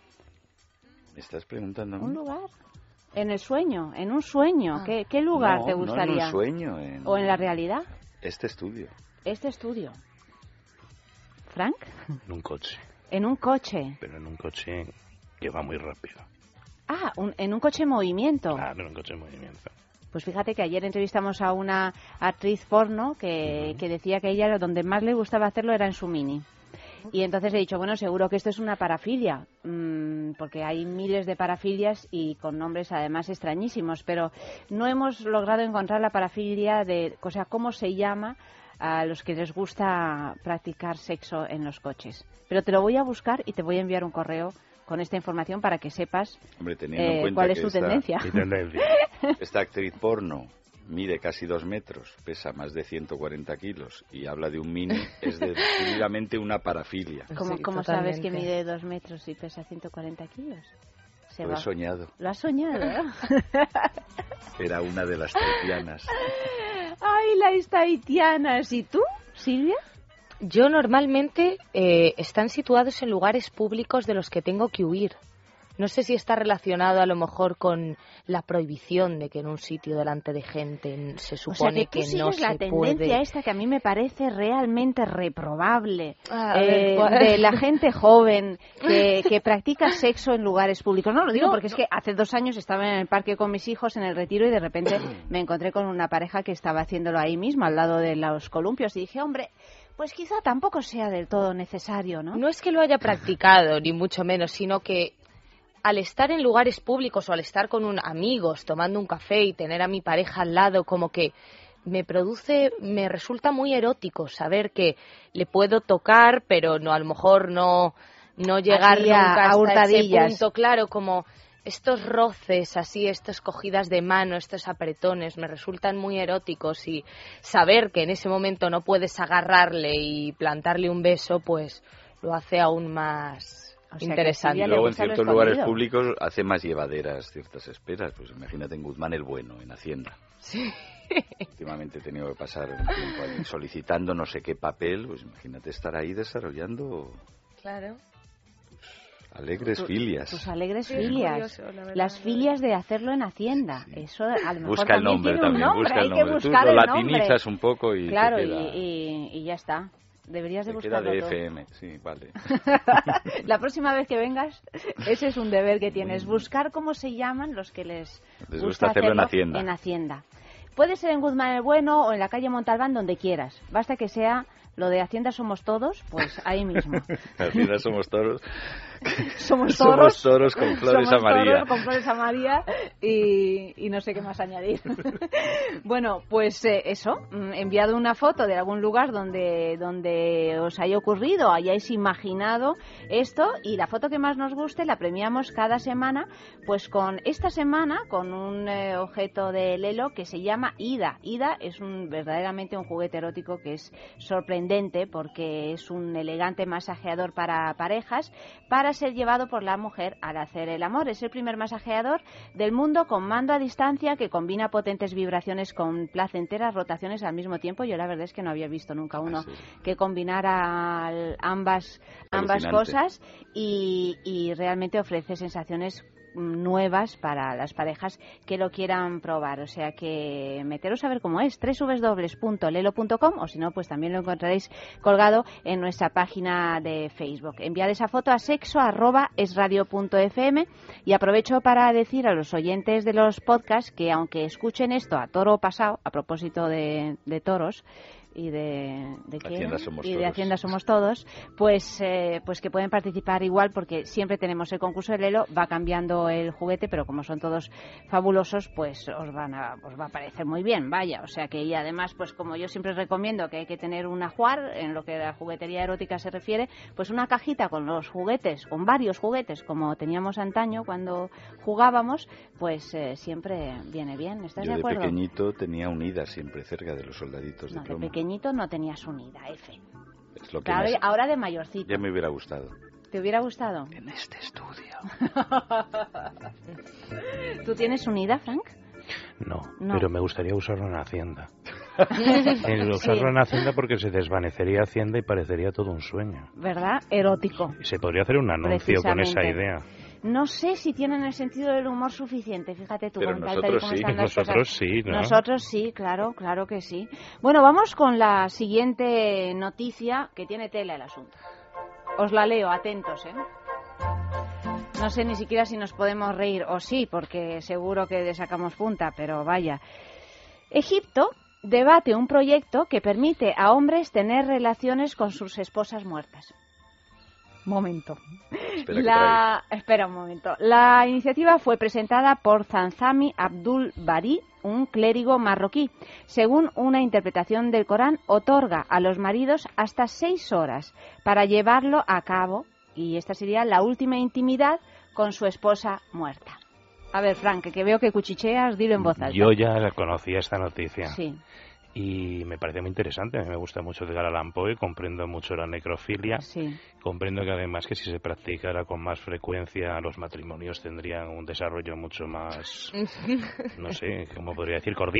¿Me estás preguntando a mí? ¿Un lugar? En el sueño, en un sueño. Ah. ¿Qué, qué lugar no, te gustaría? No en un sueño. En... ¿O en la realidad? Este estudio. Este estudio. ¿Frank? En un coche. En un coche. Pero en un coche que va muy rápido. Ah, un, en un coche en movimiento. Claro, en un coche en movimiento. Pues fíjate que ayer entrevistamos a una actriz porno que, uh-huh. que decía que ella donde más le gustaba hacerlo era en su Mini. Y entonces he dicho, bueno, seguro que esto es una parafilia, mmm, porque hay miles de parafilias y con nombres además extrañísimos, pero no hemos logrado encontrar la parafilia de, o sea, cómo se llama a los que les gusta practicar sexo en los coches. Pero te lo voy a buscar y te voy a enviar un correo con esta información para que sepas Hombre, teniendo en eh, cuenta cuál es que tu esta, tendencia. tendencia. Esta actriz porno mide casi dos metros, pesa más de ciento cuarenta kilos y habla de un Mini, es decididamente una parafilia. ¿Cómo, sí, ¿cómo sabes que mide dos metros y pesa ciento cuarenta kilos? Se Lo va. he soñado. Lo has soñado, ¿eh? Era una de las tahitianas. ¡Ay, las tahitianas! ¿Y tú, Silvia? Yo normalmente eh, están situados en lugares públicos de los que tengo que huir. No sé si está relacionado a lo mejor con la prohibición de que en un sitio delante de gente se supone o sea, que, tú que no sigues la se tendencia puede. esta que a mí me parece realmente reprobable, Ah, a eh, ver, ¿cuál? de la gente joven que, que practica sexo en lugares públicos. No lo digo No, porque es que hace dos años estaba en el parque con mis hijos en el Retiro y de repente me encontré con una pareja que estaba haciéndolo ahí mismo, al lado de los columpios, y dije, hombre, pues quizá tampoco sea del todo necesario, ¿no? No es que lo haya practicado, ni mucho menos, sino que al estar en lugares públicos o al estar con un, amigos tomando un café y tener a mi pareja al lado, como que me produce, me resulta muy erótico saber que le puedo tocar, pero no, a lo mejor no, no llegar Así a- nunca a hasta hurtadillas. ese punto, claro, como estos roces así, estas cogidas de mano, estos apretones, me resultan muy eróticos, y saber que en ese momento no puedes agarrarle y plantarle un beso, pues lo hace aún más O sea, que interesante. Silvia Y le luego en gusta lo ciertos lugares escondido. públicos hace más llevaderas ciertas esperas. Pues imagínate en Guzmán el Bueno, en Hacienda. Sí. Últimamente he tenido que pasar un tiempo ahí solicitando no sé qué papel. Pues imagínate estar ahí desarrollando Claro. alegres Tu- filias. Tus alegres Sí, es filias. curioso, la verdad, Las filias de hacerlo en Hacienda. Eso a lo mejor Busca el también nombre tiene un también, nombre. busca Hay el que nombre. Tú buscar lo el latinizas nombre. un poco y te Claro, queda- y, y- y ya está. Deberías de Te queda buscarlo de todo. F M, sí, vale. La próxima vez que vengas, ese es un deber que tienes, buscar cómo se llaman los que les, Les gusta hacerlo en Hacienda. en Hacienda. Puede ser en Guzmán el Bueno o en la calle Montalbán, donde quieras. Basta que sea lo de Hacienda somos todos, pues ahí mismo. Hacienda somos toros. Somos Somos toros. toros con flores Somos a María. toros con flores a María y, y no sé qué más añadir. Bueno, pues eh, eso, mm, enviado una foto de algún lugar donde, donde os haya ocurrido, hayáis imaginado esto, y la foto que más nos guste la premiamos cada semana, pues con esta semana, con un eh, objeto de Lelo que se llama Ida. Ida es un verdaderamente un juguete erótico que es sorprendente porque es un elegante masajeador para parejas, para ser llevado por la mujer al hacer el amor. Es el primer masajeador del mundo con mando a distancia que combina potentes vibraciones con placenteras rotaciones al mismo tiempo. Yo la verdad es que no había visto nunca uno sí. que combinara al- ambas, ambas Alucinante. cosas y, y realmente ofrece sensaciones nuevas para las parejas que lo quieran probar. O sea que meteros a ver cómo es, doble u doble u doble u punto lelo punto com, o si no, pues también lo encontraréis colgado en nuestra página de Facebook. Enviad esa foto a sexo arroba esradio punto f m, y aprovecho para decir a los oyentes de los podcasts que aunque escuchen esto a toro pasado, a propósito de, de toros y de, de qué Hacienda era? Somos y de Todos. Hacienda Somos Todos, pues eh, pues que pueden participar igual, porque siempre tenemos el concurso de Lelo, va cambiando el juguete, pero como son todos fabulosos, pues os van a os va a parecer muy bien, vaya. O sea que, y además, pues como yo siempre recomiendo que hay que tener un ajuar en lo que a la juguetería erótica se refiere, pues una cajita con los juguetes, con varios juguetes, como teníamos antaño cuando jugábamos, pues eh, siempre viene bien. ¿Estás Yo de de acuerdo? pequeñito tenía un Ida siempre cerca de los soldaditos No, de de plomo. pequeño no tenías unida, F. Es lo que Claro, más- ahora de mayorcito. ya me hubiera gustado. ¿Te hubiera gustado? En este estudio. ¿Tú tienes unida, Frank? No, No. pero me gustaría usarlo en Hacienda. En usarlo Sí. en Hacienda porque se desvanecería Hacienda y parecería todo un sueño. ¿Verdad? Erótico. Y se podría hacer un anuncio con esa Precisamente. idea. No sé si tienen el sentido del humor suficiente, fíjate tú. Pero con tal nosotros y como sí, están las nosotros cosas. sí, ¿no? Nosotros sí, claro, claro que sí. Bueno, vamos con la siguiente noticia, que tiene tela el asunto. Os la leo, atentos, ¿eh? No sé ni siquiera si nos podemos reír, o sí, porque seguro que le sacamos punta, pero vaya. Egipto debate un proyecto que permite a hombres tener relaciones con sus esposas muertas. Momento. Espera que La... Espera un momento. La iniciativa fue presentada por Zanzami Abdul Bari, un clérigo marroquí. Según una interpretación del Corán, otorga a los maridos hasta seis horas para llevarlo a cabo, y esta sería la última intimidad con su esposa muerta. A ver, Frank, que veo que cuchicheas, dilo en voz alta. Yo ya conocía esta noticia. Sí. Y me parece muy interesante. A mí me gusta mucho Edgar Allan Poe, comprendo mucho la necrofilia. Sí. Comprendo que además que si se practicara con más frecuencia los matrimonios tendrían un desarrollo mucho más, no sé, ¿cómo podría decir? Cordial.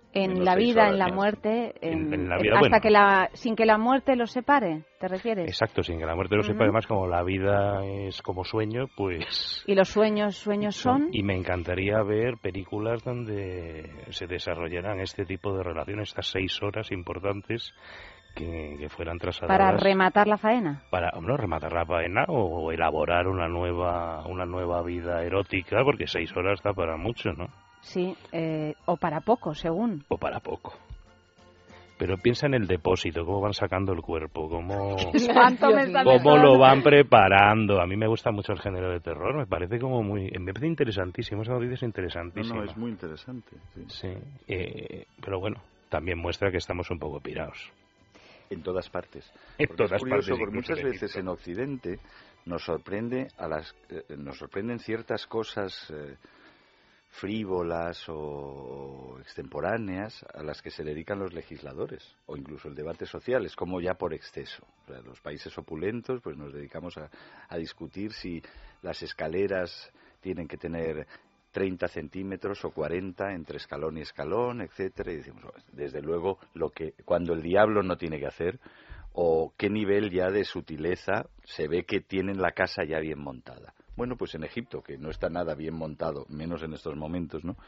En la vida, en la muerte, en, en la vida, hasta bueno. que la, sin que la muerte los separe, ¿te refieres? Exacto, sin que la muerte los uh-huh. separe. Además, como la vida es como sueño, pues... ¿Y los sueños, sueños son? Y me encantaría ver películas donde se desarrollaran este tipo de relaciones, estas seis horas importantes que, que fueran trasladadas... ¿Para rematar la faena? Para, no, rematar la faena o elaborar una nueva, una nueva vida erótica, porque seis horas da para mucho, ¿no? Sí, eh, o para poco, según. O para poco. Pero piensa en el depósito, cómo van sacando el cuerpo, cómo, cómo lo van preparando. A mí me gusta mucho el género de terror, me parece como muy... Me parece interesantísimo, esa noticia es interesantísima. No, no, es muy interesante. Sí, sí eh, pero bueno, también muestra que estamos un poco pirados. En todas partes. En todas es curioso, partes. Porque muchas veces en Occidente nos sorprende a las, eh, nos sorprenden ciertas cosas... Eh, frívolas o extemporáneas a las que se dedican los legisladores o incluso el debate social, es como ya por exceso. O sea, los países opulentos pues nos dedicamos a, a discutir si las escaleras tienen que tener treinta centímetros o cuarenta entre escalón y escalón, etcétera, y decimos, desde luego, lo que cuando el diablo no tiene que hacer, o qué nivel ya de sutileza se ve que tienen la casa ya bien montada. Bueno, pues en Egipto, que no está nada bien montado, menos en estos momentos, ¿no?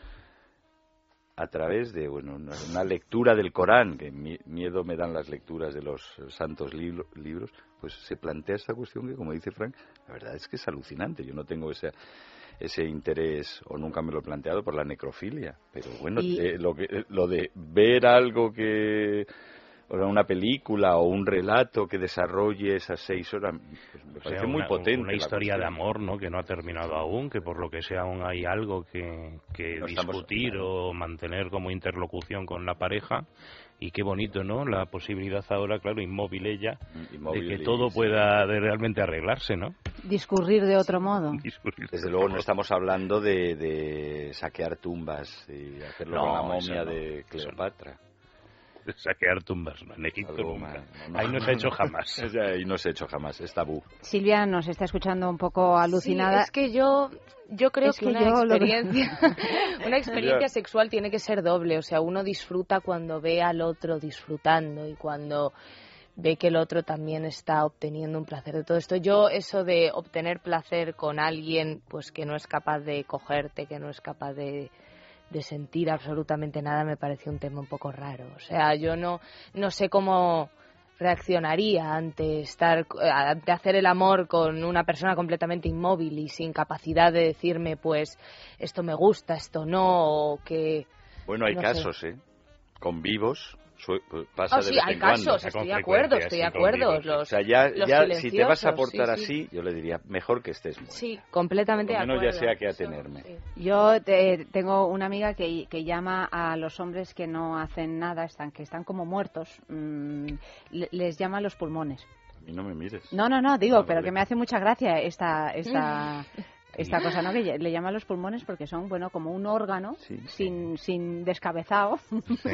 A través de, bueno, una, una lectura del Corán, que mi, miedo me dan las lecturas de los santos libro, libros, pues se plantea esta cuestión que, como dice Frank, la verdad es que es alucinante. Yo no tengo ese, ese interés, o nunca me lo he planteado, por la necrofilia. Pero bueno, y... eh, lo, que, lo de ver algo que... o una película o un relato que desarrolle esas seis horas, pues me parece o sea, muy una, potente. Una historia de amor, ¿no?, que no ha terminado aún, que por lo que sea aún hay algo que, que no discutir estamos... o mantener como interlocución con la pareja. Y qué bonito, ¿no?, la posibilidad ahora, claro, inmóvil ella, inmóvil de que y... todo pueda de realmente arreglarse, ¿no? Discurrir de otro modo. Discurrir Desde luego no estamos hablando de, de saquear tumbas y hacerlo no, con la momia no, de Cleopatra. Saquear tumbas, ¿no? En Egipto nunca. No, no. Ahí no se ha hecho jamás. Ahí no se ha hecho jamás, es tabú. Silvia nos está escuchando un poco alucinada. Sí, es que yo, yo creo es que, que una, yo experiencia, lo... una experiencia sexual tiene que ser doble. O sea, uno disfruta cuando ve al otro disfrutando y cuando ve que el otro también está obteniendo un placer de todo esto. Yo, eso de obtener placer con alguien pues que no es capaz de cogerte, que no es capaz de... de sentir absolutamente nada, me parece un tema un poco raro. O sea, yo no no sé cómo reaccionaría ante estar ante hacer el amor con una persona completamente inmóvil y sin capacidad de decirme, pues, esto me gusta, esto no, o que... Bueno, hay no casos, sé. ¿eh? Con vivos... pasa oh, sí, de vez hay en casos, cuando. estoy de acuerdo, estoy de acuerdo. Los, o sea, ya, los ya si te vas a portar sí, sí. así, yo le diría, mejor que estés muerta. Sí, completamente de acuerdo. Al menos ya sea que atenerme. Sí. Yo te, tengo una amiga que, que llama a los hombres que no hacen nada, están que están como muertos, mmm, les llama los pulmones. A mí no me mires. No, no, no, digo, no, pero vale. Que me hace mucha gracia esta... esta esta cosa, ¿no?, que le llaman los pulmones porque son, bueno, como un órgano sí, sin, sí. sin descabezado. Sí.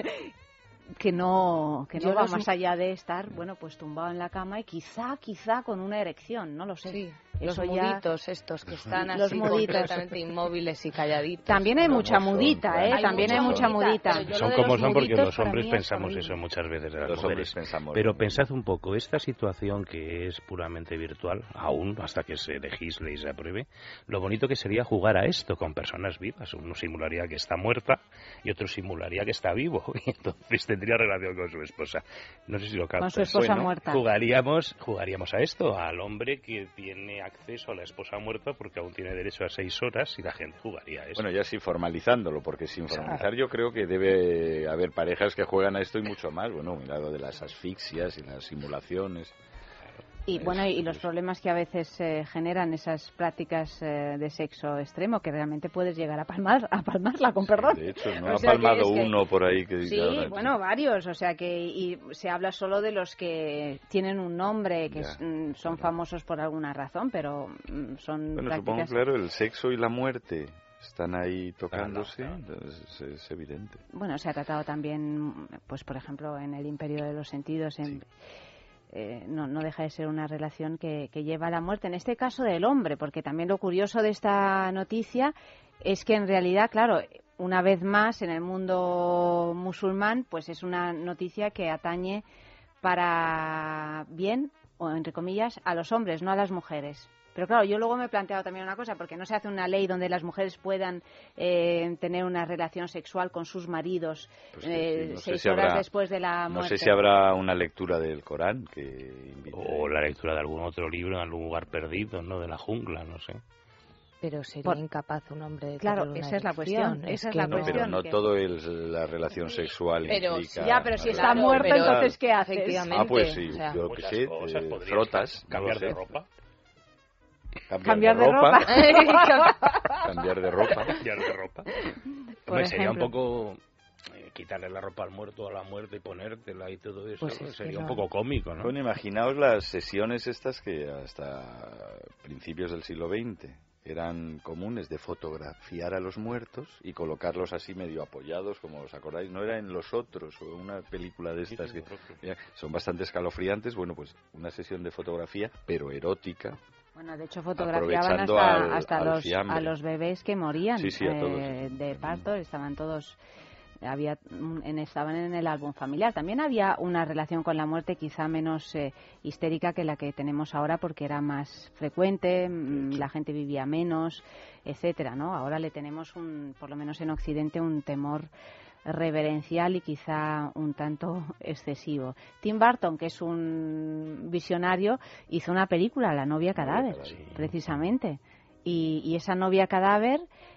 que no que no va más allá de estar, bueno, pues tumbado en la cama y quizá, quizá con una erección, no lo sé. Sí, Eso los ya... muditos estos que están los así muditos. completamente inmóviles y calladitos. También hay mucha son, mudita, ¿eh? Hay También mucha hay mucha mudita. mudita. Son como son porque los hombres pensamos eso muchas veces de las los mujeres. Pensamos, Pero ¿no? Pensad un poco, esta situación que es puramente virtual, aún hasta que se legisle y se apruebe, lo bonito que sería jugar a esto con personas vivas. Uno simularía que está muerta y otro simularía que está vivo. Y entonces tendría relación con su esposa. No sé si lo captas. Con su esposa bueno, muerta. Jugaríamos, jugaríamos a esto, al hombre que tiene acceso a la esposa muerta porque aún tiene derecho a seis horas y la gente jugaría a eso. Bueno, ya sí formalizándolo, porque sin formalizar yo creo que debe haber parejas que juegan a esto y mucho más. Bueno, mira lo de las asfixias y las simulaciones. Y bueno, y los problemas que a veces eh, generan esas prácticas eh, de sexo extremo, que realmente puedes llegar a palmar, a palmarla, con perdón. De hecho, no ha palmado uno por ahí que sí, diga, bueno, varios, o sea que y se habla solo de los que tienen un nombre, que es, mm, son famosos por alguna razón, pero mm, son bueno, prácticas... supongo, claro, el sexo y la muerte están ahí tocándose, claro, claro. Es, es evidente. Bueno, se ha tratado también, pues por ejemplo, en El Imperio de los Sentidos, en... Sí. Eh, no, no deja de ser una relación que, que lleva a la muerte, en este caso del hombre, porque también lo curioso de esta noticia es que en realidad, claro, una vez más, en el mundo musulmán, pues es una noticia que atañe para bien, o entre comillas, a los hombres, no a las mujeres. Pero claro, yo luego me he planteado también una cosa, porque no se hace una ley donde las mujeres puedan eh, tener una relación sexual con sus maridos Pues eh, sí, no sé seis si horas habrá- después de la No muerte. sé si habrá una lectura del Corán que invite- O la lectura de algún otro libro en algún lugar perdido, ¿no? De la jungla, no sé. Pero sería Por- incapaz un hombre de Claro, tener una esa es la erección. cuestión, esa es que la no. cuestión. Pero no que- todo es la relación sexual Pero- implica... Ya, pero si está Claro, muerto, pero- entonces ¿qué haces? Efectivamente. Ah, pues sí, o sea, yo qué Muchas sé, cosas, eh, podrías frotas, no cambiar lo de sé. ropa. Cambiar, Cambiar de de ropa. ropa. Cambiar de ropa. Cambiar de ropa. Por Hombre, sería un ejemplo. poco eh, quitarle la ropa al muerto a la muerte y ponértela y todo eso. Pues es que sería no. un poco cómico, ¿no? Bueno, imaginaos las sesiones estas que hasta principios del siglo veinte eran comunes de fotografiar a los muertos y colocarlos así medio apoyados, como os acordáis, no era en Los Otros o una película de estas que ya, son bastante escalofriantes. Bueno, pues una sesión de fotografía, pero erótica. Bueno, de hecho fotografiaban Aprovechando hasta, al- hasta al los, fiambre. a los bebés que morían Sí, sí, a todos, eh, sí, sí. de parto, estaban todos había un- en, estaban en el álbum familiar. También había una relación con la muerte quizá menos eh, histérica que la que tenemos ahora, porque era más frecuente, mm, la gente vivía menos, etcétera, ¿no? Ahora le tenemos un, por lo menos en Occidente, un temor reverencial y quizá un tanto excesivo. Tim Burton, que es un visionario, hizo una película, La novia cadáver, cadáver, sí. precisamente. Y, y esa novia cadáver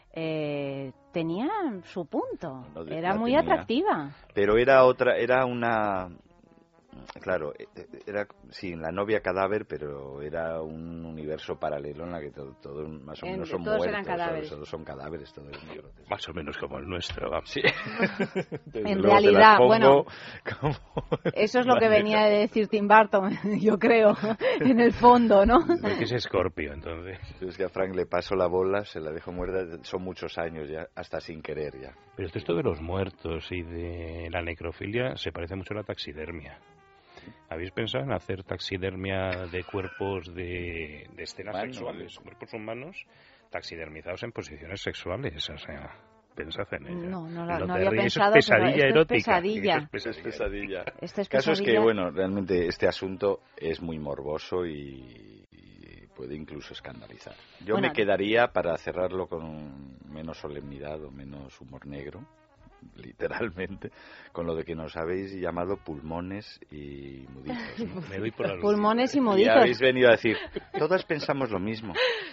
eh, tenía su punto, No, de- era la muy tenía. atractiva. Pero era otra, era una... Claro, eh, era, sí, la novia cadáver, pero era un universo paralelo en la que todo, todo más o En- menos son todos muertos. eran ¿sabes? cadáveres. Todos son cadáveres, todos es muy grotesco. Más o menos como el nuestro. vamos. Sí. Desde En luego te las realidad, pongo bueno, como- Eso es lo que Vale. venía de decir Tim Burton, yo creo, en el fondo, ¿no? ¿De qué es Escorpio, entonces? Es que a Frank le paso la bola, se la dejo muerta, son muchos años ya, hasta sin querer ya. Pero esto de los muertos y de la necrofilia se parece mucho a la taxidermia. ¿Habéis pensado en hacer taxidermia de cuerpos de, de escenas Humanos. sexuales, cuerpos humanos taxidermizados en posiciones sexuales? O sea, pensad en ello. No, no, la- Lo no te había ríes, pensado, eso es pero pesadilla esto es erótica. pesadilla. Eso es Es pesadilla. Esto es El caso es que, pesadilla. bueno, realmente este asunto es muy morboso y, y puede incluso escandalizar. Yo Bueno, me quedaría, para cerrarlo con menos solemnidad o menos humor negro, literalmente, con lo de que nos habéis llamado pulmones y muditos, ¿no? Me doy por aludido. Pulmones y Y muditos. habéis venido a decir, todas pensamos lo mismo.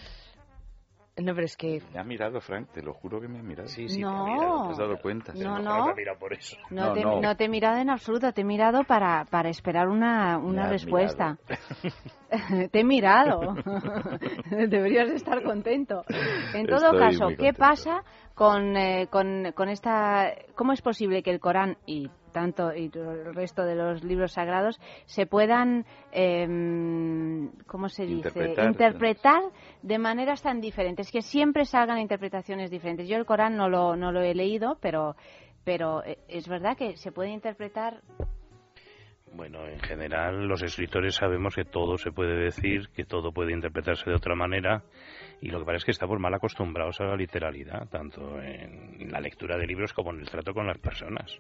No, pero es que Me ha mirado, Frank, te lo juro que me ha mirado. Sí, sí, No. te ha mirado. ¿Te has dado cuenta? No, A lo no. mejor te ha mirado por eso. No, No, te, no. no te he mirado en absoluto, te he mirado para, para esperar una, Me una has respuesta. Te he mirado. Deberías de estar contento. En todo Estoy caso, muy ¿qué contento. pasa con, eh, con, con esta... ¿Cómo es posible que el Corán y tanto y el resto de los libros sagrados se puedan, eh, ¿cómo se dice? Interpretar. Interpretar de maneras tan diferentes, que siempre salgan interpretaciones diferentes? Yo el Corán no lo, no lo he leído, pero, pero eh, es verdad que se puede interpretar. Bueno, en general los escritores sabemos que todo se puede decir, que todo puede interpretarse de otra manera, y lo que pasa es que estamos mal acostumbrados a la literalidad, tanto en la lectura de libros como en el trato con las personas.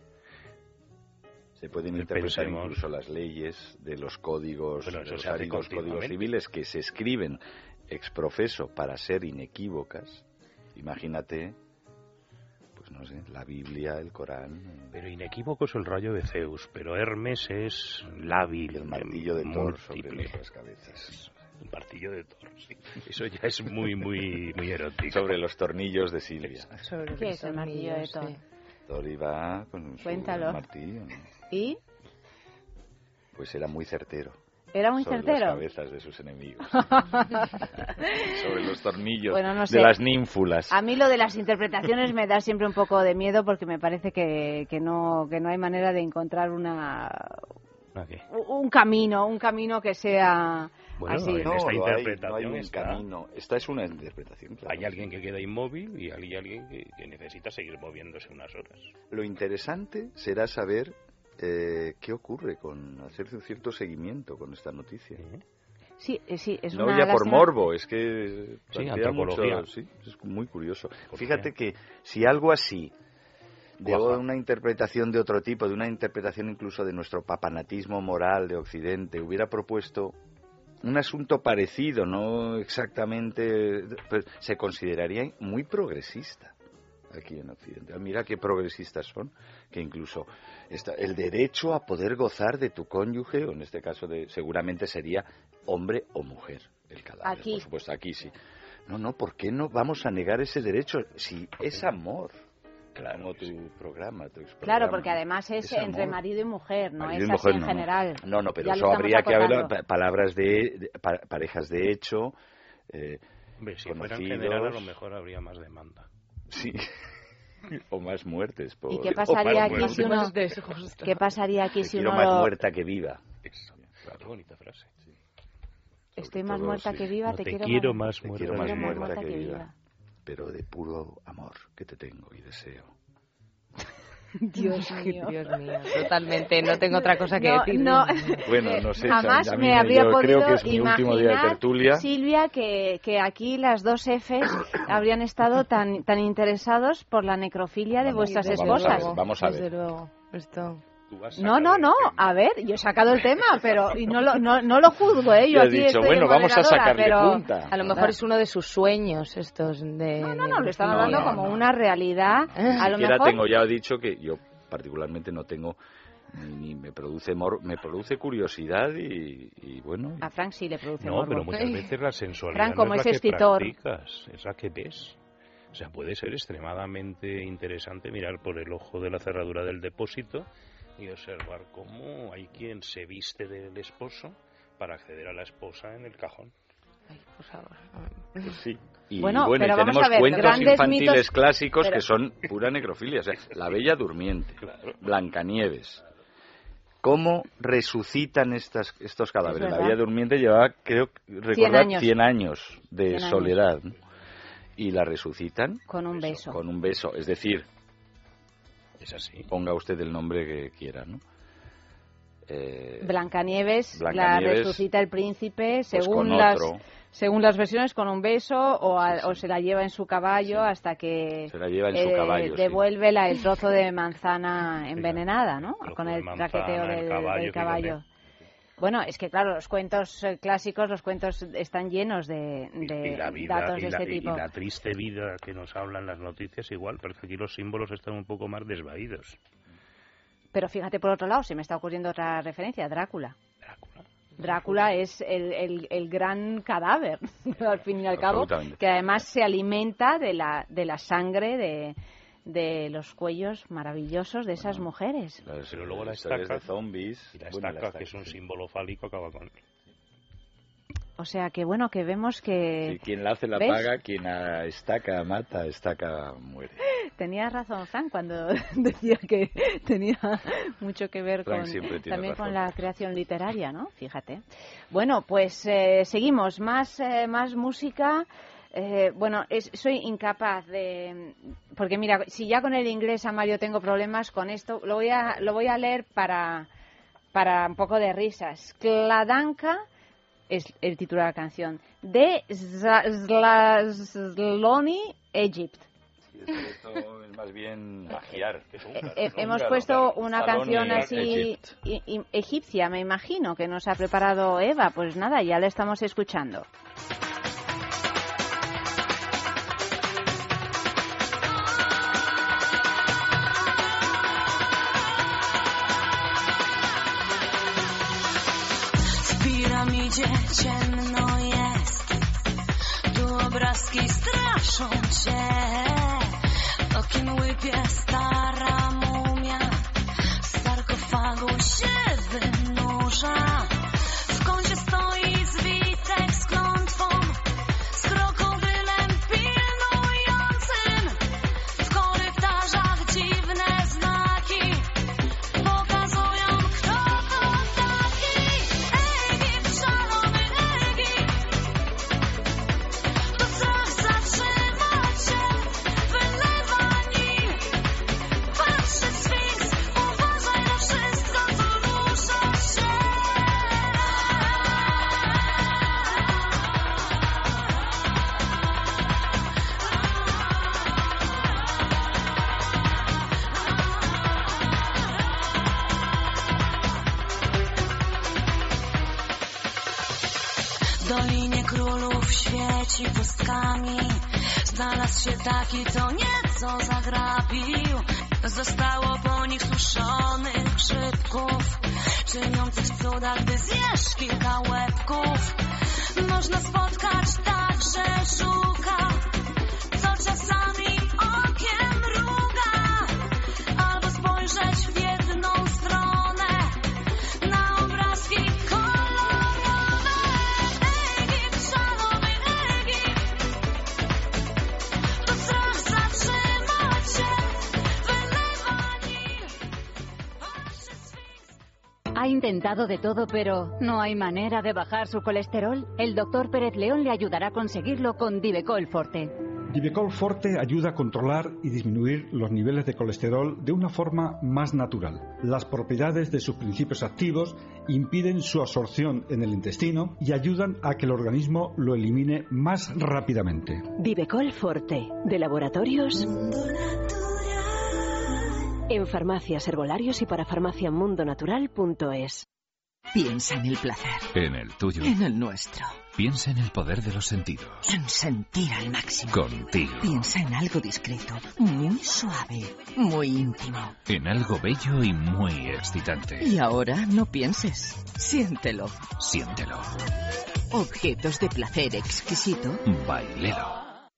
Se pueden interpretar Pensemos- incluso las leyes de los códigos, Bueno, de eso los se hace áridos códigos continuamente. civiles que se escriben ex profeso para ser inequívocas. Imagínate, pues no sé, la Biblia, el Corán, Pero inequívoco es el rayo de Zeus, pero Hermes es lábil, el martillo de Thor sobre múltiple. nuestras cabezas, El martillo de Thor, sí. Eso ya es muy, muy, muy erótico. sobre los tornillos de Silvia. sobre ¿Qué los es el martillo de tornillos, Thor? sí. Thor iba con su Cuéntalo. martillo, ¿no? ¿Y? Pues era muy certero. ¿Era muy sobre certero? las cabezas de sus enemigos. Sobre los tornillos Bueno, no sé. de las ninfulas. A mí lo de las interpretaciones me da siempre un poco de miedo, porque me parece que, que no que no hay manera de encontrar una ¿A qué? un camino, un camino que sea Bueno, así. en No, esta lo hay, interpretación no hay un está. camino. Esta es una interpretación, claro. Hay alguien que queda inmóvil y hay alguien que, que necesita seguir moviéndose unas horas. Lo interesante será saber eh, qué ocurre con hacer un cierto seguimiento con esta noticia. Sí, eh, sí, es no una ya por lástima. morbo, es que Sí, plantea antropología. mucho, sí, es muy curioso. Fíjate que si algo así, de Guaja. una interpretación de otro tipo, de una interpretación incluso de nuestro papanatismo moral de Occidente, hubiera propuesto un asunto parecido, no exactamente, pues, se consideraría muy progresista aquí en Occidente. Mira qué progresistas son, que incluso está el derecho a poder gozar de tu cónyuge, o en este caso de, seguramente sería hombre o mujer el cadáver, Aquí. por supuesto, aquí sí. No, no, ¿por qué no vamos a negar ese derecho si es amor? Claro, como tu programa, tu Claro, programa. porque además es, Es amor. entre marido y mujer, no Marido es y así mujer, en no, general. No, no, pero Ya lo eso estamos habría que acotando. haber pa- palabras de, de- pa- parejas de hecho. Eh, Hombre, si fuera en conocidos. general, a lo mejor habría más demanda. Sí. O más muertes. Por... ¿Y qué pasaría o más aquí muertes. si uno, qué pasaría aquí Te si quiero uno más lo- muerta que viva. Qué bonita frase. estoy más todo, muerta sí. que viva, No, te, te quiero, quiero más, más Te muerta quiero más que viva. muerta que viva. Pero de puro amor que te tengo y deseo. Dios mío. Dios mío, totalmente, no tengo otra cosa que No, decir. no. Bueno, no sé, Jamás a mí me habría yo podido creo que es mi último día de imaginar, tertulia. Silvia, que, que aquí las dos Fs habrían estado tan tan interesados por la necrofilia de Vamos, vuestras vamos a esposas. ver, vamos a ver. Desde luego, esto... No, no, no. A ver, yo he sacado el tema, pero y no lo no, no lo juzgo, ¿eh? Yo Ya has aquí dicho, estoy bueno, de vamos a moderadora, sacarle pero... punta. A lo mejor es uno de sus sueños estos de... No, no, no, lo están No, hablando no, como no. una realidad. A lo Siquiera mejor... tengo ya dicho que yo particularmente no tengo ni, ni me produce mor, me produce curiosidad y, y bueno. A Frank sí le produce No, morbo. pero muchas veces la sensualidad Frank, como no es es la que escritor. practicas, es la que ves. O sea, puede ser extremadamente interesante mirar por el ojo de la cerradura del depósito y observar cómo hay quien se viste del esposo para acceder a la esposa en el cajón. Ay, por favor. Pues sí. Y Bueno, bueno, y pero vamos tenemos a ver, cuentos grandes infantiles mitos- clásicos pero- que son pura necrofilia. O sea, La Bella Durmiente, Blancanieves. ¿Cómo resucitan estas, estos cadáveres? Es La verdad. Bella Durmiente llevaba, creo, recordar, años. cien años de cien años. soledad. ¿no? Y la resucitan Con un beso. con un beso. Es decir, es así. Ponga usted el nombre que quiera, ¿no? Eh, Blancanieves, Blancanieves, la resucita el príncipe pues según con las otro. según las versiones con un beso o, a- o se la lleva en su caballo hasta que Se la lleva en su eh, caballo, sí. devuelve la- el trozo de manzana envenenada, ¿no? Con el de manzana, traqueteo el del caballo, del caballo. fíjate. Bueno, es que claro, los cuentos eh, clásicos, los cuentos están llenos de, de Y la vida, datos y de la, este y tipo. la triste vida que nos hablan las noticias igual, pero aquí los símbolos están un poco más desvaídos. Pero fíjate, por otro lado, se me está ocurriendo otra referencia, Drácula. Drácula es el, el, el gran cadáver, al fin y al cabo, Absolutamente. que además se alimenta de la, de la sangre de, de los cuellos maravillosos de esas mujeres. Las- Pero luego la historias estaca, de zombies. y la bueno, estaca, la que es un sí. símbolo fálico, acaba con él. O sea que bueno, que vemos que... Sí, quien la hace la ¿ves? paga, quien a estaca mata, estaca muere. Tenía razón Frank cuando decía que tenía mucho que ver Frank con, siempre tiene también con razón. la creación literaria, ¿no? Fíjate. Bueno, pues eh, seguimos. Más, eh, más música. Eh, bueno, es, soy incapaz de... Porque mira, si ya con el inglés, Amario, tengo problemas con esto, lo voy a, lo voy a leer para, para un poco de risas. Skladanka es el título de la canción. De Zlazloni, Egypt. Sí, es que esto es más bien magiar. Eh, hemos puesto una canción así i- i- egipcia, me imagino, que nos ha preparado Eva. Pues nada, ya la estamos escuchando. W piramidzie ciemno jest, tu obrazki straszą cię. Okiem łypie stara mumia, z sarkofagu się wynurza. W kącie stoi zwitek z klątwą, z krokodylem pilnującym. W korytarzach dziwne znaki pokazują, kto to taki. Egipt, szalony Egipt, to strach zatrzyma cię. W Dolinie Królów świeci pustkami. Znalazł się taki, co nieco zagrabił. Zostało po nich suszonych grzybków, czyniących cuda, gdy zjesz kilka łebków. Można spotkać także żuka, co czasami okiem mruga, albo spojrzeć w jedną stronę na obrazki kolorowe. Egipt, szalony Egipt, to strach zatrzymać się, wylewa Nil. Ha intentado de todo, pero no hay manera de bajar su colesterol. El doctor Pérez León le ayudará a conseguirlo con Divecol Forte. Divecol Forte ayuda a controlar y disminuir los niveles de colesterol de una forma más natural. Las propiedades de sus principios activos impiden su absorción en el intestino y ayudan a que el organismo lo elimine más rápidamente. Divecol Forte, de Laboratorios en farmacias, herbolarios y para farmacia mundo natural punto es. Piensa en el placer. En el tuyo. En el nuestro. Piensa en el poder de los sentidos. En sentir al máximo. Contigo. Piensa en algo discreto, muy suave, muy íntimo. En algo bello y muy excitante. Y ahora no pienses. Siéntelo. Siéntelo. Objetos de placer exquisito. Bailelo.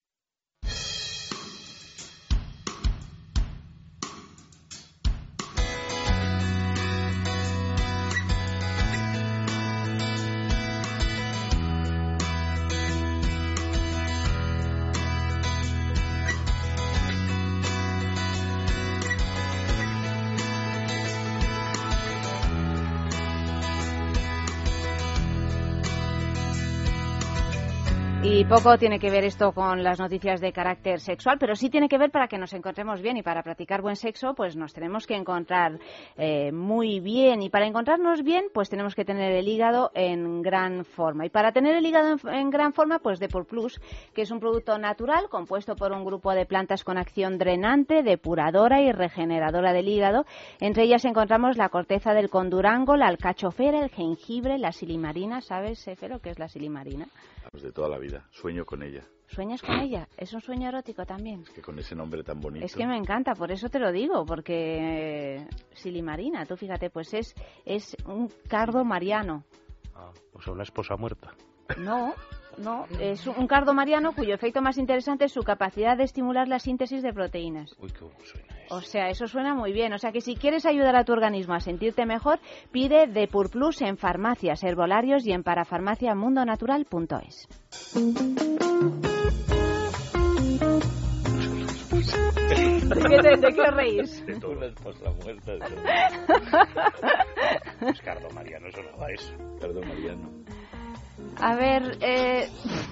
Y poco tiene que ver esto con las noticias de carácter sexual, pero sí tiene que ver para que nos encontremos bien, y para practicar buen sexo pues nos tenemos que encontrar eh, muy bien, y para encontrarnos bien pues tenemos que tener el hígado en gran forma. Y para tener el hígado en, en gran forma pues Depur Plus, que es un producto natural compuesto por un grupo de plantas con acción drenante, depuradora y regeneradora del hígado. Entre ellas encontramos la corteza del condurango, la alcachofera, el jengibre, la silimarina. ¿Sabes, Efe, lo que es la silimarina? De toda la vida. Sueño con ella. ¿Sueñas con ella? ¿Es un sueño erótico también? Es que con ese nombre tan bonito. Es que me encanta, por eso te lo digo, porque eh, silimarina, tú fíjate, pues es, es un cardo mariano. Ah, o sea, una esposa muerta. No, no, es un cardo mariano cuyo efecto más interesante es su capacidad de estimular la síntesis de proteínas. Uy, cómo suena eso. O sea, eso suena muy bien. O sea, que si quieres ayudar a tu organismo a sentirte mejor, pide Depur Plus en farmacias, herbolarios y en parafarmacia mundo natural punto es. ¿De qué, te, ¿De qué os reís? De toda una esposa muerta. Es cardo mariano, eso no va eso. Cardo mariano. A ver, eh...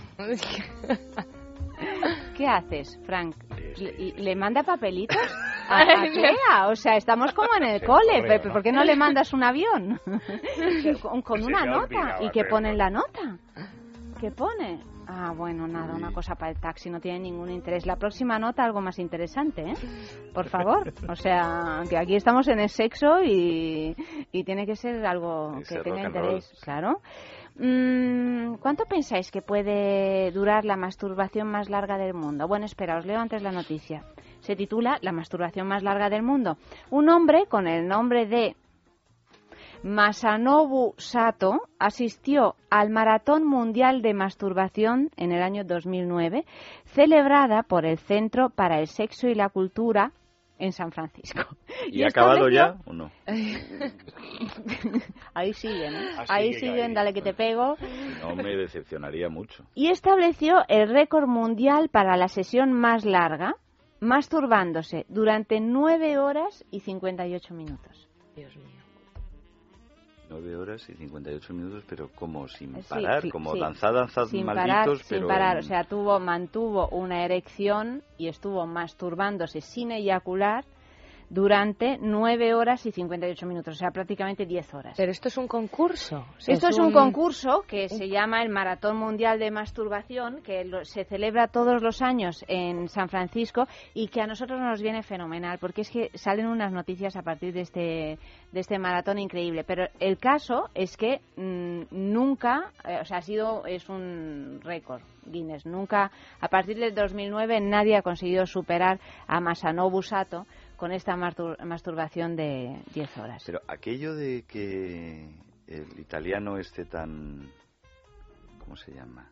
¿qué haces, Frank? ¿Le, ¿Le manda papelitos a, a Clea? O sea, estamos como en el sí, cole. Correo, ¿no? ¿Por qué no le mandas un avión? con con una nota. ¿Y qué pone en la nota? ¿Qué pone? Ah, bueno, nada, una cosa para el taxi, no tiene ningún interés. La próxima nota, algo más interesante, ¿eh? Por favor. O sea, que aquí estamos en el sexo y, y tiene que ser algo que tenga interés. Claro. ¿Cuánto pensáis que puede durar la masturbación más larga del mundo? Bueno, espera, os leo antes la noticia. Se titula La masturbación más larga del mundo. Un hombre con el nombre de Masanobu Sato asistió al Maratón Mundial de Masturbación en el año dos mil nueve, celebrada por el Centro para el Sexo y la Cultura en San Francisco. ¿Y, ¿Y ha acabado ya o no? Ahí siguen, ¿eh? Ahí siguen, ahí. Dale que te pego. No me decepcionaría mucho. Y estableció el récord mundial para la sesión más larga, masturbándose durante nueve horas y cincuenta y ocho minutos. Dios mío. Nueve horas y cincuenta y ocho minutos, pero como sin parar, sí, como sí. danzar, danzar sin malditos, parar, pero... Sin parar, o sea, tuvo, mantuvo una erección y estuvo masturbándose sin eyacular durante nueve horas y cincuenta y ocho minutos, o sea, prácticamente diez horas. Pero esto es un concurso. O sea, esto es un... un concurso que se llama el Maratón Mundial de Masturbación, que lo, se celebra todos los años en San Francisco y que a nosotros nos viene fenomenal, porque es que salen unas noticias a partir de este, de este maratón increíble. Pero el caso es que mmm, nunca, eh, o sea, ha sido, es un récord Guinness, nunca, a partir del dos mil nueve nadie ha conseguido superar a Masanobu Sato con esta masturbación de diez horas. Pero aquello de que el italiano esté tan... ¿Cómo se llama?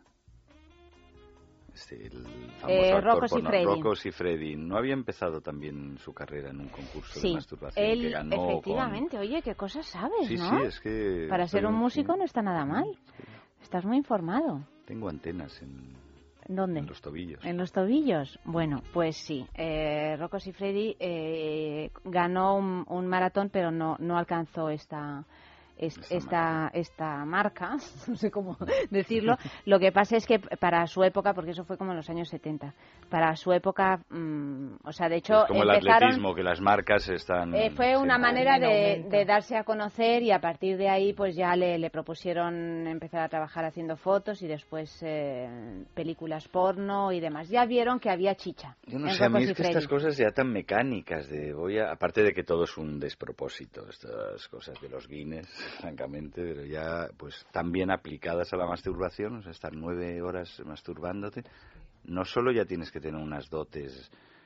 Este, el famoso eh, actor Rocco Siffredi. Rocco Siffredi. ¿No había empezado también su carrera en un concurso sí, de masturbación él, que ganó efectivamente, con... oye, qué cosas sabes, sí, ¿no? Sí, es que... Para ser un músico sí. no está nada mal. Sí. Estás muy informado. Tengo antenas en... ¿Dónde? En los tobillos. ¿En los tobillos? Bueno, pues sí. Eh, Rocco Siffredi eh, ganó un, un maratón, pero no, no alcanzó esta... Es, esta, esta marca, no sé cómo decirlo. Lo que pasa es que para su época, porque eso fue como en los años setenta, para su época, mmm, o sea, de hecho... Es como empezaron, el atletismo, que las marcas están... Eh, fue una manera de, de darse a conocer y a partir de ahí pues ya le, le propusieron empezar a trabajar haciendo fotos y después eh, películas porno y demás. Ya vieron que había chicha. Yo no sé, a mí es que estas cosas ya tan mecánicas, de voy a, aparte de que todo es un despropósito, estas cosas de los Guinness, francamente, pero ya pues tan bien aplicadas a la masturbación, o sea, estar nueve horas masturbándote, no solo ya tienes que tener unas dotes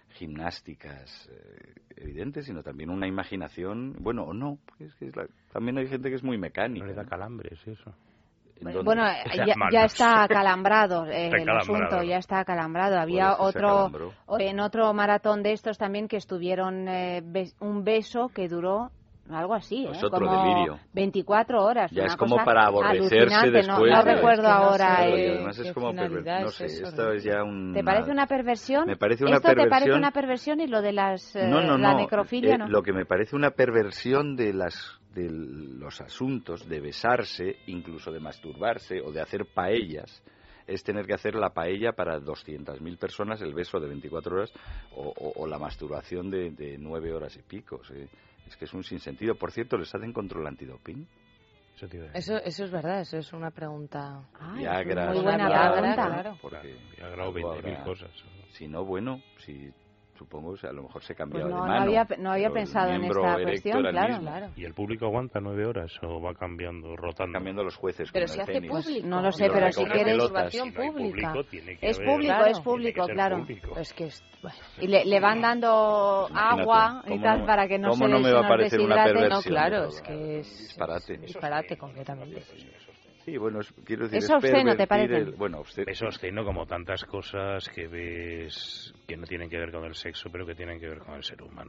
gimnásticas eh, evidentes, sino también una imaginación, bueno, o no, porque es que es la, también hay gente que es muy mecánica. No le da calambres, eso. Bueno, ya, ya está acalambrado eh, el asunto, ya está acalambrado. Había otro, en otro maratón de estos también que estuvieron eh, un beso que duró algo así, ¿eh? Es otro como delirio. veinticuatro horas. Ya una es como cosa para aborrecerse después. No, no de... recuerdo es que no ahora. sé, Eh, además es como perver... no sé, es esto es ya un... ¿Te parece una perversión? Me parece una ¿Esto perversión... te parece una perversión y lo de las, eh, no, no, la no. necrofilia eh, no? Lo que me parece una perversión de las de los asuntos, de besarse, incluso de masturbarse o de hacer paellas, es tener que hacer la paella para doscientas mil personas, el beso de veinticuatro horas o, o, o la masturbación de, de nueve horas y pico. ¿Sí? Es que es un sinsentido. Por cierto, ¿les hacen control antidoping? Eso, eso, eso es verdad, eso es una pregunta. Ay, Viagra, muy buena pregunta. Claro. Porque ha grabado veinte mil cosas. Si no, bueno, si supongo, o sea, a lo mejor se cambiaba pues no, de mano. No había, no había pensado en esta cuestión, claro, claro. ¿Y el público aguanta nueve horas o va cambiando, rotando? Cambiando los jueces. Pero si hace público. No lo sé, pero si quieres... Si no pública. Público, es haber, público, claro, es público, claro. Público. Es que es, bueno. Y le, le van dando Imagínate, agua y tal no, para que no se ¿cómo no me va a parecer una perversión? No, claro, es que es... Disparate. Disparate completamente. Sí, bueno, es, quiero decir, ¿Es obsceno, te parece? El, bueno, obsceno. Es obsceno como tantas cosas que ves que no tienen que ver con el sexo, pero que tienen que ver con el ser humano.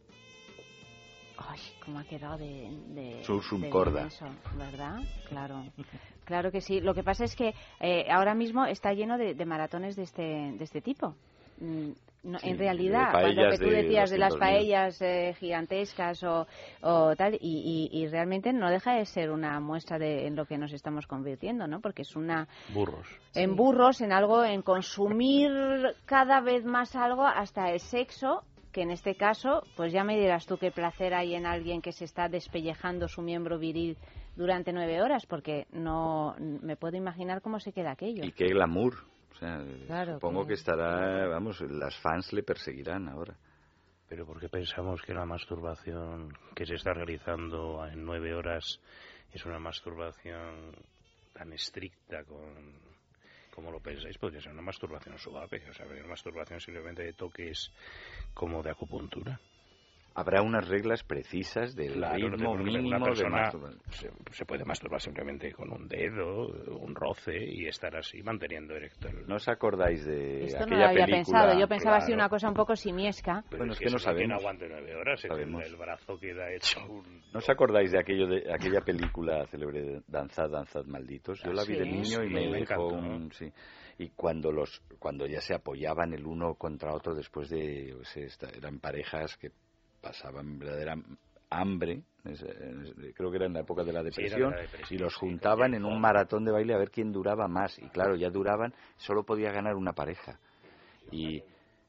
Ay, cómo ha quedado de... de Sursum de corda. Eso, ¿verdad? Claro. Claro que sí. Lo que pasa es que eh, ahora mismo está lleno de, de maratones de este, de este tipo. No, sí, en realidad, cuando que tú decías de, de las paellas eh, gigantescas o, o tal, y, y, y realmente no deja de ser una muestra de en lo que nos estamos convirtiendo, ¿no? Porque es una... Burros. En sí. burros, en algo, en consumir cada vez más algo hasta el sexo, que en este caso, pues ya me dirás tú qué placer hay en alguien que se está despellejando su miembro viril durante nueve horas, porque no me puedo imaginar cómo se queda aquello. Y qué glamour. O sea, claro, supongo que... que estará, vamos, las fans le perseguirán ahora. Pero ¿por qué pensamos que la masturbación que se está realizando en nueve horas es una masturbación tan estricta con... como lo pensáis? Podría ser una masturbación suave, o sea, una masturbación simplemente de toques como de acupuntura. Habrá unas reglas precisas del claro, ritmo no mínimo de masturbación. Se, se puede masturbar simplemente con un dedo, un roce y estar así manteniendo erecto. El... ¿No os acordáis de Esto aquella no lo había película? pensado. Yo pensaba claro. así una cosa un poco simiesca. Pero bueno, es es que, que no sabemos. No aguante nueve horas, sabemos. El, el brazo queda hecho un... ¿No os acordáis de aquello de aquella película célebre de Danzad, Danzad, Malditos? Yo la vi sí, de niño y sí, me, me dejó encantó. un... Sí. Y cuando los cuando ya se apoyaban el uno contra otro después de... O sea, eran parejas que pasaban verdadera hambre, creo que era en la época de la depresión, sí, la depresión y los sí, juntaban en un maratón de baile a ver quién duraba más. Y claro, ya duraban, solo podía ganar una pareja. Y,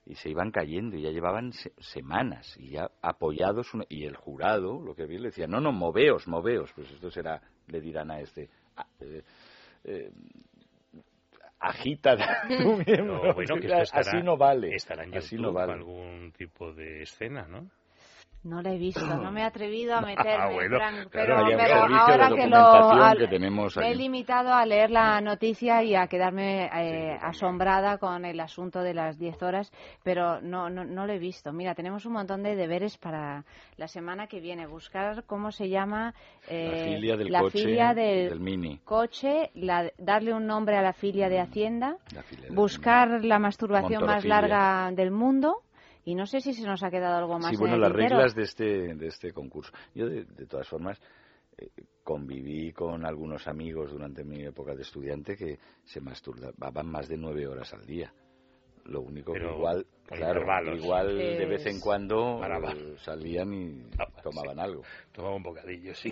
y se iban cayendo y ya llevaban se semanas y ya apoyados una, y el jurado lo que vi le decía no no moveos moveos pues esto será le dirán a este a, eh, eh, agita tu miembro no, bueno, que estará, así no vale estará en YouTube así no vale. Algún tipo de escena, ¿no? No la he visto, no me he atrevido a meterme, ah, bueno, Fran, claro, pero, hay un pero servicio ahora de que lo documentación que al, tenemos me he aquí. limitado a leer la noticia y a quedarme eh, asombrada con el asunto de las diez horas, pero no, no, no lo he visto. Mira, tenemos un montón de deberes para la semana que viene. Buscar cómo se llama eh, la filia del la coche, filia del, del Mini. coche, la, darle un nombre a la filia de Hacienda, La filia buscar del la masturbación más Montorofilia. larga del mundo. Y no sé si se nos ha quedado algo más Sí, en bueno, el las tintero. reglas de este, de este concurso. Yo, de, de todas formas, eh, conviví con algunos amigos durante mi época de estudiante que se masturbaban más de nueve horas al día. Lo único Pero que igual, con claro, intervalos. igual de Es- vez en cuando Para- eh, salían y tomaban sí. algo. Tomaba un bocadillo, sí.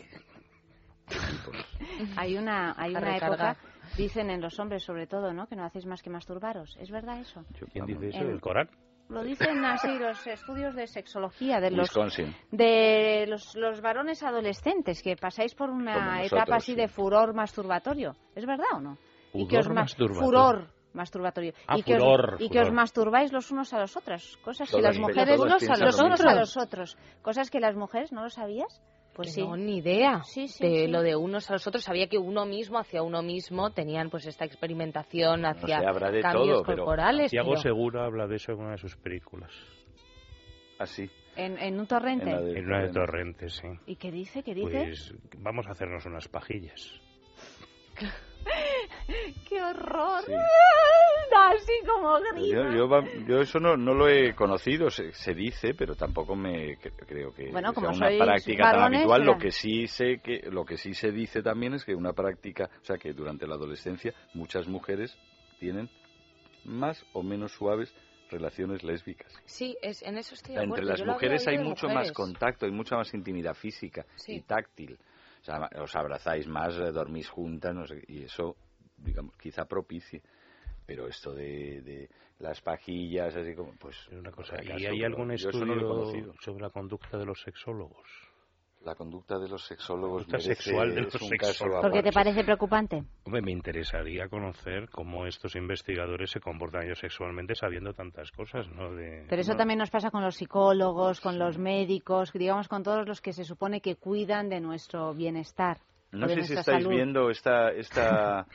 Hay una, hay A una recargar. época, dicen en los hombres sobre todo, ¿no? Que no hacéis más que masturbaros. ¿Es verdad eso? ¿Quién dice eso? En- ¿El Corán? Lo dicen así los estudios de sexología de los Wisconsin. de los, los varones adolescentes que pasáis por Como una nosotros, etapa así sí. de furor masturbatorio. ¿Es verdad o no? y que Furor os ma- masturbatorio. furor masturbatorio Ah, y que furor, os, y que furor. os masturbáis los unos a los otros, cosas que Todas las pi- mujeres todas unos a piensan los lo unos mismo. a los otros, cosas que las mujeres no lo sabías. Pues Que sí. no, ni idea Sí, sí, de sí. lo de unos a los otros. Sabía que uno mismo hacia uno mismo tenían pues esta experimentación hacia sé, habrá de cambios todo, pero corporales. Tiago pero- Segura habla de eso en una de sus películas. Así. En, en un torrente. En la de- En una de Torrente, sí. ¿Y qué dice? ¿Qué dice? Pues vamos a hacernos unas pajillas. ¡Qué horror! Sí. Así como grita. Yo, yo, va- yo eso no, no lo he conocido, se, se dice, pero tampoco me cre- creo que Bueno, sea como una sois práctica tan varones, habitual. pero- Lo que sí sé que lo que sí se dice también es que una práctica, o sea, que durante la adolescencia muchas mujeres tienen más o menos suaves relaciones lésbicas. Sí, es, en eso estoy O sea, de acuerdo. entre las Yo lo había mujeres hay oído de mucho más mujeres. contacto, hay mucha más intimidad física Sí. y táctil. O sea, os abrazáis más, eh, dormís juntas, no sé, y eso, digamos, quizá propicie. Pero esto de, de las pajillas, así como, pues... Una cosa, ¿acaso? ¿y hay algún Yo eso no lo he estudio conocido. sobre la conducta de los sexólogos? La conducta de los sexólogos La conducta merece- sexual de es los un caso sexólogos. ¿Por qué te aparte. parece preocupante? Hombre, me interesaría conocer cómo estos investigadores se comportan ellos sexualmente sabiendo tantas cosas, ¿no? De, Pero eso no. también nos pasa con los psicólogos, con los médicos, digamos con todos los que se supone que cuidan de nuestro bienestar. No o de sé si nuestra estáis salud. viendo esta, esta,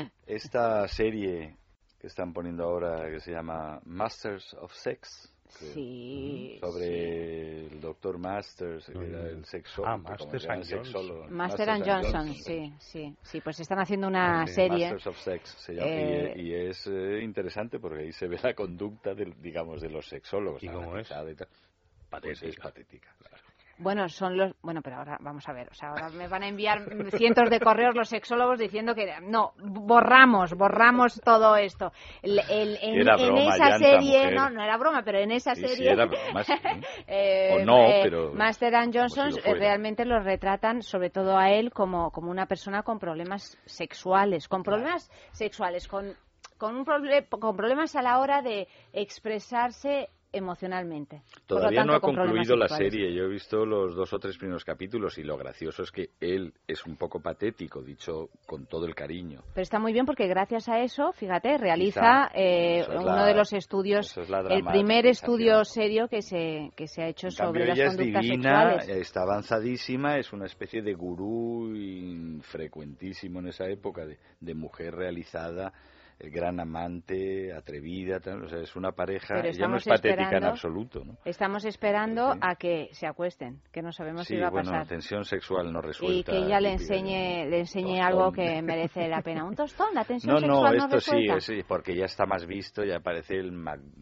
esta serie que están poniendo ahora que se llama Masters of Sex. que- Sí. Sobre el doctor Masters, que era el sexólogo. Ah, Masters and Johnson. Master and Johnson, sí, sí, sí. Pues están haciendo una serie. Masters of Sex se llama, Eh, y, y es eh, interesante porque ahí se ve la conducta, de, digamos, de los sexólogos. ¿Y cómo es? analizada y tal. Pues es patética. claro. Bueno, son los. Bueno, pero ahora vamos a ver. O sea, ahora me van a enviar cientos de correos los sexólogos diciendo que no, borramos, borramos todo esto. El, el- en, Era en broma, esa llanta, serie, mujer. no, no era broma, pero en esa Sí, sí, serie. era broma, sí. eh, O no, eh, pero Master and Johnson como si lo fuera. realmente lo retratan, sobre todo a él, como, como una persona con problemas sexuales, con problemas sexuales, con, con, un proble- con problemas a la hora de expresarse emocionalmente. Por lo Todavía tanto, no ha con problemas concluido la sexuales. serie. Yo he visto los dos o tres primeros capítulos y lo gracioso es que él es un poco patético, dicho con todo el cariño. Pero está muy bien porque gracias a eso, fíjate, realiza Quizá, eh, eso es uno la- de los estudios, eso es la el primer dramatización. estudio serio que se, que se ha hecho En sobre cambio, las ella es conductas divina, sexuales. está avanzadísima, es una especie de gurú infrecuentísimo en esa época, de, de mujer realizada, el gran amante, atrevida, tal, o sea, es una pareja, Pero ella no es estamos patética en esperando- absoluto, ¿no? Estamos esperando a que se acuesten, que no sabemos Sí, si va a bueno, pasar. tensión sexual no Y resuelta. que ella le típica, enseñe, le enseñe tostón. algo que merece la pena. ¿Un tostón? ¿La tensión No, sexual no, no esto sí, resuelta? sí, porque ya está más visto, ya parece el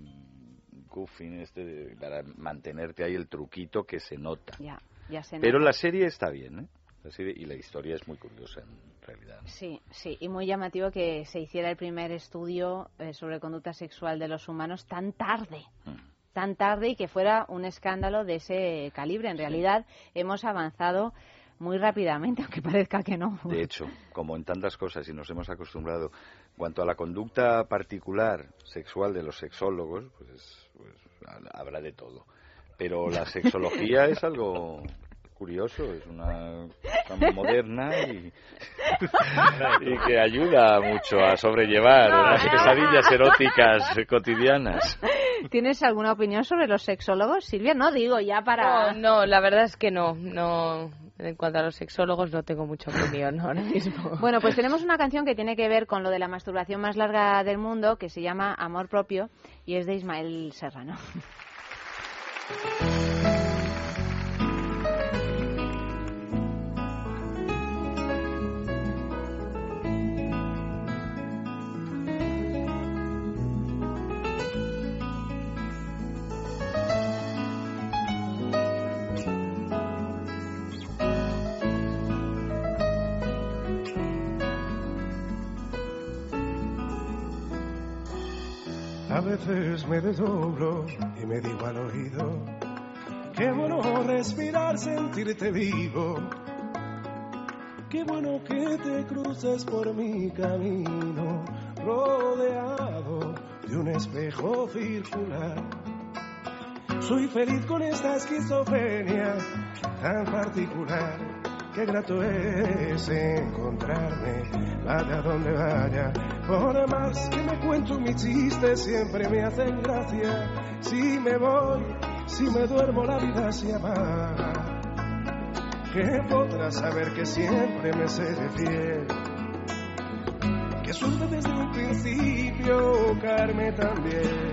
MacGuffin este de- para mantenerte ahí el truquito que se nota. Ya, ya se Pero nota. la serie está bien, ¿eh? La serie- y la historia es muy curiosa en realidad. ¿no? Sí, sí, y muy llamativo que se hiciera el primer estudio eh, sobre conducta sexual de los humanos tan tarde, tan tarde y que fuera un escándalo de ese calibre. En realidad hemos avanzado muy rápidamente, aunque parezca que no. De hecho, como en tantas cosas y nos hemos acostumbrado, en cuanto a la conducta particular sexual de los sexólogos, pues es pues habrá de todo. Pero la sexología es algo curioso, es una cosa moderna y, y que ayuda mucho a sobrellevar las pesadillas eróticas cotidianas. ¿Tienes alguna opinión sobre los sexólogos, Silvia? No digo ya para... No, no, la verdad es que no, no. En cuanto a los sexólogos no tengo mucha opinión ahora mismo. Bueno, pues tenemos una canción que tiene que ver con lo de la masturbación más larga del mundo, que se llama Amor Propio, y es de Ismael Serrano. A veces me desdoblo y me digo al oído, qué bueno respirar, sentirte vivo. Qué bueno que te cruces por mi camino, rodeado de un espejo circular. Soy feliz con esta esquizofrenia tan particular. Qué grato es encontrarme, vaya donde vaya. Por más que me cuento mis chistes, siempre me hacen gracia. Si me voy, si me duermo, la vida se apaga. Que podrás saber que siempre me seré fiel. Que suerte desde un principio, Carmen también.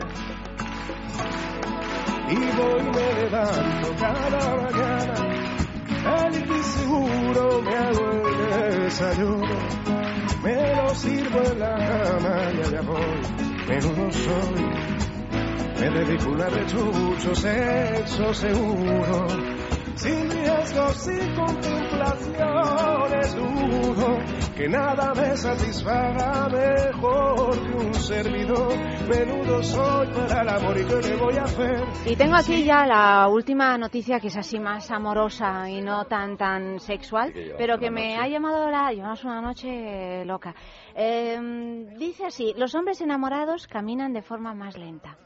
Y voy y me levanto cada mañana, feliz y seguro me hago el desayuno, me lo sirvo en la cama y allá voy, menudo soy, me dedico una rechucho, sexo seguro, sin riesgos, sin contemplaciones, dudo que nada me satisfaga mejor que un servidor, menudo soy para el amor y qué le voy a hacer. Y tengo aquí ya la última noticia, que es así más amorosa y no tan tan sexual, que pero que me noche. ha llamado la... Llevamos una noche loca. Eh, dice así, los hombres enamorados caminan de forma más lenta.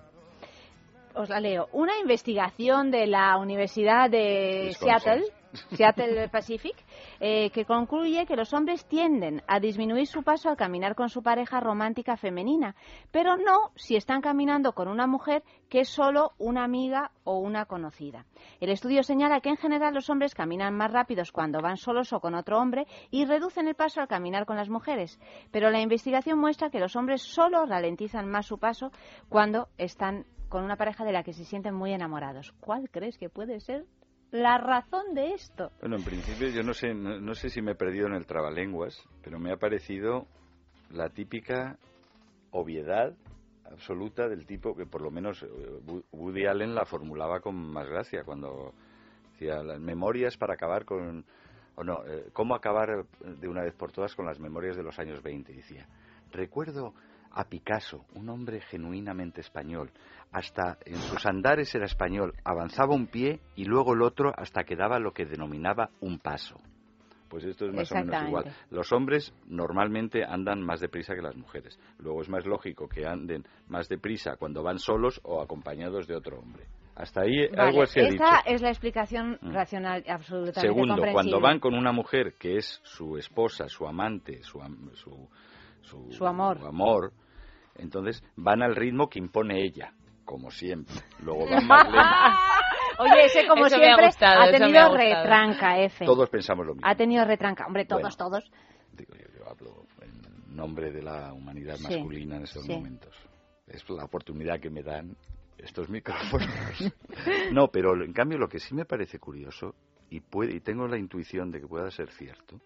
Os la leo. Una investigación de la Universidad de Seattle, Seattle Pacific, eh, que concluye que los hombres tienden a disminuir su paso al caminar con su pareja romántica femenina, pero no si están caminando con una mujer que es solo una amiga o una conocida. El estudio señala que en general los hombres caminan más rápidos cuando van solos o con otro hombre y reducen el paso al caminar con las mujeres, pero la investigación muestra que los hombres solo ralentizan más su paso cuando están con una pareja de la que se sienten muy enamorados. ¿Cuál crees que puede ser la razón de esto? Bueno, en principio yo no sé, no, no sé si me he perdido en el trabalenguas, pero me ha parecido la típica obviedad absoluta del tipo que por lo menos Woody Allen la formulaba con más gracia cuando decía las memorias para acabar con, o no, eh, cómo acabar de una vez por todas con las memorias de los años veinte. Decía, recuerdo a Picasso, un hombre genuinamente español. Hasta en sus andares era español, avanzaba un pie y luego el otro hasta que daba lo que denominaba un paso. Pues esto es más o menos igual. Los hombres normalmente andan más deprisa que las mujeres. Luego es más lógico que anden más deprisa cuando van solos o acompañados de otro hombre. Hasta ahí vale, algo se ha dicho. Esta es la explicación mm. racional absolutamente Segundo, comprensible. cuando van con una mujer que es su esposa, su amante, su, su, su, su amor, su amor entonces van al ritmo que impone ella, como siempre. Luego van más lento. Oye, ese como eso siempre ha, gustado, ha tenido retranca, F. Todos pensamos lo mismo. Ha tenido retranca. Hombre, todos, bueno, todos. Digo, yo, yo hablo en nombre de la humanidad sí, masculina en estos sí. momentos. Es la oportunidad que me dan estos micrófonos. No, pero en cambio lo que sí me parece curioso, y, puede, y tengo la intuición de que pueda ser cierto,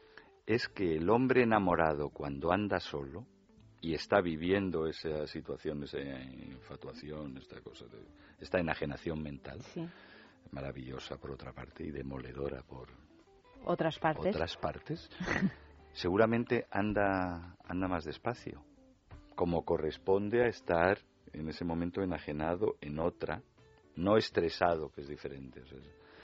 es que el hombre enamorado cuando anda solo y está viviendo esa situación, esa infatuación, esta cosa, de, esta enajenación mental, sí. maravillosa por otra parte y demoledora por otras partes, otras partes seguramente anda, anda más despacio, como corresponde a estar en ese momento enajenado en otra, no estresado, que es diferente. O sea,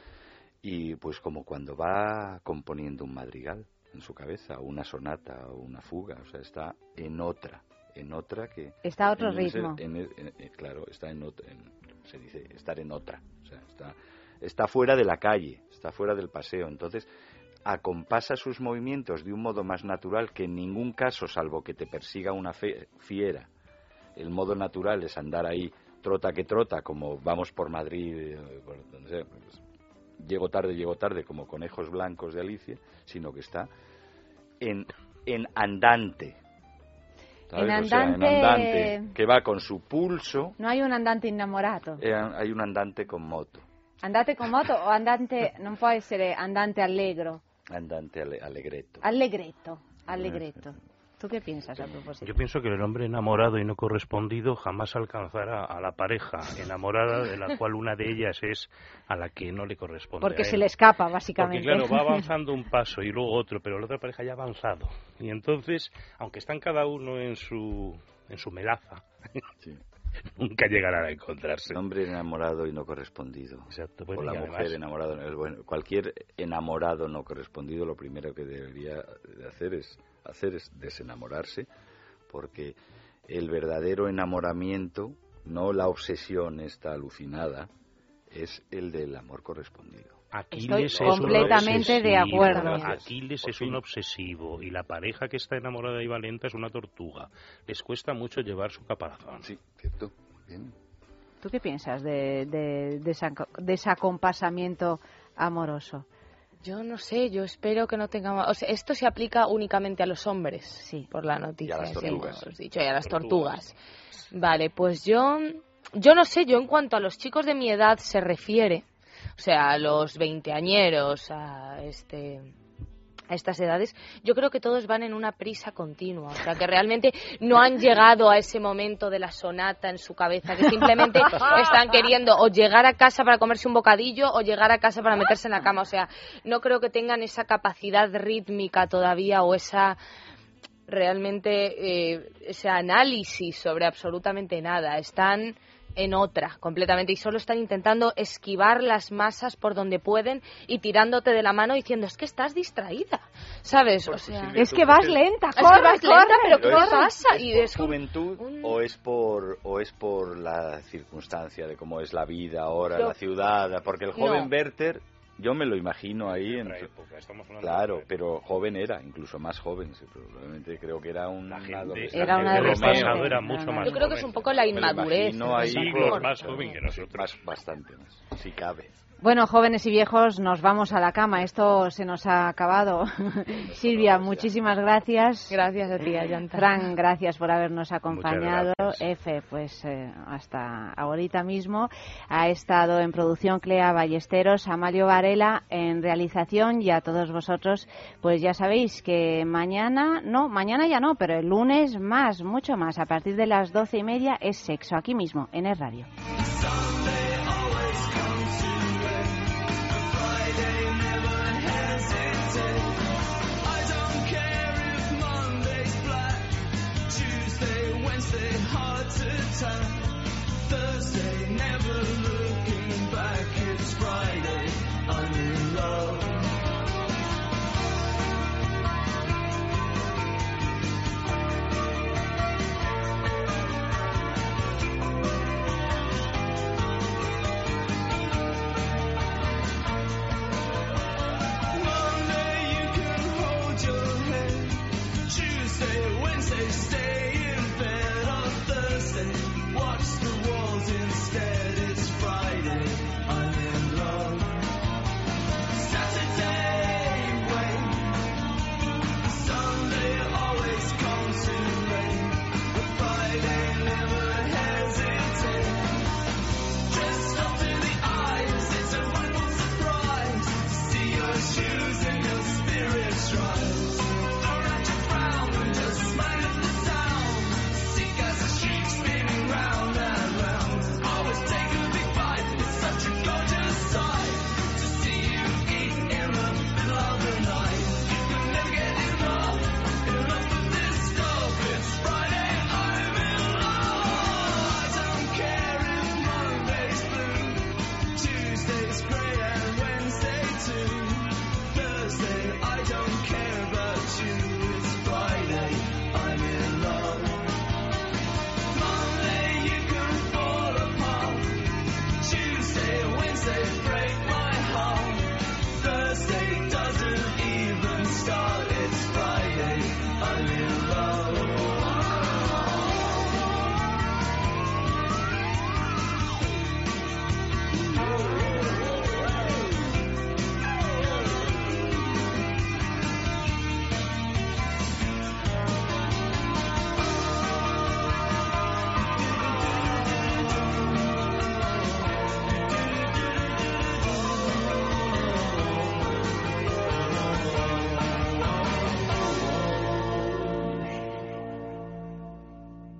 y pues como cuando va componiendo un madrigal en su cabeza, o una sonata, o una fuga, o sea, está en otra, en otra que... Está a otro en ese, ritmo. en, en, en, claro, está en, otra, en se dice estar en otra, o sea, está, está fuera de la calle, está fuera del paseo, entonces acompasa sus movimientos de un modo más natural que en ningún caso, salvo que te persiga una fe, fiera. El modo natural es andar ahí trota que trota, como vamos por Madrid, por donde sea, pues, llego tarde, llego tarde, como conejos blancos de Alicia, sino que está en, en andante. En andante... O sea, en andante, que va con su pulso. No hay un andante innamorato. Eh, hay un andante con moto. Andante con moto o andante, non può essere andante allegro. Andante ale, allegretto. Allegretto, allegretto. ¿Tú qué piensas a propósito? Yo pienso que el hombre enamorado y no correspondido jamás alcanzará a la pareja enamorada, de la cual una de ellas es a la que no le corresponde. Porque se le escapa, básicamente. Porque claro, va avanzando un paso y luego otro, pero la otra pareja ya ha avanzado. Y entonces, aunque están cada uno en su, en su melaza, sí. nunca llegarán a encontrarse. El hombre enamorado y no correspondido. Exacto. Bueno, o la mujer además... enamorada. Bueno, cualquier enamorado no correspondido, lo primero que debería de hacer es hacer es desenamorarse, porque el verdadero enamoramiento, no la obsesión esta alucinada, es el del amor correspondido. Aquiles Estoy completamente de acuerdo. Aquiles es un obsesivo y la pareja que está enamorada y valenta es una tortuga. Les cuesta mucho llevar su caparazón. Sí, cierto. Bien. ¿Tú qué piensas de, de, de, esa, de ese acompasamiento amoroso? Yo no sé, yo espero que no tengamos... O sea, esto se aplica únicamente a los hombres, sí, por la noticia. Y a las tortugas. Hemos dicho, y a las tortugas. tortugas. Vale, pues yo... Yo no sé, yo en cuanto a los chicos de mi edad se refiere, o sea, a los veinteañeros, a este... a estas edades, yo creo que todos van en una prisa continua, o sea, que realmente no han llegado a ese momento de la sonata en su cabeza, que simplemente están queriendo o llegar a casa para comerse un bocadillo o llegar a casa para meterse en la cama, o sea, no creo que tengan esa capacidad rítmica todavía o esa realmente eh, ese análisis sobre absolutamente nada, están en otra, completamente, y solo están intentando esquivar las masas por donde pueden y tirándote de la mano diciendo, es que estás distraída, ¿sabes? O sea, es que vas lenta, es que vas lenta, pero ¿qué es, pasa? ¿Es y por es juventud un... o es por o es por la circunstancia de cómo es la vida ahora, Yo... la ciudad? Porque el joven no. Werther, yo me lo imagino ahí en su época, estamos hablando claro, de pero joven era, incluso más joven, sí, probablemente creo que era un adolescente. Era una adolescente. Era mucho más Yo creo que es un poco la inmadurez. No hay siglos más joven que nosotros. Más, bastante más, si cabe. Bueno, jóvenes y viejos, nos vamos a la cama. Esto se nos ha acabado. Silvia, muchísimas gracias. Gracias a ti, Ayanta. Fran, gracias por habernos acompañado. Efe, pues eh, hasta ahorita mismo. Ha estado en producción Clea Ballesteros, Amalio Varela en realización, y a todos vosotros, pues ya sabéis que mañana, no, mañana ya no, pero el lunes más, mucho más, a partir de las doce y media es Sexo, aquí mismo, en Es Radio. Thursday, never looking back, it's Friday, I'm in love. Monday you can hold your head, Tuesday, Wednesday, stay